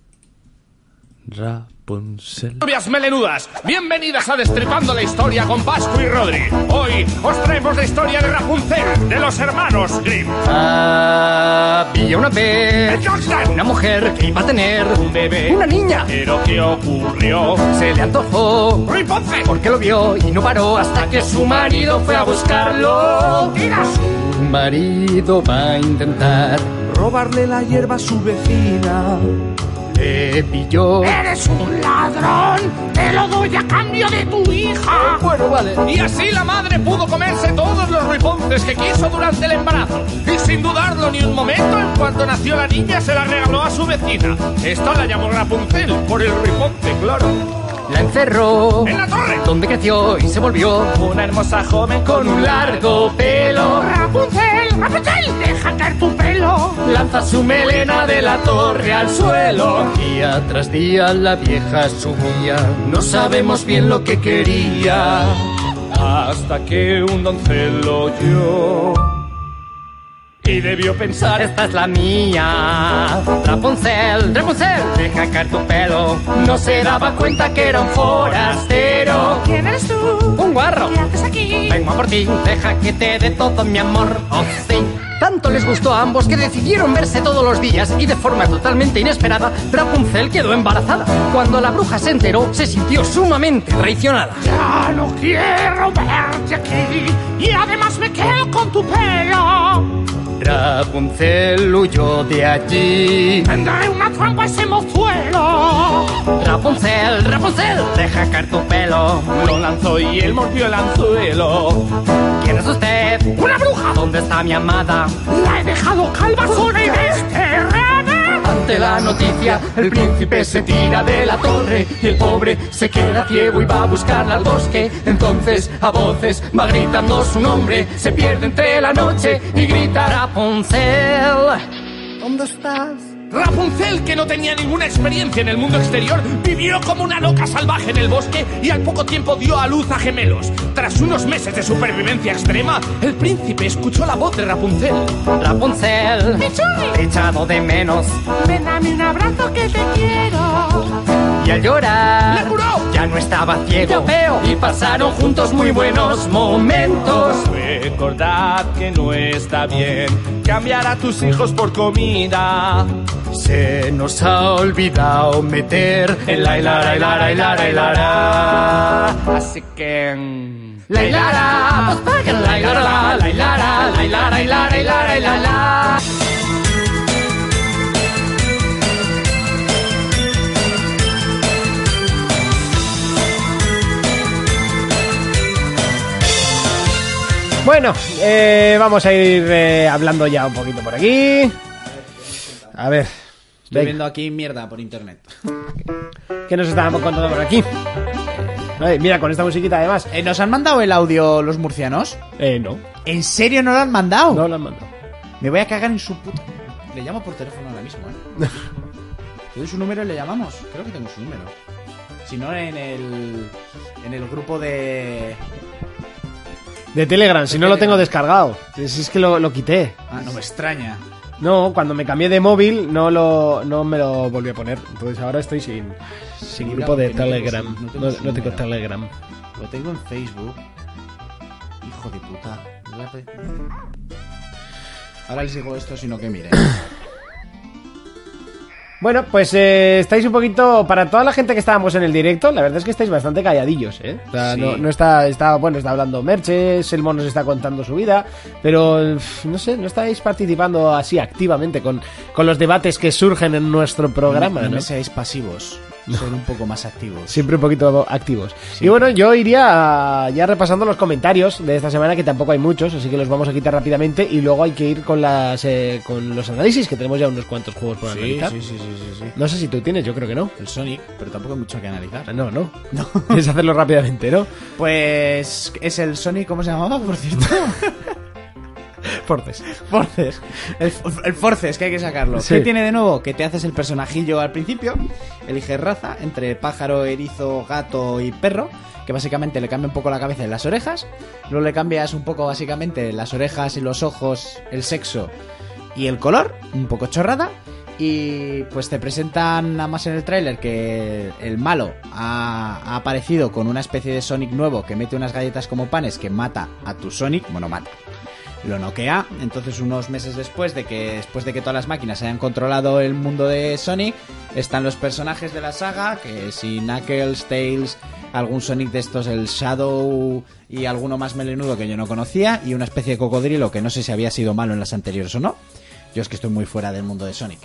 C: Rapunzel.
E: Rubias melenudas, bienvenidas a Destripando la Historia con Pascu y Rodri. Hoy os traemos la historia de Rapunzel, de los hermanos Grimm.
F: Había una vez una mujer que iba a tener un bebé, una niña.
E: Pero ¿qué ocurrió?
F: Se le antojó
E: ¡Rapunzel!
F: porque lo vio y no paró hasta que su marido fue a buscarlo. Su marido va a intentar
E: Robarle la hierba a su vecina.
F: le pilló.
E: ¡Eres un ladrón! ¡Te lo doy a cambio de tu hija!
F: Bueno, vale.
E: Y así la madre pudo comerse todos los riponces que quiso durante el embarazo. Y sin dudarlo ni un momento, en cuanto nació la niña, se la regaló a su vecina. Esta la llamó Rapunzel, por el riponce, claro.
F: La encerró
E: ¡En la torre!
F: donde creció y se volvió
E: Una hermosa joven
F: con un largo pelo.
E: ¡Rapunzel! ¡Rapunzel! ¡Deja caer tu pelo!
F: Lanza su melena de la torre al suelo. Día tras día la vieja subía. No sabemos bien lo que quería.
E: Hasta que un doncel lo oyó y debió pensar.
F: Esta es la mía. Rapunzel, Rapunzel, deja caer tu pelo. No se daba cuenta que era un forastero.
E: ¿Quién eres tú?
F: Un guarro.
E: ¿Qué haces aquí?
F: Vengo a por ti, deja que te dé todo mi amor. Oh, sí. Tanto les gustó a ambos que decidieron verse todos los días y de forma totalmente inesperada, Rapunzel quedó embarazada. Cuando la bruja se enteró, se sintió sumamente traicionada.
E: Ya no quiero verte aquí y además me quedo con tu pelo.
F: Rapunzel huyó de allí.
E: Tendré una trampa a ese mozuelo.
F: Rapunzel, Rapunzel, deja caer tu pelo.
E: Lo lanzó y él mordió el anzuelo.
F: ¿Quién es usted?
E: ¡Una bruja!
F: ¿Dónde está mi amada?
E: La he dejado calva, sola y desterrada.
F: Ante la noticia, el príncipe se tira de la torre y el pobre se queda ciego y va a buscarla al bosque. Entonces, a voces va gritando su nombre, se pierde entre la noche y grita: Rapunzel, ¿dónde estás?
E: Rapunzel, que no tenía ninguna experiencia en el mundo exterior, vivió como una loca salvaje en el bosque y al poco tiempo dio a luz a gemelos. Tras unos meses de supervivencia extrema, el príncipe escuchó la voz de Rapunzel.
F: Rapunzel, te he echado de menos.
E: Ven, dame un abrazo que te quiero.
F: Y al llorar,
E: ¡Le curó!
F: ya no estaba ciego. Ya veo. Y pasaron juntos muy buenos momentos.
E: Recordad que no está bien cambiar a tus hijos por comida.
F: Se nos ha olvidado meter el la hilara, hilara, hilara, hilara.
E: Así que...
F: La hilara, pues paguen la hilara, la hilara, la hilara, hilara, hilara, hilara.
A: Bueno, vamos a ir hablando ya un poquito por aquí. A ver,
B: Estoy
A: venga,
B: viendo aquí mierda por internet.
A: ¿qué nos estábamos contando por aquí? Ay, mira, con esta musiquita además.
B: ¿Nos han mandado el audio los murcianos?
A: No,
B: ¿En serio no lo han mandado?
A: no lo han mandado.
B: Me voy a cagar en su puta... Le llamo por teléfono ahora mismo, ¿eh? ¿Te doy su número y le llamamos? Creo que tengo su número. Si no, en el grupo de
A: Telegram, si no lo tengo descargado. Si es que lo quité.
B: Ah, no me extraña.
A: No, cuando me cambié de móvil no me lo volví a poner. Entonces ahora estoy sin grupo de Telegram. No tengo Telegram.
B: Lo tengo en Facebook. Hijo de puta. Ahora les digo esto, sino que miren.
A: Bueno, pues estáis un poquito... Para toda la gente que estábamos en el directo, la verdad es que estáis bastante calladillos, ¿eh? O sea,
B: Sí.
A: no está hablando Merches, Elmo nos está contando su vida, pero no sé, no estáis participando así activamente con los debates que surgen en nuestro programa,
B: No
A: ¿no?
B: me seáis pasivos. Ser un poco más activos.
A: Siempre un poquito activos. Y bueno, yo iría ya repasando los comentarios de esta semana, que tampoco hay muchos, así que los vamos a quitar rápidamente y luego hay que ir con con los análisis, que tenemos ya unos cuantos juegos por analizar.
B: Sí.
A: No sé si tú tienes, yo creo que no.
B: El Sonic, pero tampoco hay mucho que analizar.
A: No. Quieres hacerlo rápidamente, ¿no?
B: Pues es el Sonic, ¿cómo se llamaba, por cierto?
A: Forces.
B: Forces. El Forces, que hay que sacarlo.
A: Sí.
B: ¿Qué tiene de nuevo? Que te haces el personajillo al principio, eliges raza entre pájaro, erizo, gato y perro, que básicamente le cambia un poco la cabeza y las orejas. Luego le cambias un poco básicamente las orejas y los ojos, el sexo y el color, un poco chorrada. Y pues te presentan nada más en el tráiler que el malo ha aparecido con una especie de Sonic nuevo que mete unas galletas como panes que mata a tu Sonic, bueno, mata, lo noquea. Entonces unos meses después de que todas las máquinas hayan controlado el mundo de Sonic, están los personajes de la saga, que si Knuckles, Tails, algún Sonic de estos, el Shadow y alguno más melenudo que yo no conocía, y una especie de cocodrilo que no sé si había sido malo en las anteriores o no. Yo es que estoy muy fuera del mundo de Sonic.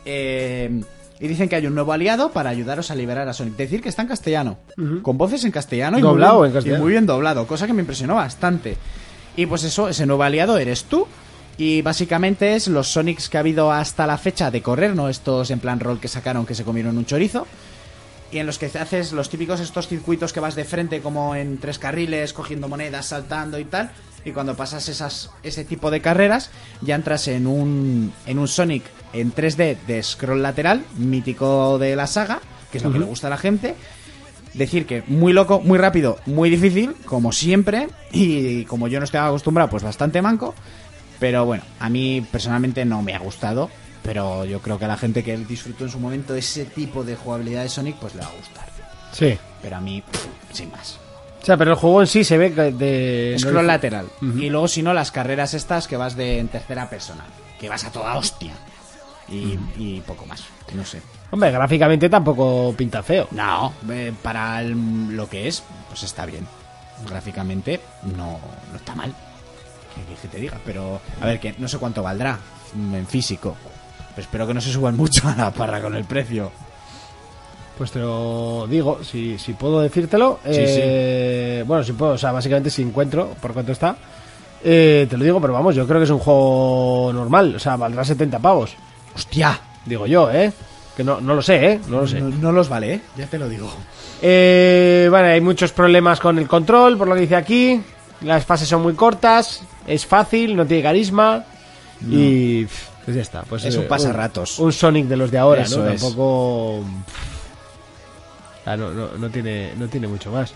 B: Y dicen que hay un nuevo aliado para ayudaros a liberar a Sonic. Decir que está en castellano, con voces en castellano y
A: Doblado
B: muy bien,
A: en castellano.
B: y muy bien doblado, cosa que me impresionó bastante. Y pues eso, ese nuevo aliado eres tú. Y básicamente es los Sonics que ha habido hasta la fecha de correr, no estos en plan rol que sacaron que se comieron un chorizo. Y en los que haces los típicos estos circuitos que vas de frente como en 3 carriles, cogiendo monedas, saltando y tal. Y cuando pasas ese tipo de carreras, ya entras en un Sonic en 3D de scroll lateral, mítico de la saga, que es lo que le gusta a la gente. Decir que muy loco, muy rápido, muy difícil, como siempre. Y como yo no estoy acostumbrado, pues bastante manco. Pero bueno, a mí personalmente no me ha gustado. Pero yo creo que a la gente que disfrutó en su momento ese tipo de jugabilidad de Sonic, pues le va a gustar.
A: Sí.
B: Pero a mí, sin más.
A: O sea, pero el juego en sí se ve de...
B: Scroll lateral. Y luego, si no, las carreras estas que vas en tercera persona. Que vas a toda hostia. Y poco más. No sé.
A: Hombre, gráficamente tampoco pinta feo.
B: No, para lo que es, pues está bien. Gráficamente no está mal. Que te diga, pero a ver, que no sé cuánto valdrá en físico. Pero espero que no se suban mucho a la parra con el precio.
A: Pues te lo digo, si puedo decírtelo.
B: Sí.
A: Bueno, si puedo, o sea, básicamente si encuentro por cuánto está, te lo digo, pero vamos, yo creo que es un juego normal. O sea, valdrá 70 pavos.
B: ¡Hostia!
A: Digo yo, que no lo sé, no lo sé.
B: No los vale, ya te lo digo.
A: Vale, hay muchos problemas con el control, por lo que dice aquí. Las fases son muy cortas, es fácil, no tiene carisma. Y pues ya está. Pues
B: es un pasarratos.
A: Un Sonic de los de ahora,
B: Eso
A: ¿no?
B: es.
A: Tampoco... No tiene mucho más.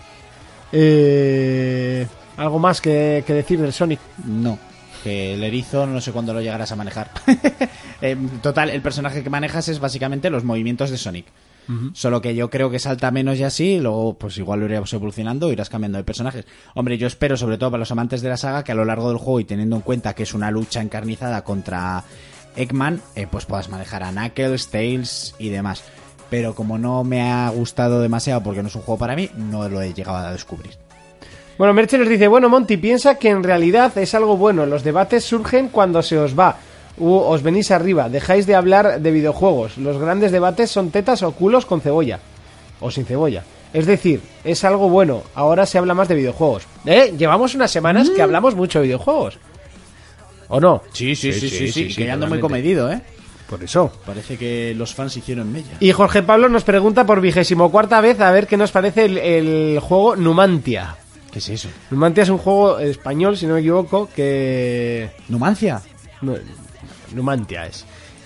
A: ¿Algo más que decir del Sonic?
B: No, que el erizo no sé cuándo lo llegarás a manejar. Total, el personaje que manejas es básicamente los movimientos de Sonic. Solo que yo creo que salta menos y así, luego pues igual lo irás evolucionando, irás cambiando de personajes. Hombre, yo espero, sobre todo para los amantes de la saga, que a lo largo del juego y teniendo en cuenta que es una lucha encarnizada contra Eggman, pues puedas manejar a Knuckles, Tails y demás. Pero como no me ha gustado demasiado porque no es un juego para mí, no lo he llegado a descubrir.
A: Bueno, Merche nos dice, bueno, Monty, piensa que en realidad es algo bueno. Los debates surgen cuando se os va. Os venís arriba, dejáis de hablar de videojuegos. Los grandes debates son tetas o culos con cebolla. O sin cebolla. Es decir, es algo bueno. Ahora se habla más de videojuegos. Llevamos unas semanas que hablamos mucho de videojuegos. ¿O no?
B: Sí, que ya ando muy comedido,
A: Por eso.
B: Parece que los fans hicieron mella.
A: Y Jorge Pablo nos pregunta por 24ª vez a ver qué nos parece el juego Numantia.
B: ¿Qué es eso?
A: Numantia es un juego español, si no me equivoco, que...
B: ¿Numancia?
A: Numantia es.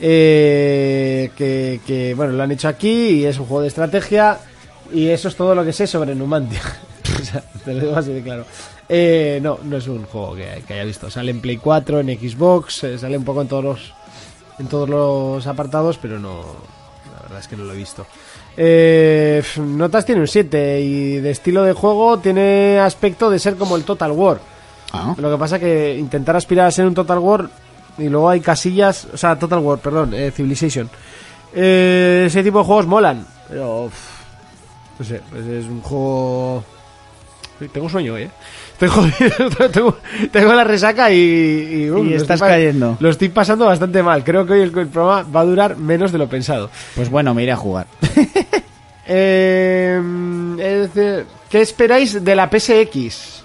A: Que bueno, lo han hecho aquí y es un juego de estrategia y eso es todo lo que sé sobre Numantia. O sea, te lo digo así de claro. No es un juego que haya visto. Sale en Play 4, en Xbox, sale un poco en todos los apartados, pero no, la verdad es que no lo he visto. Notas tiene un 7 y de estilo de juego tiene aspecto de ser como el Total War. Lo que pasa que intentar aspirar a ser un Total War y luego hay casillas, o sea, Total War, perdón, Civilization. Ese tipo de juegos molan, pero no sé, pues es un juego... Tengo sueño, estoy jodido, tengo la resaca y
B: estás cayendo.
A: Lo estoy pasando bastante mal. Creo que hoy el programa va a durar menos de lo pensado.
B: Pues bueno, me iré a jugar.
A: ¿Qué esperáis de la PSX?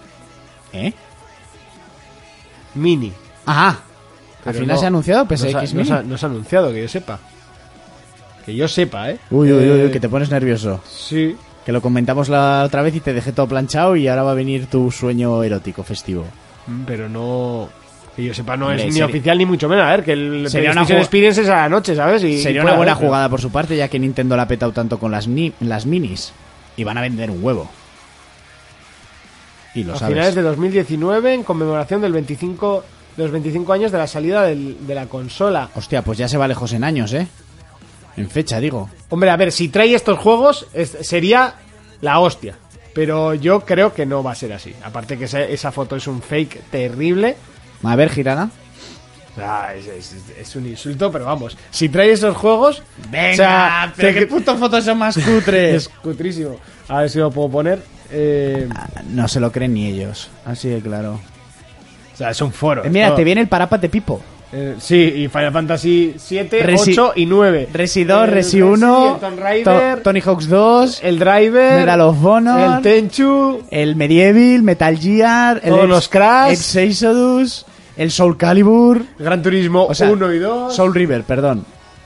A: Mini.
B: Ajá.
A: Pero
B: ¿Al final se ha anunciado PSX Mini?
A: No se ha anunciado, que yo sepa. Que yo sepa,
B: Uy, que te pones nervioso.
A: Sí.
B: Que lo comentamos la otra vez y te dejé todo planchado y ahora va a venir tu sueño erótico festivo.
A: Pero no... Que yo sepa, no
B: Hombre,
A: es ni
B: sería-
A: oficial ni mucho menos. A ver, que el
B: Sería una
A: PlayStation
B: ju-
A: Experience es a la noche, ¿sabes? Y
B: Sería
A: puede
B: una buena
A: haber,
B: jugada por su parte, ya que Nintendo la ha petado tanto con las minis. Y van a vender un huevo. Y lo
A: A
B: sabes.
A: finales de 2019, en conmemoración de los 25 años de la salida de la consola.
B: Hostia, pues ya se va lejos en años, ¿eh? En fecha, digo.
A: Hombre, a ver, si trae estos juegos, sería la hostia. Pero yo creo que no va a ser así. Aparte que esa foto es un fake terrible.
B: A ver, Girana.
A: O sea, es un insulto, pero vamos. Si trae esos juegos...
B: Venga,
A: o sea,
B: pero qué putos fotos son más cutres.
A: Es cutrísimo. A ver si lo puedo poner.
B: No se lo creen ni ellos. Así de claro.
A: O sea, es un foro.
B: Mira,
A: esto.
B: te viene el Parapate Pipo.
A: Sí, y Final Fantasy 7,
B: Resi-
A: 8 y 9.
B: Resi 2,
A: El
B: Resi 1,
A: el Tomb Raider,
B: Tony Hawk's 2,
A: el Driver,
B: Medal of Honor,
A: el Tenchu,
B: el Medieval, Metal Gear,
A: Todos los Crash.
B: el Exodus, el Soul Calibur,
A: Gran Turismo
B: o sea,
A: 1 y 2.
B: Soul River, perdón.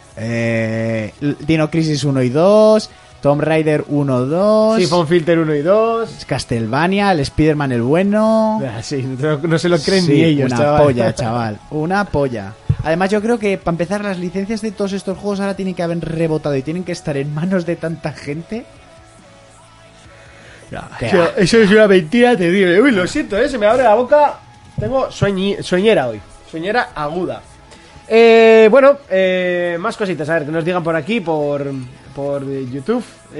B: Dino Crisis 1 y 2, Tomb Raider 1, 2,
A: Siphon Filter 1 y 2.
B: Castlevania, el Spider-Man el bueno.
A: Sí, no se lo creen
B: Sí,
A: ni ellos,
B: una
A: chaval.
B: polla, chaval. Una polla. Además, yo creo que para empezar, las licencias de todos estos juegos ahora tienen que haber rebotado y tienen que estar en manos de tanta gente. Que-
A: Eso es una mentira terrible. Uy, lo siento, se me abre la boca. Tengo sueñera hoy. Sueñera aguda. Bueno, más cositas. A ver, que nos digan por aquí, por YouTube.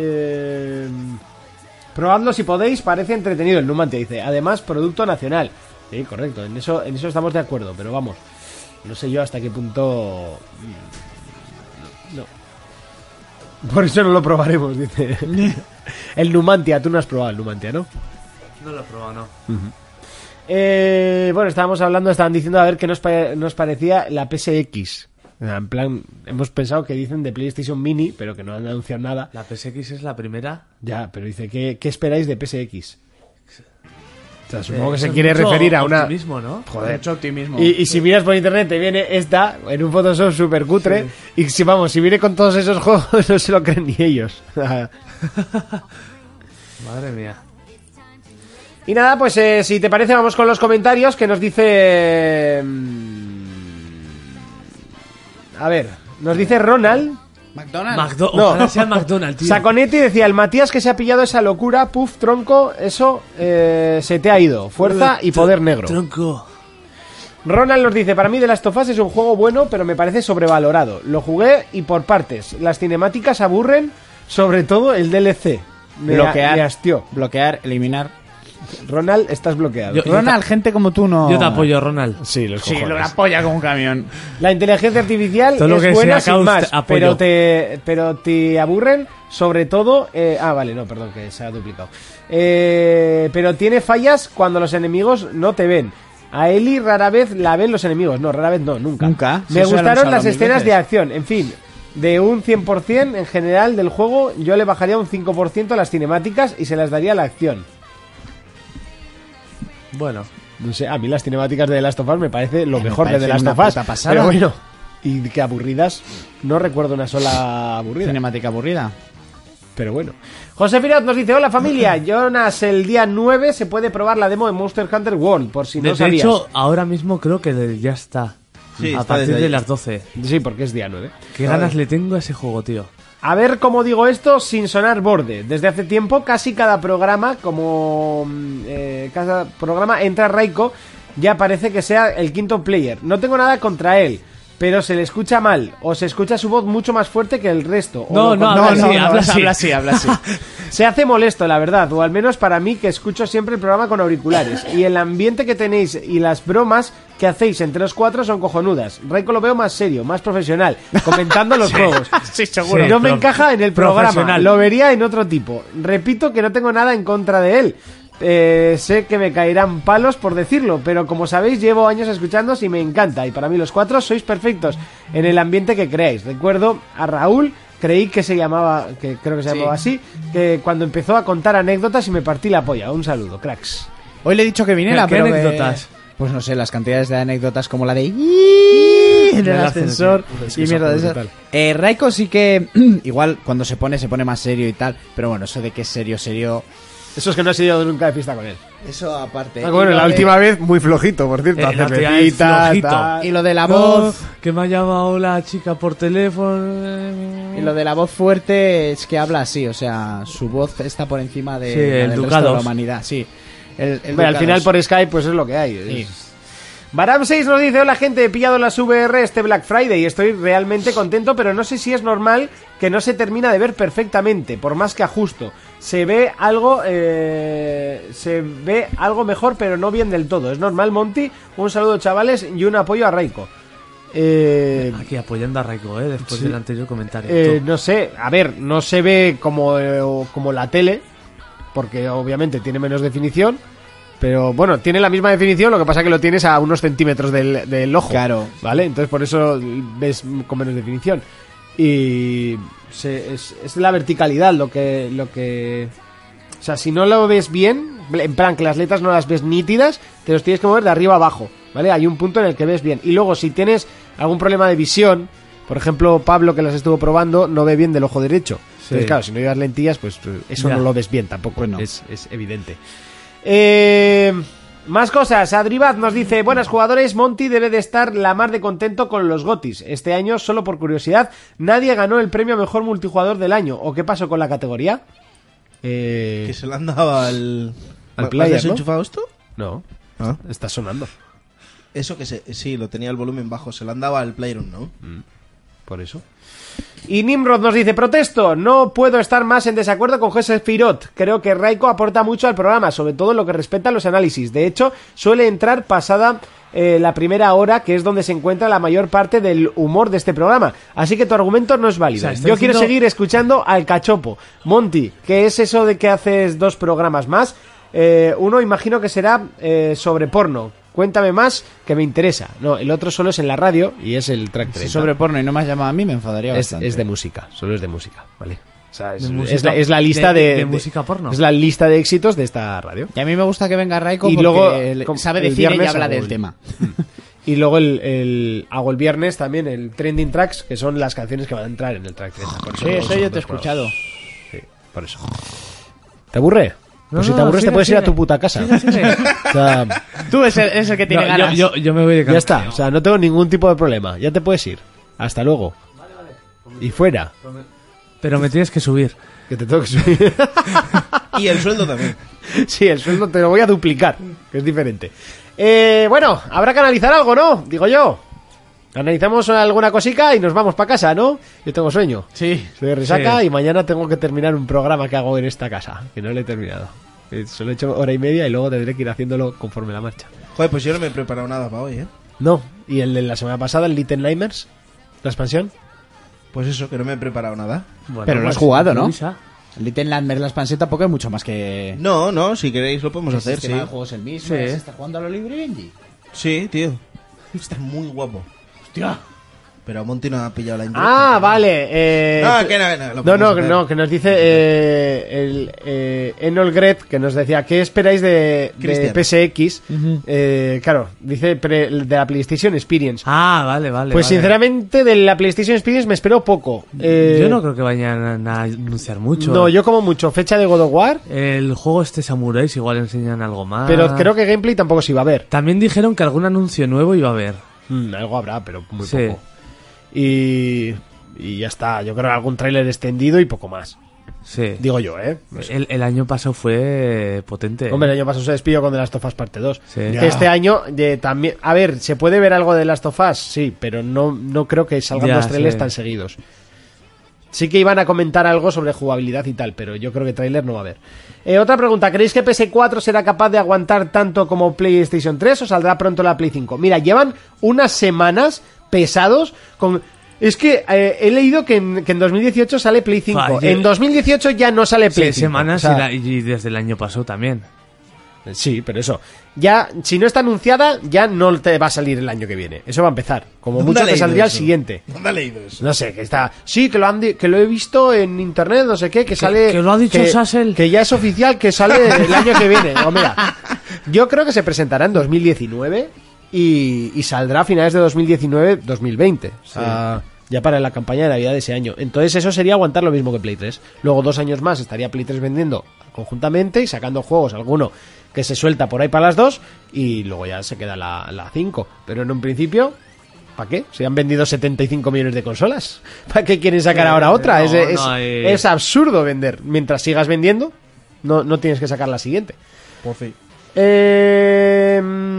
A: Probadlo si podéis, parece entretenido. El Numantia dice. Además, producto nacional. Sí, correcto, en eso estamos de acuerdo. Pero vamos, no sé yo hasta qué punto... No. Por eso no lo probaremos, dice. El Numantia, tú no has probado el Numantia, ¿no?
C: No lo he probado, no.
A: Bueno, estaban diciendo a ver qué nos parecía la PSX. En plan, hemos pensado que dicen de PlayStation Mini, pero que no han anunciado nada.
C: La PSX es la primera.
A: Ya, pero dice, ¿qué esperáis de PSX? O sea, supongo que
C: Eso
A: se
C: es
A: quiere
C: mucho
A: referir a una...
C: optimismo, ¿no?
A: Joder.
B: Mucho optimismo.
A: Y si miras por internet te viene esta en un Photoshop super cutre. Y si si viene con todos esos juegos no se lo creen ni ellos.
C: Madre mía.
A: Y nada, pues si te parece vamos con los comentarios que nos dice... A ver, nos dice Ronald.
B: McDonald's.
A: No.
C: Ojalá sea McDonald's, tío.
A: Saconetti decía, el Matías que se ha pillado esa locura, puf, tronco, eso se te ha ido. Fuerza y poder negro.
C: Tronco.
A: Ronald nos dice, para mí The Last of Us es un juego bueno, pero me parece sobrevalorado. Lo jugué y por partes. Las cinemáticas aburren, sobre todo el DLC. Me hastió.
B: Bloquear, eliminar.
A: Ronald, estás bloqueado.
C: Yo-
B: Ronald, gente como tú no.
C: Yo te apoyo, Ronald.
A: Sí, los
B: Sí,
A: cojones.
B: lo apoya como un camión.
A: La inteligencia artificial
C: Todo lo que
A: es buena
C: sea
A: sin
C: caos,
A: más,
C: apoyo.
A: pero te aburren, sobre todo... vale, no, perdón, que se ha duplicado. Pero tiene fallas cuando los enemigos no te ven. A Ellie rara vez la ven los enemigos. No, rara vez no, nunca.
B: Nunca. Sí,
A: Me
B: eso ya lo hemos
A: gustaron
B: hablado
A: las
B: mil
A: escenas
B: veces.
A: de acción. En fin, de un 100% en general del juego, yo le bajaría un 5% a las cinemáticas y se las daría a la acción.
C: Bueno.
A: No sé, a mí las cinemáticas de The Last of Us me parece lo
B: Me
A: mejor de
B: parece
A: The Last
B: una
A: of Us.
B: puta pasada.
A: Pero bueno, y que aburridas, no recuerdo una sola aburrida.
B: Cinemática aburrida.
A: Pero bueno. José Firot nos dice, hola familia, Jonas, el día 9 se puede probar la demo de Monster Hunter World, por si no
C: De
A: sabías.
C: hecho, ahora mismo creo que ya está.
D: Sí,
C: a
D: está
C: partir
D: desde
C: de
D: ayer.
C: las 12.
A: Sí, porque es día 9.
C: Qué ganas le tengo a ese juego, tío.
A: A ver cómo digo esto sin sonar borde. Desde hace tiempo, casi cada programa, cada programa entra Raiko, ya parece que sea el quinto player. No tengo nada contra él, pero se le escucha mal, o se escucha su voz mucho más fuerte que el resto. o
C: No,
A: lo
C: no,
A: contrario.
C: habla así.
B: habla así.
A: Se hace molesto, la verdad, o al menos para mí que escucho siempre el programa con auriculares. Y el ambiente que tenéis y las bromas que hacéis entre los cuatro son cojonudas. Raiko lo veo más serio, más profesional, comentando los juegos.
B: Sí, seguro.
A: No me encaja en el programa,
C: profesional.
A: lo vería en otro tipo. Repito que no tengo nada en contra de él. Sé que me caerán palos por decirlo, pero como sabéis llevo años escuchándoos y me encanta. Y para mí los cuatro sois perfectos en el ambiente que creáis. Recuerdo a Raúl, creí que se llamaba, que creo que se llamaba así, que cuando empezó a contar anécdotas y me partí la polla. Un saludo, cracks.
B: Hoy le he dicho que viniera,
C: ¿Qué
B: pero
C: anécdotas?
B: Pues no sé, las cantidades de anécdotas como la de en el
C: Del
B: ascensor
A: Es que
B: y
A: eso
B: mierda
A: fue
B: de esas.
A: brutal.
B: Raiko sí que igual cuando se pone más serio y tal, pero bueno, eso de que es serio
A: Eso es que no has ido nunca de fiesta con él.
B: Eso aparte.
A: Ah, bueno,
B: Y lo
A: la
B: de-
A: última vez muy flojito, por cierto.
C: La última vez
A: cervecita,
C: flojito.
A: tal.
B: Y lo de la
C: No,
B: voz.
C: que me ha llamado la chica por teléfono.
B: Y lo de la voz fuerte es que habla así, o sea, su voz está por encima de
C: Sí,
B: la
C: el
B: del
C: Ducados.
B: resto de la humanidad. Sí. El
A: Hombre, al
B: Ducados.
A: final por Skype pues es lo que hay. Baram 6 nos dice: hola gente, he pillado las VR este Black Friday y estoy realmente contento, pero no sé si es normal que no se termina de ver perfectamente, por más que ajusto. Se ve algo mejor, pero no bien del todo. ¿Es normal, Monty? Un saludo, chavales, y un apoyo a Raiko.
C: Aquí apoyando a Raiko, después
A: Sí.
C: del anterior comentario. Tú.
A: No sé, a ver, no se ve como la tele, porque obviamente tiene menos definición, pero bueno, tiene la misma definición, lo que pasa que lo tienes a unos centímetros del ojo.
B: Claro.
A: ¿Vale? Entonces por eso ves con menos definición. Y es la verticalidad lo que... O sea, si no lo ves bien, en plan que las letras no las ves nítidas, te los tienes que mover de arriba a abajo, ¿vale? Hay un punto en el que ves bien. Y luego si tienes algún problema de visión, por ejemplo, Pablo, que las estuvo probando, no ve bien del ojo derecho. Entonces, claro, si no llevas lentillas, pues eso
C: Ya.
A: no lo ves bien tampoco.
B: Pues no.
A: Es evidente. Más cosas. Adribad nos dice: buenas jugadores, Monty debe de estar la mar de contento con los GOTYs. Este año, solo por curiosidad, nadie ganó el premio a mejor multijugador del año. ¿O qué pasó con la categoría?
D: Que se le han dado al
A: player,
D: ¿Has
A: ¿no?
D: desenchufado esto?
A: No,
D: Ah.
A: está sonando.
D: Eso que sí, lo tenía el volumen bajo. Se le han dado al PlayerUnknown, ¿no?
A: Por eso. Y Nimrod nos dice: protesto, no puedo estar más en desacuerdo con José Firot. Creo que Raiko aporta mucho al programa, sobre todo en lo que respecta a los análisis. De hecho, suele entrar pasada la primera hora, que es donde se encuentra la mayor parte del humor de este programa. Así que tu argumento no es válido.
C: O sea, está
A: Yo quiero
C: diciendo-
A: seguir escuchando al cachopo. Monty, ¿qué es eso de que haces 2 programas más? Uno imagino que será sobre porno. Cuéntame más, que me interesa. No, el otro solo es en la radio y es el track 30.
B: Si sobre porno y no me has llamado a mí, me enfadaría bastante.
A: Es de música, solo es de música, ¿vale? O sea,
C: De música-
A: es la lista
C: de música porno.
A: Es la lista de éxitos de esta radio.
B: Y a mí me gusta que venga Raiko
A: Y
B: porque
A: luego,
B: él sabe
A: el
B: de cine y
A: viernes
B: habla
A: hago
B: del
A: el-
B: tema.
A: Y luego hago el viernes también el Trending Tracks, que son las canciones que van a entrar en el track 30. Por
B: Sí,
A: no
B: eso
A: son
B: yo te he
A: dos programas.
B: escuchado.
A: Sí, por eso. ¿Te aburre?
C: No,
A: Pues si
C: no,
A: te aburres
C: sigue,
A: te puedes ir a
C: sigue.
A: tu puta casa.
C: Sigue.
A: O sea,
B: Tú es el que tiene
C: No,
B: ganas.
C: yo me voy de
A: ya está, o sea, no tengo ningún tipo de problema. Ya te puedes ir. Hasta luego. Y fuera.
C: Pero me tienes que subir.
A: Que te tengo que subir.
D: Y el sueldo también.
A: Sí, el sueldo te lo voy a duplicar, que es diferente. Bueno, habrá que analizar algo, ¿no? Digo yo. Analizamos alguna cosica y nos vamos para casa, ¿no? Yo tengo sueño.
B: Sí.
A: Estoy de resaca
C: Sí.
A: y mañana tengo que terminar un programa que hago en esta casa, que no lo he terminado. Solo he hecho hora y media y luego tendré que ir haciéndolo conforme la marcha.
D: Joder, pues yo no me he preparado nada para hoy, ¿eh?
A: No, y el de la semana pasada, el Little Nightmares, la expansión.
D: Pues eso, que no me he preparado nada.
C: Bueno,
B: Pero lo has
C: pues,
B: jugado, ¿no?
C: Luisa.
B: Little Nightmares la expansión tampoco es mucho más que...
D: No, si queréis lo podemos
B: el
D: hacer, sí.
B: sistema de juegos el mismo.
C: Sí.
B: ¿Se está jugando a lo libre, Benji?
D: Sí, tío. Está muy guapo.
B: Hostia.
D: Pero Monty no ha pillado la indirecta.
A: Ah, vale.
D: No, que no, lo podemos hacer.
A: no, que nos dice Enol Gret, que nos decía: ¿qué esperáis de
D: Cristian.
A: PSX? Claro, dice de la PlayStation Experience.
C: Ah, vale.
A: Pues
C: vale.
A: sinceramente de la PlayStation Experience me espero poco.
C: Yo no creo que vayan a anunciar mucho.
A: No, yo como mucho fecha de God of War,
C: El juego este Samuráis igual enseñan algo más.
A: pero creo que gameplay tampoco se iba a ver.
C: También dijeron que algún anuncio nuevo iba a haber.
A: Algo habrá, pero muy
C: Sí.
A: poco. Y ya está, yo creo que algún tráiler extendido y poco más.
C: Sí.
A: Digo yo, ¿eh?
C: El año pasado fue potente.
A: Hombre, el año pasado se despidió con The Last of Us Parte 2.
C: Sí.
A: Que
C: Ya.
A: este año también... A ver, ¿se puede ver algo de The Last of Us? Sí, pero no creo que salgan
C: Ya,
A: los trailers
C: sí.
A: tan seguidos. Sí que iban a comentar algo sobre jugabilidad y tal, pero yo creo que tráiler no va a haber. Otra pregunta, ¿creéis que PS4 será capaz de aguantar tanto como PlayStation 3 o saldrá pronto la Play 5? Mira, llevan unas semanas pesados con... Es que he leído que en 2018 sale Play 5.
C: Fa,
A: En 2018 ya no sale Play 5.
C: semanas
A: O sea,
C: y desde el año pasado también.
A: Sí, pero eso. Ya, si no está anunciada, ya no te va a salir el año que viene. Eso va a empezar. Como
D: ¿Dónde
A: mucho
D: ha
A: te
D: leído
A: saldría el
D: eso?
A: siguiente.
D: ¿Dónde ha leído eso?
A: No sé, que está... Sí, que que lo he visto en internet, no sé qué, que sale...
C: que lo ha dicho Sassel.
A: Que ya es oficial, que sale el año que viene. O mira, yo creo que se presentará en 2019 y saldrá a finales de 2019-2020. O sea, ya para la campaña de Navidad de ese año. Entonces eso sería aguantar lo mismo que Play 3. Luego 2 años más estaría Play 3 vendiendo conjuntamente y sacando juegos, alguno que se suelta por ahí para las 2 y luego ya se queda la 5. Pero en un principio, ¿para qué? Se han vendido 75 millones de consolas. ¿Para qué quieren sacar ahora otra? Es absurdo vender. Mientras sigas vendiendo, no tienes que sacar la siguiente.
D: Por fin.
A: ¿Qué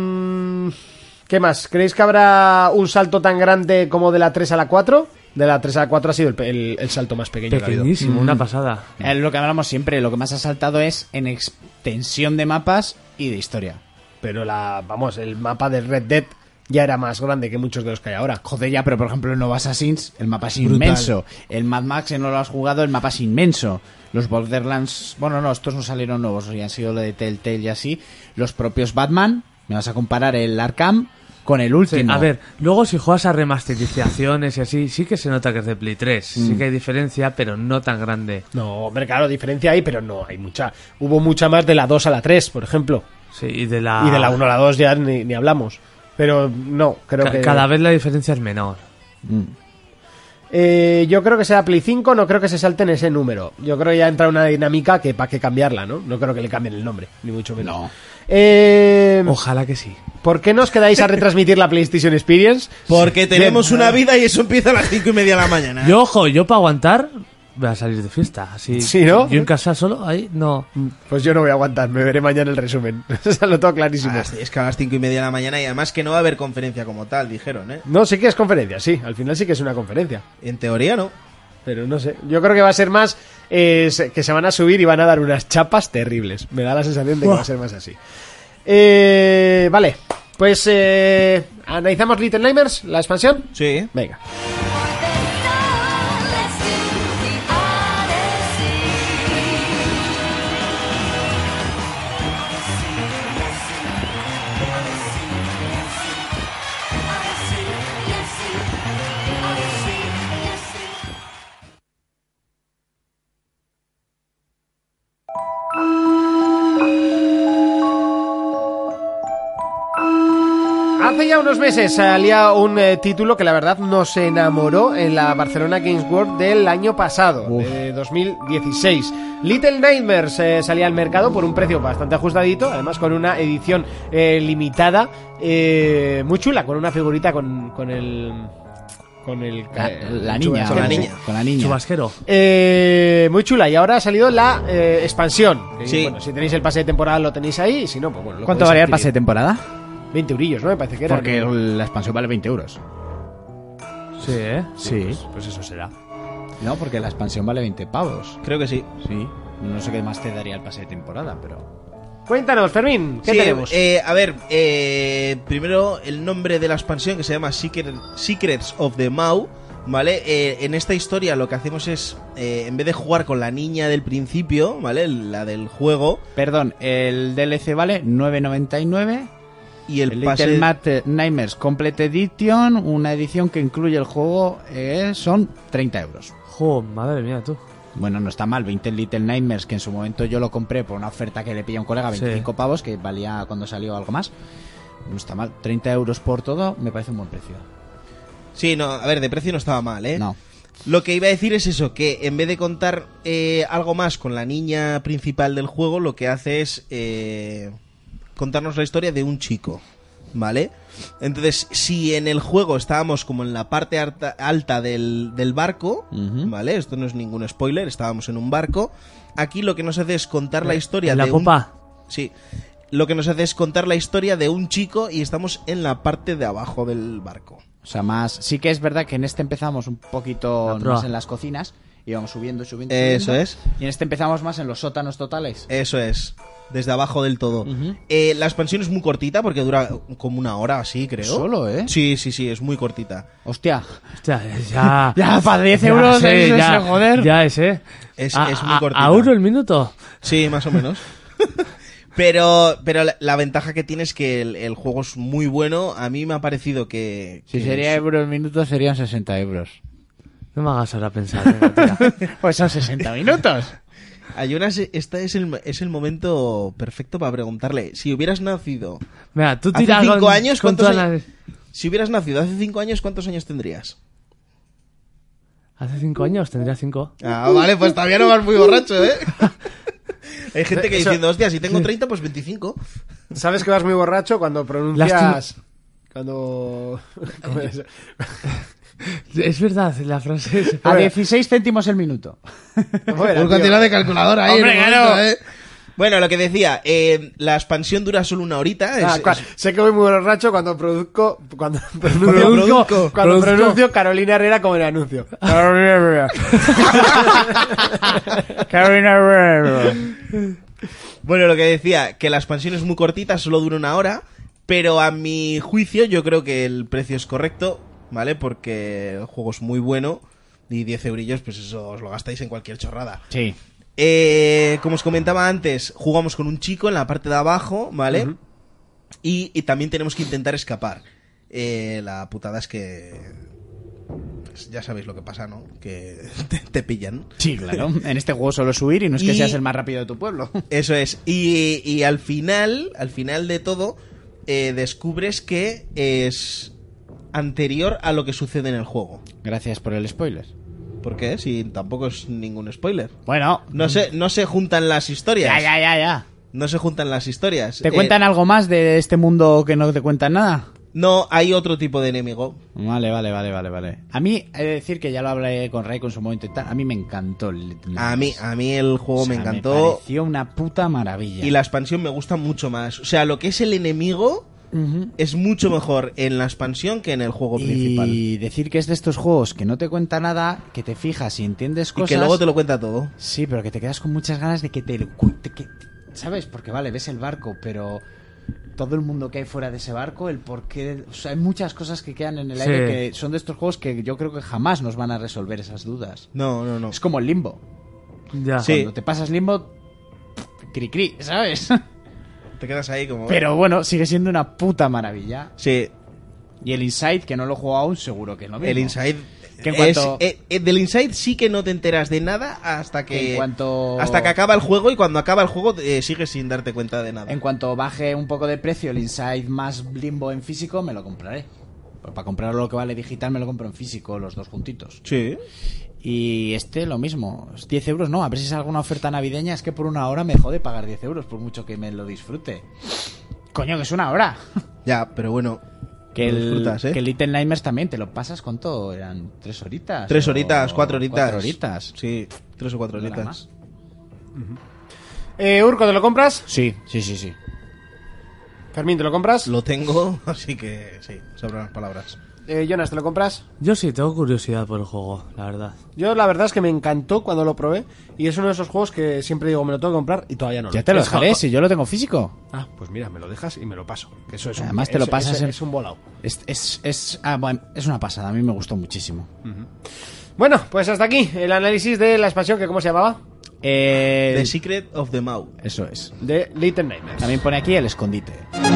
A: más? ¿Creéis que habrá un salto tan grande como de la 3 a la 4? De la 3 a la 4 ha sido el salto más pequeño que ha habido.
C: Pequeñísimo, una pasada.
B: Lo que hablamos siempre, lo que más ha saltado es en extensión de mapas y de historia.
A: Pero el mapa de Red Dead ya era más grande que muchos de los que hay ahora.
B: Joder, ya, pero por ejemplo en Nova Assassins el mapa es inmenso. El Mad Max, si no lo has jugado, el mapa es inmenso. Los Borderlands, bueno, no, estos no salieron nuevos, ya han sido lo de Telltale y así. Los propios Batman, me vas a comparar el Arkham con el último.
C: Sí, a ver, luego si juegas a remasterizaciones y así, sí que se nota que es de Play 3. Sí que hay diferencia, pero no tan grande.
A: No, hombre, claro, diferencia hay, pero no hay mucha. Hubo mucha más de la 2 a la 3, por ejemplo.
C: Sí, y de la
A: 1 a la 2 ya ni hablamos. Pero no, creo que...
C: Cada vez la diferencia es menor.
A: Yo creo que sea Play 5, no creo que se salten ese número. Yo creo que ya entra una dinámica que para qué cambiarla, ¿no? No creo que le cambien el nombre, ni mucho menos.
B: No.
C: Ojalá que sí.
A: ¿Por qué no os quedáis a retransmitir la PlayStation Experience?
D: Porque tenemos una vida y eso empieza a las 5:30 de la mañana.
C: Yo para aguantar voy a salir de fiesta. Así,
A: ¿Sí, no?
C: Yo en casa solo, ahí no.
A: Pues yo no voy a aguantar, me veré mañana el resumen. Eso lo tengo clarísimo.
D: Es que a las 5:30 de la mañana y además que no va a haber conferencia como tal, dijeron, ¿eh?
A: No, sí que es conferencia, sí. Al final sí que es una conferencia.
D: En teoría no.
A: Pero no sé. Yo creo que va a ser más que se van a subir y van a dar unas chapas terribles. Me da la sensación de que va a ser más así. Vale. Pues analizamos Little Nightmares, la expansión.
D: Sí.
A: Venga. Hace ya unos meses salía un título que la verdad nos enamoró en la Barcelona Games World del año pasado, de 2016. Little Nightmares salía al mercado por un precio bastante ajustadito, además con una edición limitada, muy chula, con una figurita con
B: la niña.
C: Chubasquero.
A: Muy chula, y ahora ha salido la expansión.
D: Sí.
A: Bueno, si tenéis el pase de temporada lo tenéis ahí, y si no, pues bueno.
B: ¿Cuánto valía el pase de temporada?
A: 20 eurillos, ¿no? Me parece que era.
B: Porque la expansión vale 20 euros.
C: Sí, ¿eh?
B: Sí.
A: Pues eso será.
B: No, porque la expansión vale 20 pavos.
D: Creo que sí.
B: Sí. No sé qué más te daría el pase de temporada, pero...
A: Cuéntanos, Fermín, ¿qué tenemos?
D: A ver, primero el nombre de la expansión, que se llama Secrets of the Maw, ¿vale? En esta historia lo que hacemos es, en vez de jugar con la niña del principio, ¿vale? La del juego.
B: Perdón, el DLC vale 9,99...
D: Y el
B: Little Nightmares Complete Edition, una edición que incluye el juego, son 30 euros.
C: Jo, madre mía, tú.
B: Bueno, no está mal, 20 Little Nightmares, que en su momento yo lo compré por una oferta que le pillé a un colega, 25 pavos, que valía cuando salió algo más. No está mal, 30 euros por todo, me parece un buen precio.
D: Sí, no, a ver, de precio no estaba mal, ¿eh?
B: No.
D: Lo que iba a decir es eso, que en vez de contar algo más con la niña principal del juego, lo que hace es... contarnos la historia de un chico, ¿vale? Entonces, si en el juego estábamos como en la parte alta del barco, ¿vale? Esto no es ningún spoiler, estábamos en un barco. Aquí lo que nos hace es contar la historia
C: ¿En la
D: de
C: popa?
D: Sí. Lo que nos hace es contar la historia de un chico y estamos en la parte de abajo del barco.
B: O sea, más... Sí que es verdad que en este empezamos un poquito más en las cocinas, íbamos subiendo.
D: Eso es.
B: Y en este empezamos más en los sótanos totales.
D: Eso es. Desde abajo del todo. La expansión es muy cortita porque dura como una hora así, creo.
B: ¿Solo, eh?
D: Sí, es muy cortita.
B: Hostia.
C: Ya.
B: Ya, para 10 euros joder.
C: Ya es, ¿eh?
D: Es muy cortita.
C: ¿A euro el minuto?
D: Sí, más o menos. Pero la ventaja que tiene es que el juego es muy bueno. A mí me ha parecido que...
B: Si sería euro el minuto, serían 60 euros.
C: No me hagas ahora pensar. Venga,
B: pues son 60 minutos.
D: Este es el momento perfecto para preguntarle. Si hubieras nacido
C: Mira, tú
D: hace 5 años, ¿cuántos
C: años?
D: años? Si hubieras nacido hace 5 años, ¿cuántos años tendrías?
C: Hace 5 años tendría 5.
D: Ah, vale, pues todavía no vas muy borracho, ¿eh? Hay gente que
A: Eso-
D: diciendo, hostia, si tengo 30, pues 25.
A: ¿Sabes que vas muy borracho cuando pronuncias... Cuando... ¿Cómo es?
C: Es verdad, la frase es...
B: A 16 céntimos el minuto.
A: ¿Cómo era,
D: Un
A: tío?
D: cantidad de calculadora ahí.
A: Hombre,
D: en un
A: claro.
D: momento, Bueno, lo que decía, la expansión dura solo 1 horita.
A: Sé que voy muy borracho cuando pronuncio
D: Produzco.
A: cuando pronuncio Carolina Herrera como en el anuncio. Carolina Herrera. Carolina Herrera.
D: Bueno, lo que decía, que la expansión es muy cortita, solo dura 1 hora, pero a mi juicio yo creo que el precio es correcto, ¿vale? Porque el juego es muy bueno y 10 eurillos, pues eso os lo gastáis en cualquier chorrada.
B: Sí.
D: Como os comentaba antes, jugamos con un chico en la parte de abajo, ¿vale? Y también tenemos que intentar escapar. La putada es que... pues ya sabéis lo que pasa, ¿no? Que te pillan.
B: Sí, claro. En este juego solo es huir y no es que
D: Y-
B: seas el más rápido de tu pueblo.
D: Eso es. Y al final de todo, descubres que es anterior a lo que sucede en el juego.
B: Gracias por el spoiler.
D: ¿Por qué? Si tampoco es ningún spoiler.
B: Bueno.
D: No se juntan las historias.
B: Ya.
D: No se juntan las historias.
B: ¿Te cuentan algo más de este mundo que no te cuentan nada?
D: No, hay otro tipo de enemigo.
B: Vale. A mí, he de decir que ya lo hablé con Ray con su momento y tal, a mí me encantó el Little Nightmares.
D: A mí el juego
B: O sea,
D: me encantó.
B: Me pareció una puta maravilla.
D: Y la expansión me gusta mucho más. O sea, lo que es el enemigo
B: Ujú.
D: es mucho mejor en la expansión que en el juego principal.
B: Y decir que es de estos juegos que no te cuenta nada, que te fijas y entiendes
D: Y
B: cosas.
D: que luego te lo cuenta todo.
B: Sí, pero que te quedas con muchas ganas de que ¿sabes? Porque vale, ves el barco, pero todo el mundo que hay fuera de ese barco, el porqué... O sea, hay muchas cosas que quedan en el
C: Sí.
B: aire que son de estos juegos que yo creo que jamás nos van a resolver esas dudas.
D: No.
B: Es como el Limbo.
C: Ya.
D: Sí.
B: Cuando te pasas Limbo, cri, ¿sabes?
D: Te quedas ahí como...
B: Pero bueno, sigue siendo una puta maravilla.
D: Sí,
B: Y el Inside, que no lo he jugado aún, seguro que es lo mismo.
D: el Inside...
B: Que en cuanto-
D: del Inside sí que no te enteras de nada hasta que...
B: En cuanto-
D: Hasta que acaba el juego, y cuando acaba el juego sigues sin darte cuenta de nada.
B: En cuanto baje un poco de precio el Inside más Limbo en físico, me lo compraré. Pues para comprar lo que vale digital me lo compro en físico, los dos juntitos.
D: Sí.
B: Y este lo mismo, es 10 euros, no, a ver si es alguna oferta navideña, es que por una hora me jode pagar 10 euros, por mucho que me lo disfrute. Coño, que es una hora.
D: Ya, pero bueno...
B: Que
D: lo
B: el,
D: disfrutas, ¿eh?
B: que el Little Nightmares también, ¿te lo pasas con todo? ¿Eran 3 horitas?
D: 3
B: ¿O
D: horitas, 4 horitas.
B: 4 horitas.
D: Sí, 3 o 4
B: ¿No era
D: horitas.
B: más?
A: Urco, ¿te lo compras?
B: Sí.
A: Fermín, ¿te lo compras?
D: Lo tengo, así que sí, sobran las palabras.
A: Jonas, ¿te lo compras?
C: Yo sí, tengo curiosidad por el juego, la verdad.
A: Yo la verdad es que me encantó cuando lo probé y es uno de esos juegos que siempre digo me lo tengo que comprar y todavía no.
B: Ya te lo
A: he
B: dejaré, si yo lo tengo físico.
A: Ah, pues mira, me lo dejas y me lo paso. Que eso es
B: Además te lo pasas en-
A: es un volado.
B: Bueno, es una pasada, a mí me gustó muchísimo.
A: Bueno, pues hasta aquí el análisis de la expansión que ¿cómo se llamaba?
D: The Secret of the Maw.
B: Eso es.
A: De Little Nightmares.
B: También pone aquí el escondite.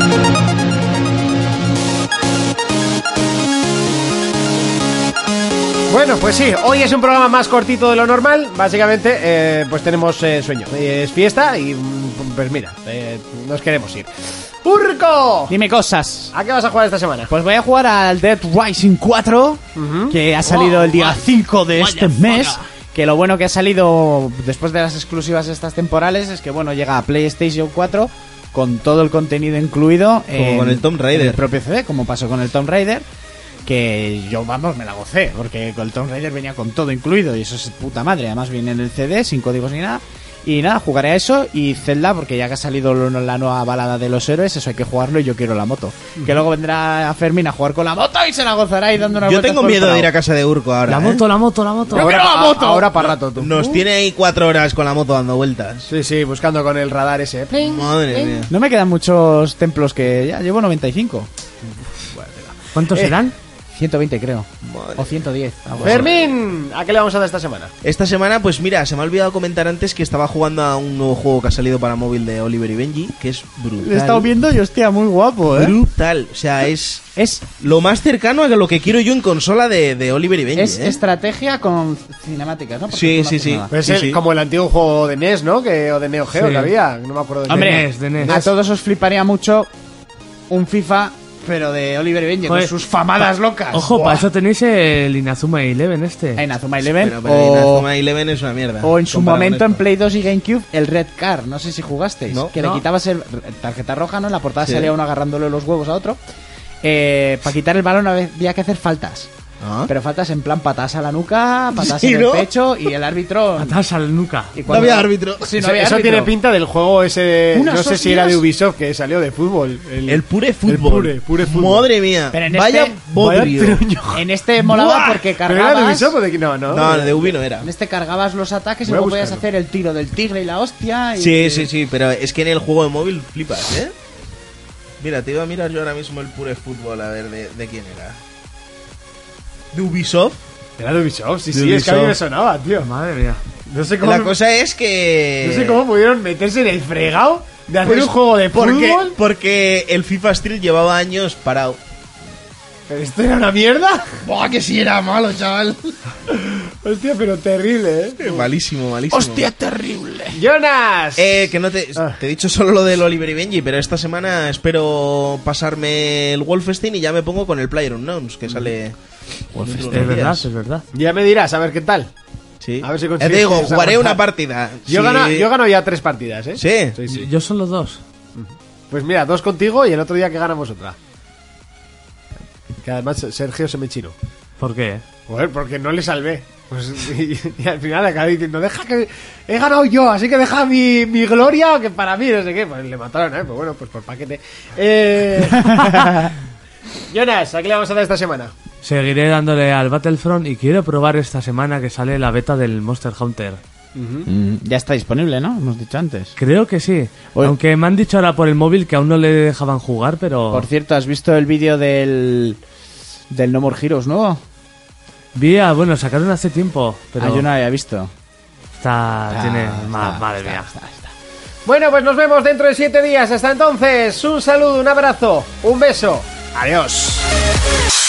A: Bueno, pues sí, hoy es un programa más cortito de lo normal. Básicamente, pues tenemos sueño. Es fiesta y pues mira, nos queremos ir. ¡Urco!
B: Dime cosas.
A: ¿A qué vas a jugar esta semana?
B: Pues voy a jugar al Dead Rising 4, que ha salido el día 5 de este mes. Que lo bueno que ha salido después de las exclusivas estas temporales es que, bueno, llega a PlayStation 4 con todo el contenido incluido.
D: Como con el Tomb Raider.
B: en el propio CD, como pasó con el Tomb Raider. Que yo, vamos, me la gocé, porque con el Tomb Raider venía con todo incluido y eso es puta madre. Además viene en el CD, sin códigos ni nada. Y nada, jugaré a eso y Zelda, porque ya que ha salido la nueva balada de los héroes, eso hay que jugarlo y yo quiero la moto. Que luego vendrá a Fermín a jugar con la moto y se la gozará ahí dando una
D: Yo tengo miedo de ir a casa de Urco ahora.
C: La moto, la moto, la moto.
A: Ahora para rato tú.
D: Nos tiene ahí 4 horas con la moto dando vueltas.
A: Sí, sí, buscando con el radar ese.
D: Madre mía.
B: No me quedan muchos templos que ya llevo 95.
C: ¿Cuántos serán?
B: 120 creo.
D: Madre.
B: O 110. algo así.
A: Fermín, ¿a qué le vamos a dar esta semana?
D: Esta semana, pues mira, se me ha olvidado comentar antes que estaba jugando a un nuevo juego que ha salido para móvil de Oliver y Benji, que es brutal.
B: Lo he estado viendo y hostia, muy guapo,
D: Brutal. O sea, es
B: Es
D: lo más cercano a lo que quiero yo en consola de Oliver y Benji.
B: Es
D: ¿eh?
B: estrategia con cinemáticas, ¿no? Porque
D: Sí,
B: tú no
D: sí,
B: haces
D: sí.
B: nada.
A: Pues
D: Sí,
A: es
D: sí.
A: como el antiguo juego de NES, ¿no? O de Neo Geo
C: Sí.
A: que había. No me acuerdo de
B: Hombre,
C: de NES.
B: a todos os fliparía mucho un FIFA pero de Oliver y Benji,
C: Joder.
B: con sus famadas locas.
C: Ojo,
B: Buah.
C: para eso tenéis el Inazuma Eleven este.
B: En Azuma Eleven
D: Pero Inazuma Eleven es una mierda.
B: o en su
D: comparado
B: momento
D: con
B: en
D: esto.
B: Play 2 y GameCube el Red Car, no sé si jugasteis,
D: No.
B: que
C: No.
B: le quitabas el tarjeta roja, ¿no? En la portada
D: Sí.
B: salía uno agarrándole los huevos a otro. Para quitar el balón había que hacer faltas.
D: Ah.
B: Pero faltas en plan patadas a la nuca, patadas
D: Sí,
B: en
D: ¿no?
B: el pecho y el árbitro...
C: Patas al nuca.
B: y
D: No había árbitro.
B: Sí, no
A: Eso,
B: había
A: eso
B: árbitro.
A: tiene pinta del juego ese.
B: Unas
A: No sé si era de
B: hostias.
A: Ubisoft, que salió de fútbol.
D: El pure fútbol.
A: Pure fútbol.
D: Madre mía.
B: Pero en
D: Vaya
B: este-
D: bodrio.
A: Vaya truño.
B: En este molaba
A: Buah.
B: porque
A: ¿Pero era de
B: cargabas...
A: Ubisoft o de no?
D: No, de Ubi no era.
B: En este cargabas los ataques y
A: Voy a
B: luego podías
A: buscarlo.
B: hacer el tiro del tigre y la hostia. Y...
D: Sí, pero es que en el juego de móvil flipas, ¿eh? Mira, te iba a mirar yo ahora mismo el pure fútbol, a ver de quién era. ¿De Ubisoft?
A: Era de Ubisoft, sí,
D: De
A: sí, es que a mí me
D: Ubisoft.
A: sonaba, tío.
C: Madre mía.
A: No sé cómo.
D: La cosa es que...
A: No sé cómo pudieron meterse en el fregado de hacer
D: Pues,
A: un juego de fútbol.
D: Porque el FIFA Street llevaba años parado.
A: Pero esto era una mierda.
D: ¡Buah, que sí era malo, chaval!
A: Hostia, pero terrible, ¿eh?
D: Malísimo, malísimo.
B: terrible!
A: Jonas.
D: Que no te
A: Ah.
D: he dicho solo lo del Oliver y Benji, pero esta semana espero pasarme el Wolfenstein y ya me pongo con el PlayerUnknown's, que sale... dentro de
C: Es
D: unos
C: verdad,
D: días.
C: es verdad.
A: Ya me dirás, a ver qué tal.
D: Sí.
A: A ver si
D: Ya
A: consigues
D: te digo,
A: esa
D: jugaré
A: avanzar.
D: una partida.
A: Yo,
D: Sí.
A: yo gano ya 3 partidas, ¿eh?
D: ¿Sí?
A: Sí, sí.
C: Yo solo 2.
A: Pues mira, 2 contigo y el otro día que ganamos otra. Que además Sergio se me chinó.
C: ¿Por qué?
A: Joder, porque no le salvé. Pues, y al final acabé diciendo, deja que he ganado yo, así que deja mi gloria, que para mí no sé qué. Pues le mataron, ¿eh? Pues bueno, pues por paquete. Jonas, ¿a qué le vamos a dar esta semana?
C: Seguiré dándole al Battlefront y quiero probar esta semana que sale la beta del Monster Hunter.
B: Ya está disponible, ¿no? Hemos dicho antes.
C: Creo que sí.
B: Oye.
C: Aunque me han dicho ahora por el móvil que aún no le dejaban jugar, pero...
B: Por cierto, ¿has visto el vídeo del No More Heroes nuevo?
C: Bueno, sacaron hace tiempo, pero
B: Yo no lo había visto.
C: tiene... madre mía.
A: Bueno, pues nos vemos dentro de 7 días. Hasta entonces, un saludo, un abrazo, un beso. Adiós.